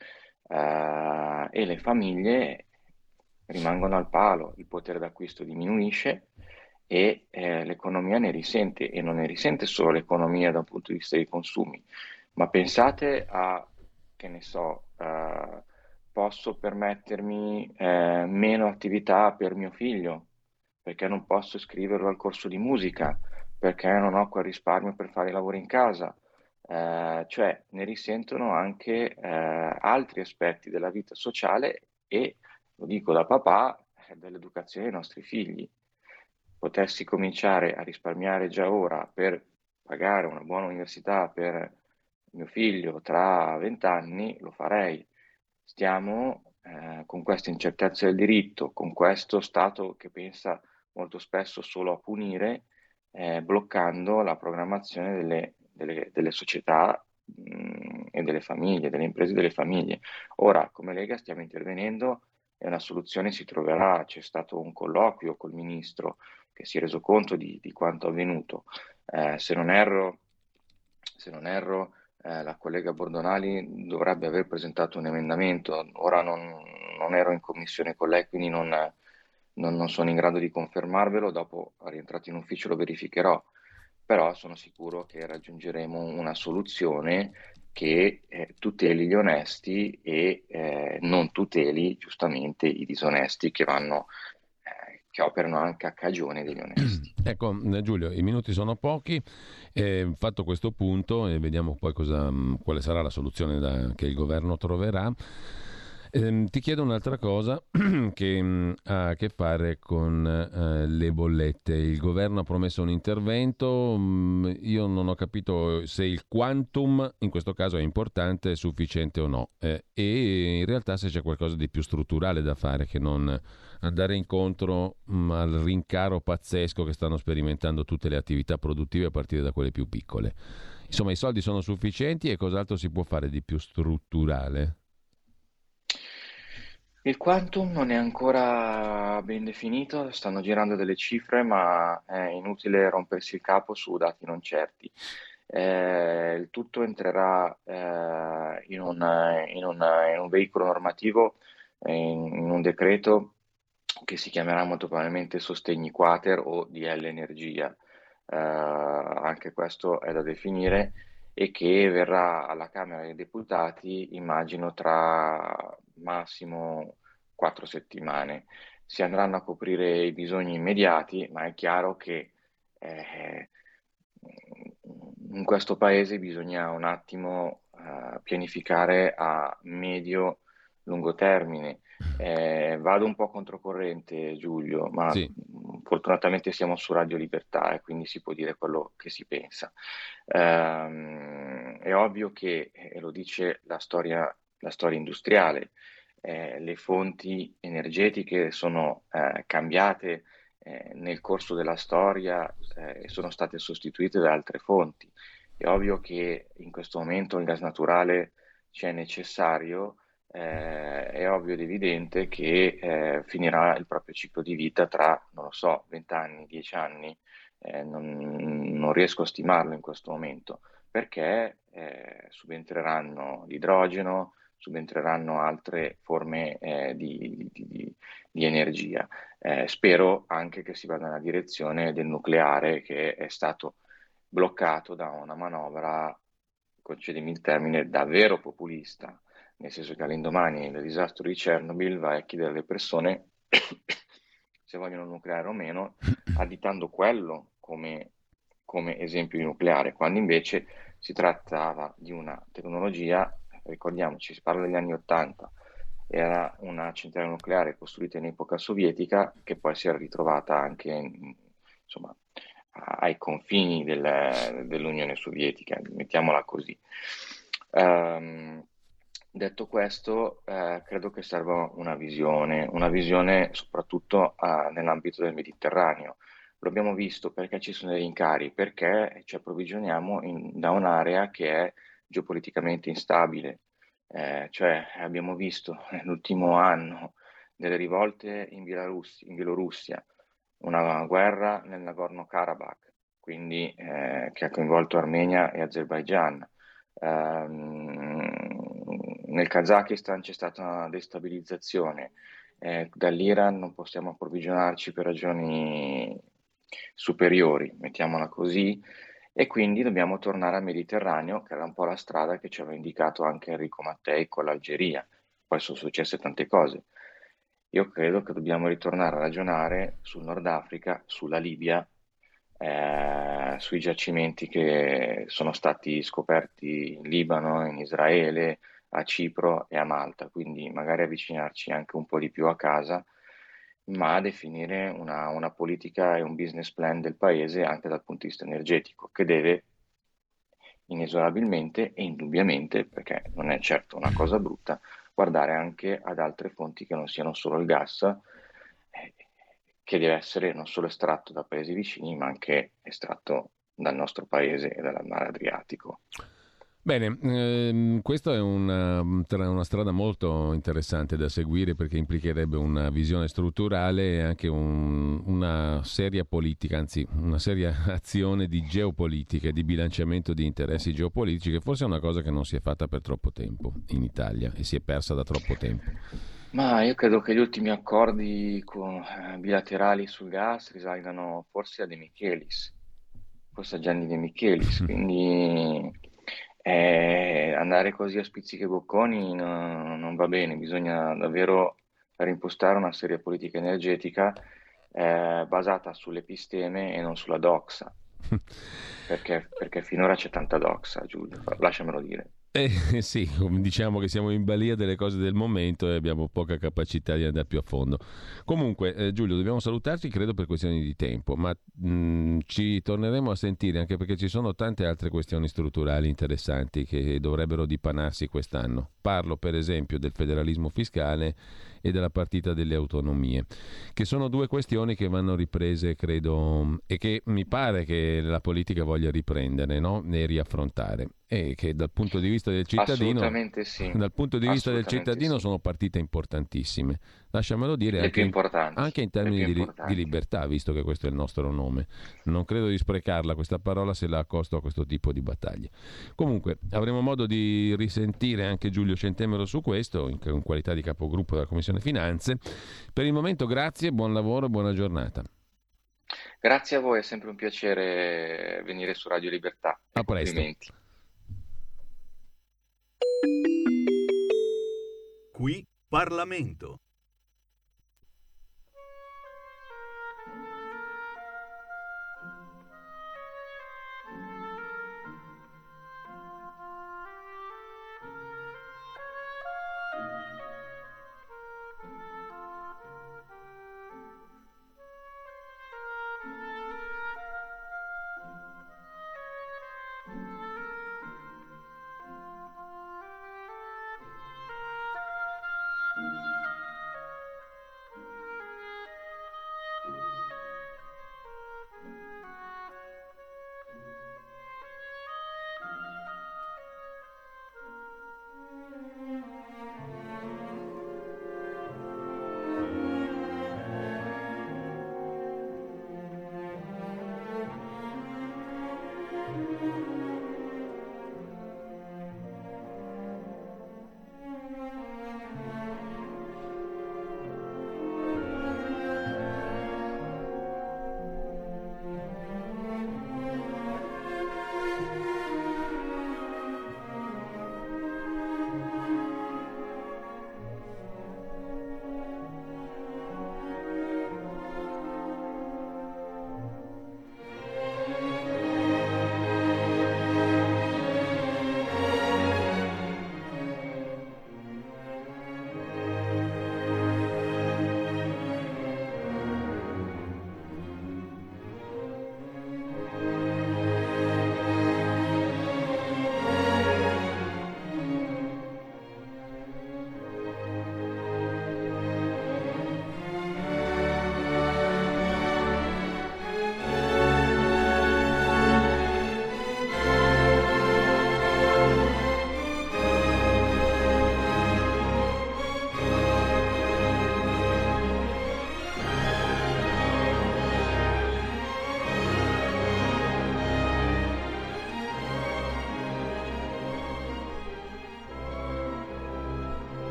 eh, e le famiglie rimangono al palo, il potere d'acquisto diminuisce e eh, l'economia ne risente, e non ne risente solo l'economia da un punto di vista dei consumi, ma pensate a, che ne so, eh, posso permettermi eh, meno attività per mio figlio, perché non posso iscriverlo al corso di musica, perché non ho quel risparmio per fare i lavori in casa, eh, cioè ne risentono anche eh, altri aspetti della vita sociale e, lo dico da papà, dell'educazione dei nostri figli. Potessi cominciare a risparmiare già ora per pagare una buona università per mio figlio tra vent'anni, lo farei. Stiamo eh, con questa incertezza del diritto, con questo Stato che pensa molto spesso solo a punire, eh, bloccando la programmazione delle, delle, delle società e delle famiglie, delle imprese e delle famiglie. Ora, come Lega stiamo intervenendo e una soluzione si troverà. C'è stato un colloquio col ministro che si è reso conto di, di quanto avvenuto. Eh, se non erro, se non erro eh, la collega Bordonali dovrebbe aver presentato un emendamento. Ora non, non ero in commissione con lei, quindi non, non, non sono in grado di confermarvelo. Dopo, rientrato in ufficio, lo verificherò. Però sono sicuro che raggiungeremo una soluzione che eh, tuteli gli onesti e eh, non tuteli giustamente i disonesti che vanno eh, che operano anche a cagione degli onesti. Ecco, Giulio, i minuti sono pochi. Eh, fatto questo punto e vediamo poi cosa, quale sarà la soluzione da, che il governo troverà. Eh, ti chiedo un'altra cosa che mh, ha a che fare con eh, le bollette. Il governo ha promesso un intervento, mh, io non ho capito se il quantum in questo caso è importante, è sufficiente o no, eh, e in realtà se c'è qualcosa di più strutturale da fare che non andare incontro mh, al rincaro pazzesco che stanno sperimentando tutte le attività produttive a partire da quelle più piccole. Insomma, i soldi sono sufficienti e cos'altro si può fare di più strutturale? Il quantum non è ancora ben definito, stanno girando delle cifre, ma è inutile rompersi il capo su dati non certi. Eh, il tutto entrerà eh, in un, in un, in un veicolo normativo, in, in un decreto che si chiamerà molto probabilmente Sostegni Quater o D L Energia. Eh, anche questo è da definire e che verrà alla Camera dei Deputati, immagino, tra massimo quattro settimane. Si andranno a coprire i bisogni immediati, ma è chiaro che eh, in questo paese bisogna un attimo eh, pianificare a medio-lungo termine. Eh, vado un po' controcorrente, Giulio, ma sì. Fortunatamente siamo su Radio Libertà e quindi si può dire quello che si pensa. Eh, è ovvio che, e lo dice la storia, la storia industriale, eh, le fonti energetiche sono eh, cambiate eh, nel corso della storia eh, e sono state sostituite da altre fonti. È ovvio che in questo momento il gas naturale ci è necessario. Eh, è ovvio ed evidente che eh, finirà il proprio ciclo di vita tra, non lo so, venti anni, dieci anni, eh, non, non riesco a stimarlo in questo momento, perché eh, subentreranno l'idrogeno, subentreranno altre forme eh, di, di, di, di energia. Eh, spero anche che si vada nella direzione del nucleare, che è stato bloccato da una manovra, concedimi il termine, davvero populista. Nel senso che all'indomani del disastro di Chernobyl vai a chiedere alle persone se vogliono nucleare o meno, additando quello come, come esempio di nucleare, quando invece si trattava di una tecnologia, ricordiamoci, si parla degli anni Ottanta, era una centrale nucleare costruita in epoca sovietica che poi si era ritrovata anche in, insomma, ai confini del, dell'Unione Sovietica, mettiamola così. Um, Detto questo, eh, credo che serva una visione, una visione soprattutto eh, nell'ambito del Mediterraneo. Lo abbiamo visto perché ci sono dei rincari, perché ci approvvigioniamo in, da un'area che è geopoliticamente instabile. Eh, cioè abbiamo visto nell'ultimo anno delle rivolte in Bielorussia, in Bielorussia una guerra nel Nagorno-Karabakh, quindi eh, che ha coinvolto Armenia e Azerbaigian. Um, nel Kazakistan c'è stata una destabilizzazione, eh, dall'Iran non possiamo approvvigionarci per ragioni superiori, mettiamola così, e quindi dobbiamo tornare al Mediterraneo, che era un po' la strada che ci aveva indicato anche Enrico Mattei con l'Algeria. Poi sono successe tante cose. Io credo che dobbiamo ritornare a ragionare sul Nord Africa, sulla Libia, Eh, sui giacimenti che sono stati scoperti in Libano, in Israele, a Cipro e a Malta, quindi magari avvicinarci anche un po' di più a casa, ma definire una, una politica e un business plan del paese anche dal punto di vista energetico, che deve inesorabilmente e indubbiamente, perché non è certo una cosa brutta, guardare anche ad altre fonti che non siano solo il gas, eh, che deve essere non solo estratto da paesi vicini, ma anche estratto dal nostro paese e dal mare Adriatico. Bene, ehm, questa è una, una strada molto interessante da seguire perché implicherebbe una visione strutturale e anche un, una seria politica, anzi una seria azione di geopolitica e di bilanciamento di interessi geopolitici, che forse è una cosa che non si è fatta per troppo tempo in Italia e si è persa da troppo tempo. Ma io credo che gli ultimi accordi con, eh, bilaterali sul gas risalgano forse a De Michelis, forse a Gianni De Michelis, quindi eh, andare così a spizzichi e bocconi no- non va bene, bisogna davvero reimpostare una seria politica energetica eh, basata sull'episteme e non sulla doxa, perché, perché finora c'è tanta doxa, Giulio, lasciamelo dire. Eh, sì, diciamo che siamo in balia delle cose del momento e abbiamo poca capacità di andare più a fondo. Comunque, eh, Giulio, dobbiamo salutarci, credo per questioni di tempo, ma mh, ci torneremo a sentire anche perché ci sono tante altre questioni strutturali interessanti che dovrebbero dipanarsi quest'anno. Parlo, per esempio, del federalismo fiscale e della partita delle autonomie, che sono due questioni che vanno riprese, credo, e che mi pare che la politica voglia riprendere, no? E riaffrontare. E che dal punto di vista del cittadino, Assolutamente sì. dal punto di vista del Assolutamente cittadino sì. sono partite importantissime. Lasciamelo dire, Le anche più in, importanti. anche in Le termini più di, li- importanti. di libertà, visto che questo è il nostro nome. Non credo di sprecarla questa parola se la accosto a questo tipo di battaglie. Comunque, avremo modo di risentire anche Giulio Centemero su questo, in, in qualità di capogruppo della Commissione Finanze. Per il momento grazie, buon lavoro e buona giornata. Grazie a voi, è sempre un piacere venire su Radio Libertà. A presto. Complimenti. Qui Parlamento.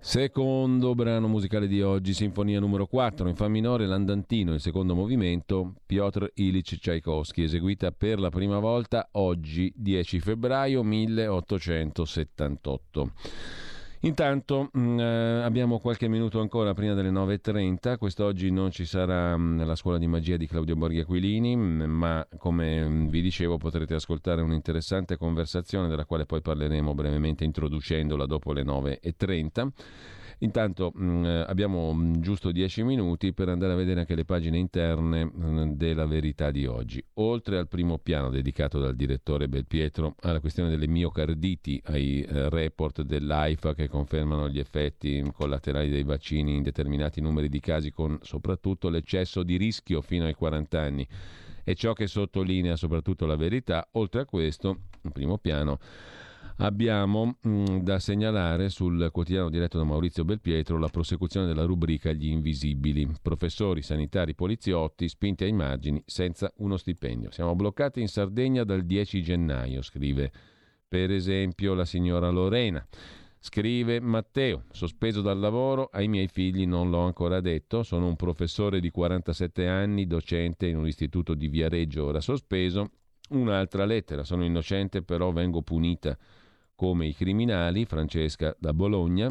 Secondo brano musicale di oggi, sinfonia numero quattro in fa minore, l'andantino, il secondo movimento, Piotr Ilyich Tchaikovsky, eseguita per la prima volta oggi, dieci febbraio milleottocentosettantotto. Intanto mh, abbiamo qualche minuto ancora prima delle nove e trenta. Quest'oggi non ci sarà mh, la scuola di magia di Claudio Borghi Aquilini, mh, ma come mh, vi dicevo potrete ascoltare un'interessante conversazione della quale poi parleremo brevemente introducendola dopo le nove e trenta. Intanto mh, abbiamo mh, giusto dieci minuti per andare a vedere anche le pagine interne mh, della Verità di oggi. Oltre al primo piano dedicato dal direttore Belpietro alla questione delle miocarditi, ai eh, report dell'AIFA che confermano gli effetti collaterali dei vaccini in determinati numeri di casi, con soprattutto l'eccesso di rischio fino ai quaranta anni, e ciò che sottolinea soprattutto la Verità. Oltre a questo, in primo piano, abbiamo mh, da segnalare sul quotidiano diretto da Maurizio Belpietro la prosecuzione della rubrica Gli invisibili. Professori, sanitari, poliziotti spinti ai margini senza uno stipendio. Siamo bloccati in Sardegna dal dieci gennaio, scrive per esempio la signora Lorena. Scrive Matteo, sospeso dal lavoro, ai miei figli non l'ho ancora detto, sono un professore di quarantasette anni, docente in un istituto di Viareggio, ora sospeso. Un'altra lettera, sono innocente però vengo punita come i criminali, Francesca da Bologna.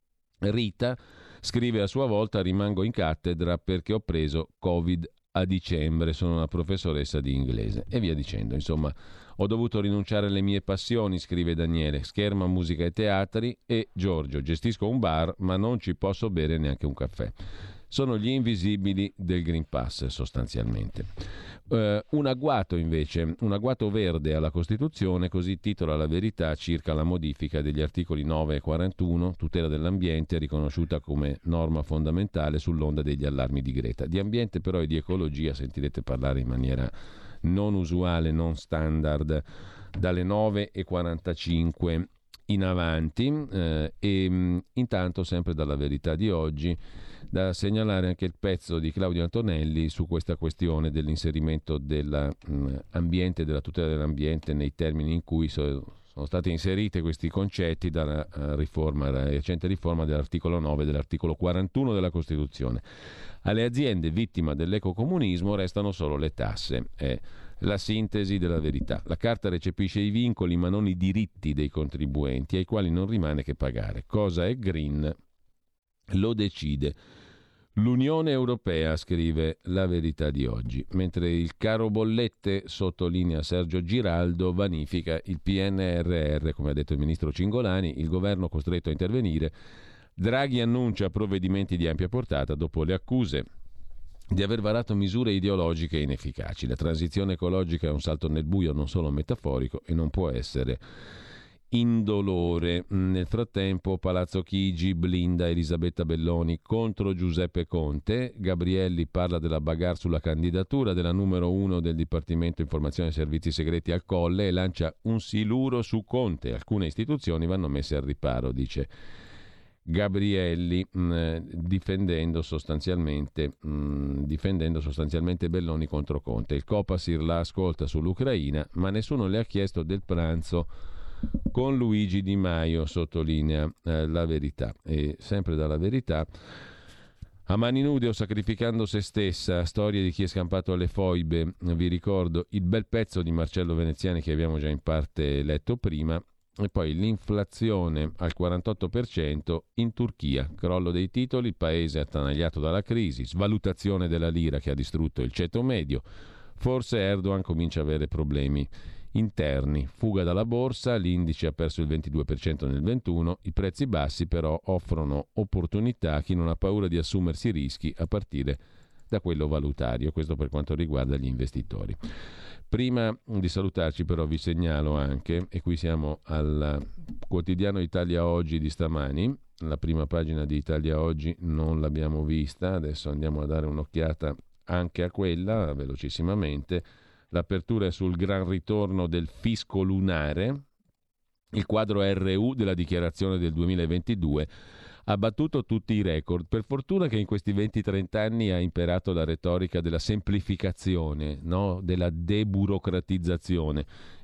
Rita scrive a sua volta, rimango in cattedra perché ho preso Covid a dicembre, sono una professoressa di inglese, e via dicendo. Insomma, ho dovuto rinunciare alle mie passioni, scrive Daniele, scherma, musica e teatri. E Giorgio, gestisco un bar ma non ci posso bere neanche un caffè. Sono gli invisibili del Green Pass sostanzialmente. Uh, un agguato invece, un agguato verde alla Costituzione, così titola la Verità circa la modifica degli articoli nove e quarantuno, tutela dell'ambiente riconosciuta come norma fondamentale sull'onda degli allarmi di Greta. Di ambiente però e di ecologia sentirete parlare in maniera non usuale, non standard, dalle nove e quarantacinque in avanti. Eh, e mh, intanto sempre dalla Verità di oggi da segnalare anche il pezzo di Claudio Antonelli su questa questione dell'inserimento dell'ambiente, della tutela dell'ambiente nei termini in cui so, sono state inserite questi concetti dalla riforma, la recente riforma dell'articolo nove e dell'articolo quarantuno della Costituzione. Alle aziende vittime dell'ecocomunismo restano solo le tasse. È la sintesi della Verità. La Carta recepisce i vincoli ma non i diritti dei contribuenti, ai quali non rimane che pagare. Cosa è green? Lo decide l'Unione Europea, scrive la Verità di oggi, mentre il caro bollette, sottolinea Sergio Giraldo, vanifica il P N R R, come ha detto il ministro Cingolani, il governo costretto a intervenire. Draghi annuncia provvedimenti di ampia portata dopo le accuse di aver varato misure ideologiche inefficaci. La transizione ecologica è un salto nel buio non solo metaforico e non può essere indolore. Nel frattempo Palazzo Chigi blinda Elisabetta Belloni contro Giuseppe Conte. Gabrielli parla della bagarre sulla candidatura della numero uno del Dipartimento Informazione e Servizi Segreti al Colle e lancia un siluro su Conte. Alcune istituzioni vanno messe al riparo, dice Gabrielli, mh, difendendo sostanzialmente mh, difendendo sostanzialmente Belloni contro Conte. Il Copasir la ascolta sull'Ucraina, ma nessuno le ha chiesto del pranzo con Luigi Di Maio, sottolinea eh, la Verità. E sempre dalla Verità, a mani nude o sacrificando se stessa, storie di chi è scampato alle foibe. Vi ricordo il bel pezzo di Marcello Veneziani che abbiamo già in parte letto prima. E poi l'inflazione al quarantotto per cento in Turchia, crollo dei titoli, il paese attanagliato dalla crisi, svalutazione della lira che ha distrutto il ceto medio. Forse Erdogan comincia a avere problemi interni, fuga dalla borsa, l'indice ha perso il ventidue per cento nel ventuno, i prezzi bassi però offrono opportunità a chi non ha paura di assumersi rischi a partire da quello valutario, questo per quanto riguarda gli investitori. Prima di salutarci però vi segnalo anche, e qui siamo al quotidiano Italia Oggi di stamani, la prima pagina di Italia Oggi non l'abbiamo vista, adesso andiamo a dare un'occhiata anche a quella velocissimamente. L'apertura è sul gran ritorno del fisco lunare. Il quadro R U della dichiarazione del duemilaventidue ha battuto tutti i record. Per fortuna che in questi venti trenta anni ha imperato la retorica della semplificazione, no? Della deburocratizzazione.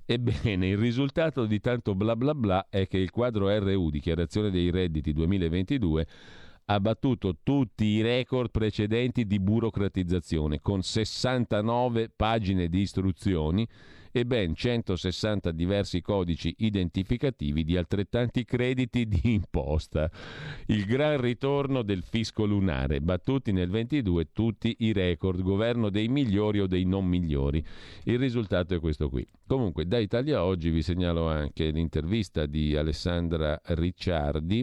Ebbene, il risultato di tanto bla bla bla è che il quadro R U, dichiarazione dei redditi duemilaventidue, ha battuto tutti i record precedenti di burocratizzazione, con sessantanove pagine di istruzioni e ben centosessanta diversi codici identificativi di altrettanti crediti di imposta. Il gran ritorno del fisco lunare, battuti nel ventidue tutti i record, governo dei migliori o dei non migliori. Il risultato è questo qui. Comunque, da Italia Oggi vi segnalo anche l'intervista di Alessandra Ricciardi,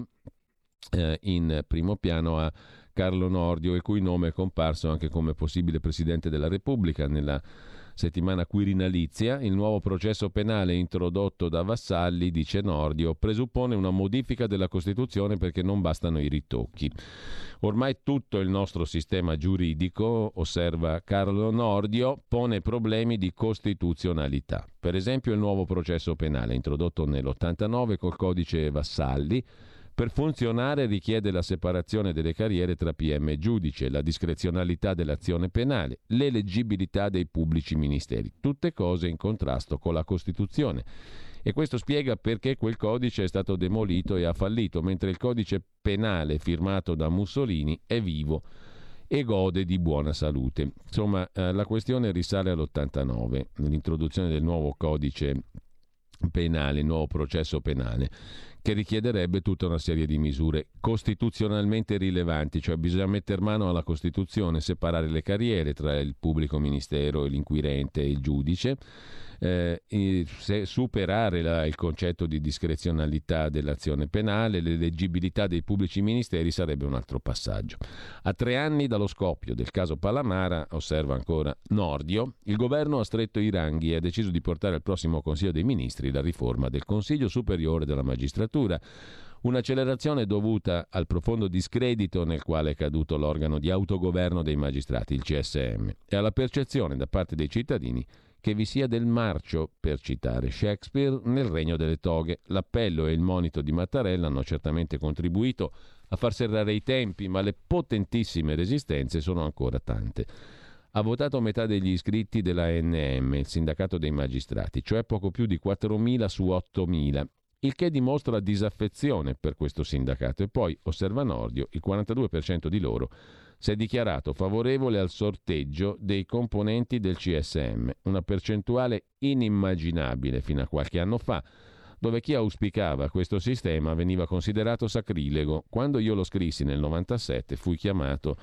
eh, in primo piano a Carlo Nordio, il cui nome è comparso anche come possibile Presidente della Repubblica nella settimana quirinalizia. Il nuovo processo penale introdotto da Vassalli, dice Nordio, presuppone una modifica della Costituzione perché non bastano i ritocchi. Ormai tutto il nostro sistema giuridico, osserva Carlo Nordio, pone problemi di costituzionalità. Per esempio il nuovo processo penale introdotto nell'ottantanove col codice Vassalli, per funzionare richiede la separazione delle carriere tra P M e giudice, la discrezionalità dell'azione penale, l'eleggibilità dei pubblici ministeri, tutte cose in contrasto con la Costituzione. E questo spiega perché quel codice è stato demolito e ha fallito, mentre il codice penale firmato da Mussolini è vivo e gode di buona salute. Insomma, eh, la questione risale all'ottantanove, nell'introduzione del nuovo codice penale, il nuovo processo penale, che richiederebbe tutta una serie di misure costituzionalmente rilevanti, cioè bisogna mettere mano alla Costituzione, separare le carriere tra il pubblico ministero, l'inquirente e il giudice, eh, se superare la, il concetto di discrezionalità dell'azione penale, l'eleggibilità dei pubblici ministeri sarebbe un altro passaggio. A tre anni dallo scoppio del caso Palamara, osserva ancora Nordio, il governo ha stretto i ranghi e ha deciso di portare al prossimo Consiglio dei Ministri la riforma del Consiglio Superiore della Magistratura. Un'accelerazione dovuta al profondo discredito nel quale è caduto l'organo di autogoverno dei magistrati, il C S M, e alla percezione da parte dei cittadini che vi sia del marcio, per citare Shakespeare, nel regno delle toghe. L'appello e il monito di Mattarella hanno certamente contribuito a far serrare i tempi, ma le potentissime resistenze sono ancora tante. Ha votato metà degli iscritti della A N M, il sindacato dei magistrati, cioè poco più di quattromila su ottomila, il che dimostra disaffezione per questo sindacato. E poi, osserva Nordio, il quarantadue per cento di loro si è dichiarato favorevole al sorteggio dei componenti del C S M, una percentuale inimmaginabile fino a qualche anno fa, dove chi auspicava questo sistema veniva considerato sacrilego. Quando io lo scrissi nel novantasette fui chiamato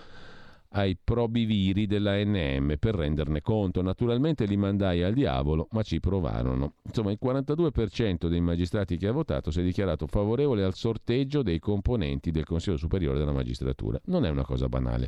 ai probiviri della A N M per renderne conto. Naturalmente li mandai al diavolo, ma ci provarono. Insomma, il quarantadue per cento dei magistrati che ha votato si è dichiarato favorevole al sorteggio dei componenti del Consiglio Superiore della Magistratura. Non è una cosa banale.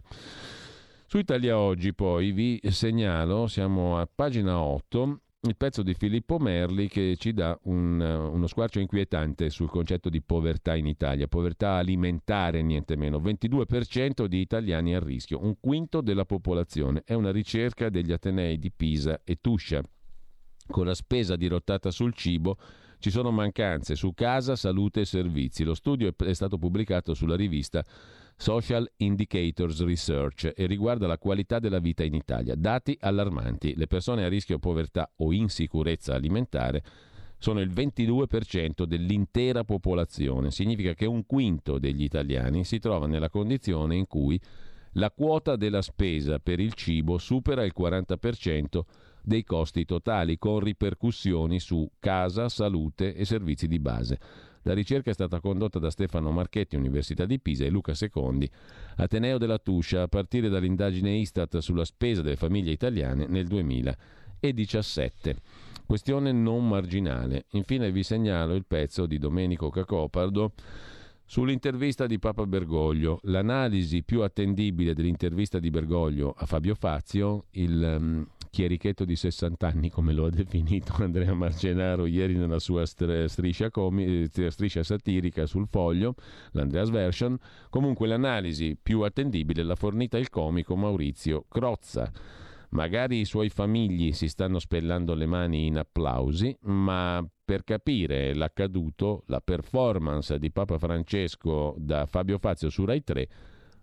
Su Italia Oggi poi vi segnalo, siamo a pagina otto, il pezzo di Filippo Merli che ci dà un, uno squarcio inquietante sul concetto di povertà in Italia, povertà alimentare niente meno, ventidue per cento di italiani a rischio, un quinto della popolazione. È una ricerca degli Atenei di Pisa e Tuscia. Con la spesa dirottata sul cibo ci sono mancanze su casa, salute e servizi. Lo studio è stato pubblicato sulla rivista Social Indicators Research e riguarda la qualità della vita in Italia. Dati allarmanti. Le persone a rischio povertà o insicurezza alimentare sono il ventidue per cento dell'intera popolazione. Significa che un quinto degli italiani si trova nella condizione in cui la quota della spesa per il cibo supera il quaranta per cento dei costi totali, con ripercussioni su casa, salute e servizi di base. La ricerca è stata condotta da Stefano Marchetti, Università di Pisa, e Luca Secondi, Ateneo della Tuscia, a partire dall'indagine Istat sulla spesa delle famiglie italiane nel duemiladiciassette. Questione non marginale. Infine vi segnalo il pezzo di Domenico Cacopardo sull'intervista di Papa Bergoglio. L'analisi più attendibile dell'intervista di Bergoglio a Fabio Fazio, il um, chierichetto di sessanta anni, come lo ha definito Andrea Marcenaro ieri nella sua striscia, comi- striscia satirica sul Foglio, l'Andreas Version. Comunque l'analisi più attendibile l'ha fornita il comico Maurizio Crozza. Magari i suoi famigli si stanno spellando le mani in applausi, ma per capire l'accaduto, la performance di Papa Francesco da Fabio Fazio su Rai tre,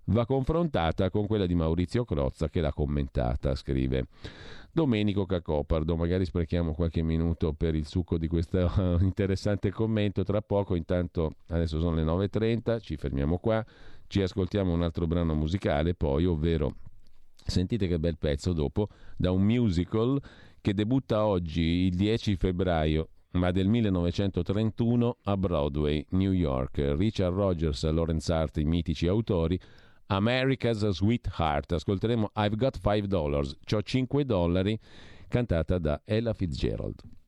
va confrontata con quella di Maurizio Crozza che l'ha commentata, scrive Domenico Cacopardo. Magari sprechiamo qualche minuto per il succo di questo interessante commento tra poco. Intanto adesso sono le nove e trenta, ci fermiamo qua, ci ascoltiamo un altro brano musicale poi, ovvero sentite che bel pezzo dopo, da un musical che debutta oggi il dieci febbraio ma del millenovecentotrentuno a Broadway, New York. Richard Rogers, Lawrence Hart, i mitici autori. America's Sweetheart, ascolteremo I've Got five dollars, c'ho cinque dollari, cantata da Ella Fitzgerald.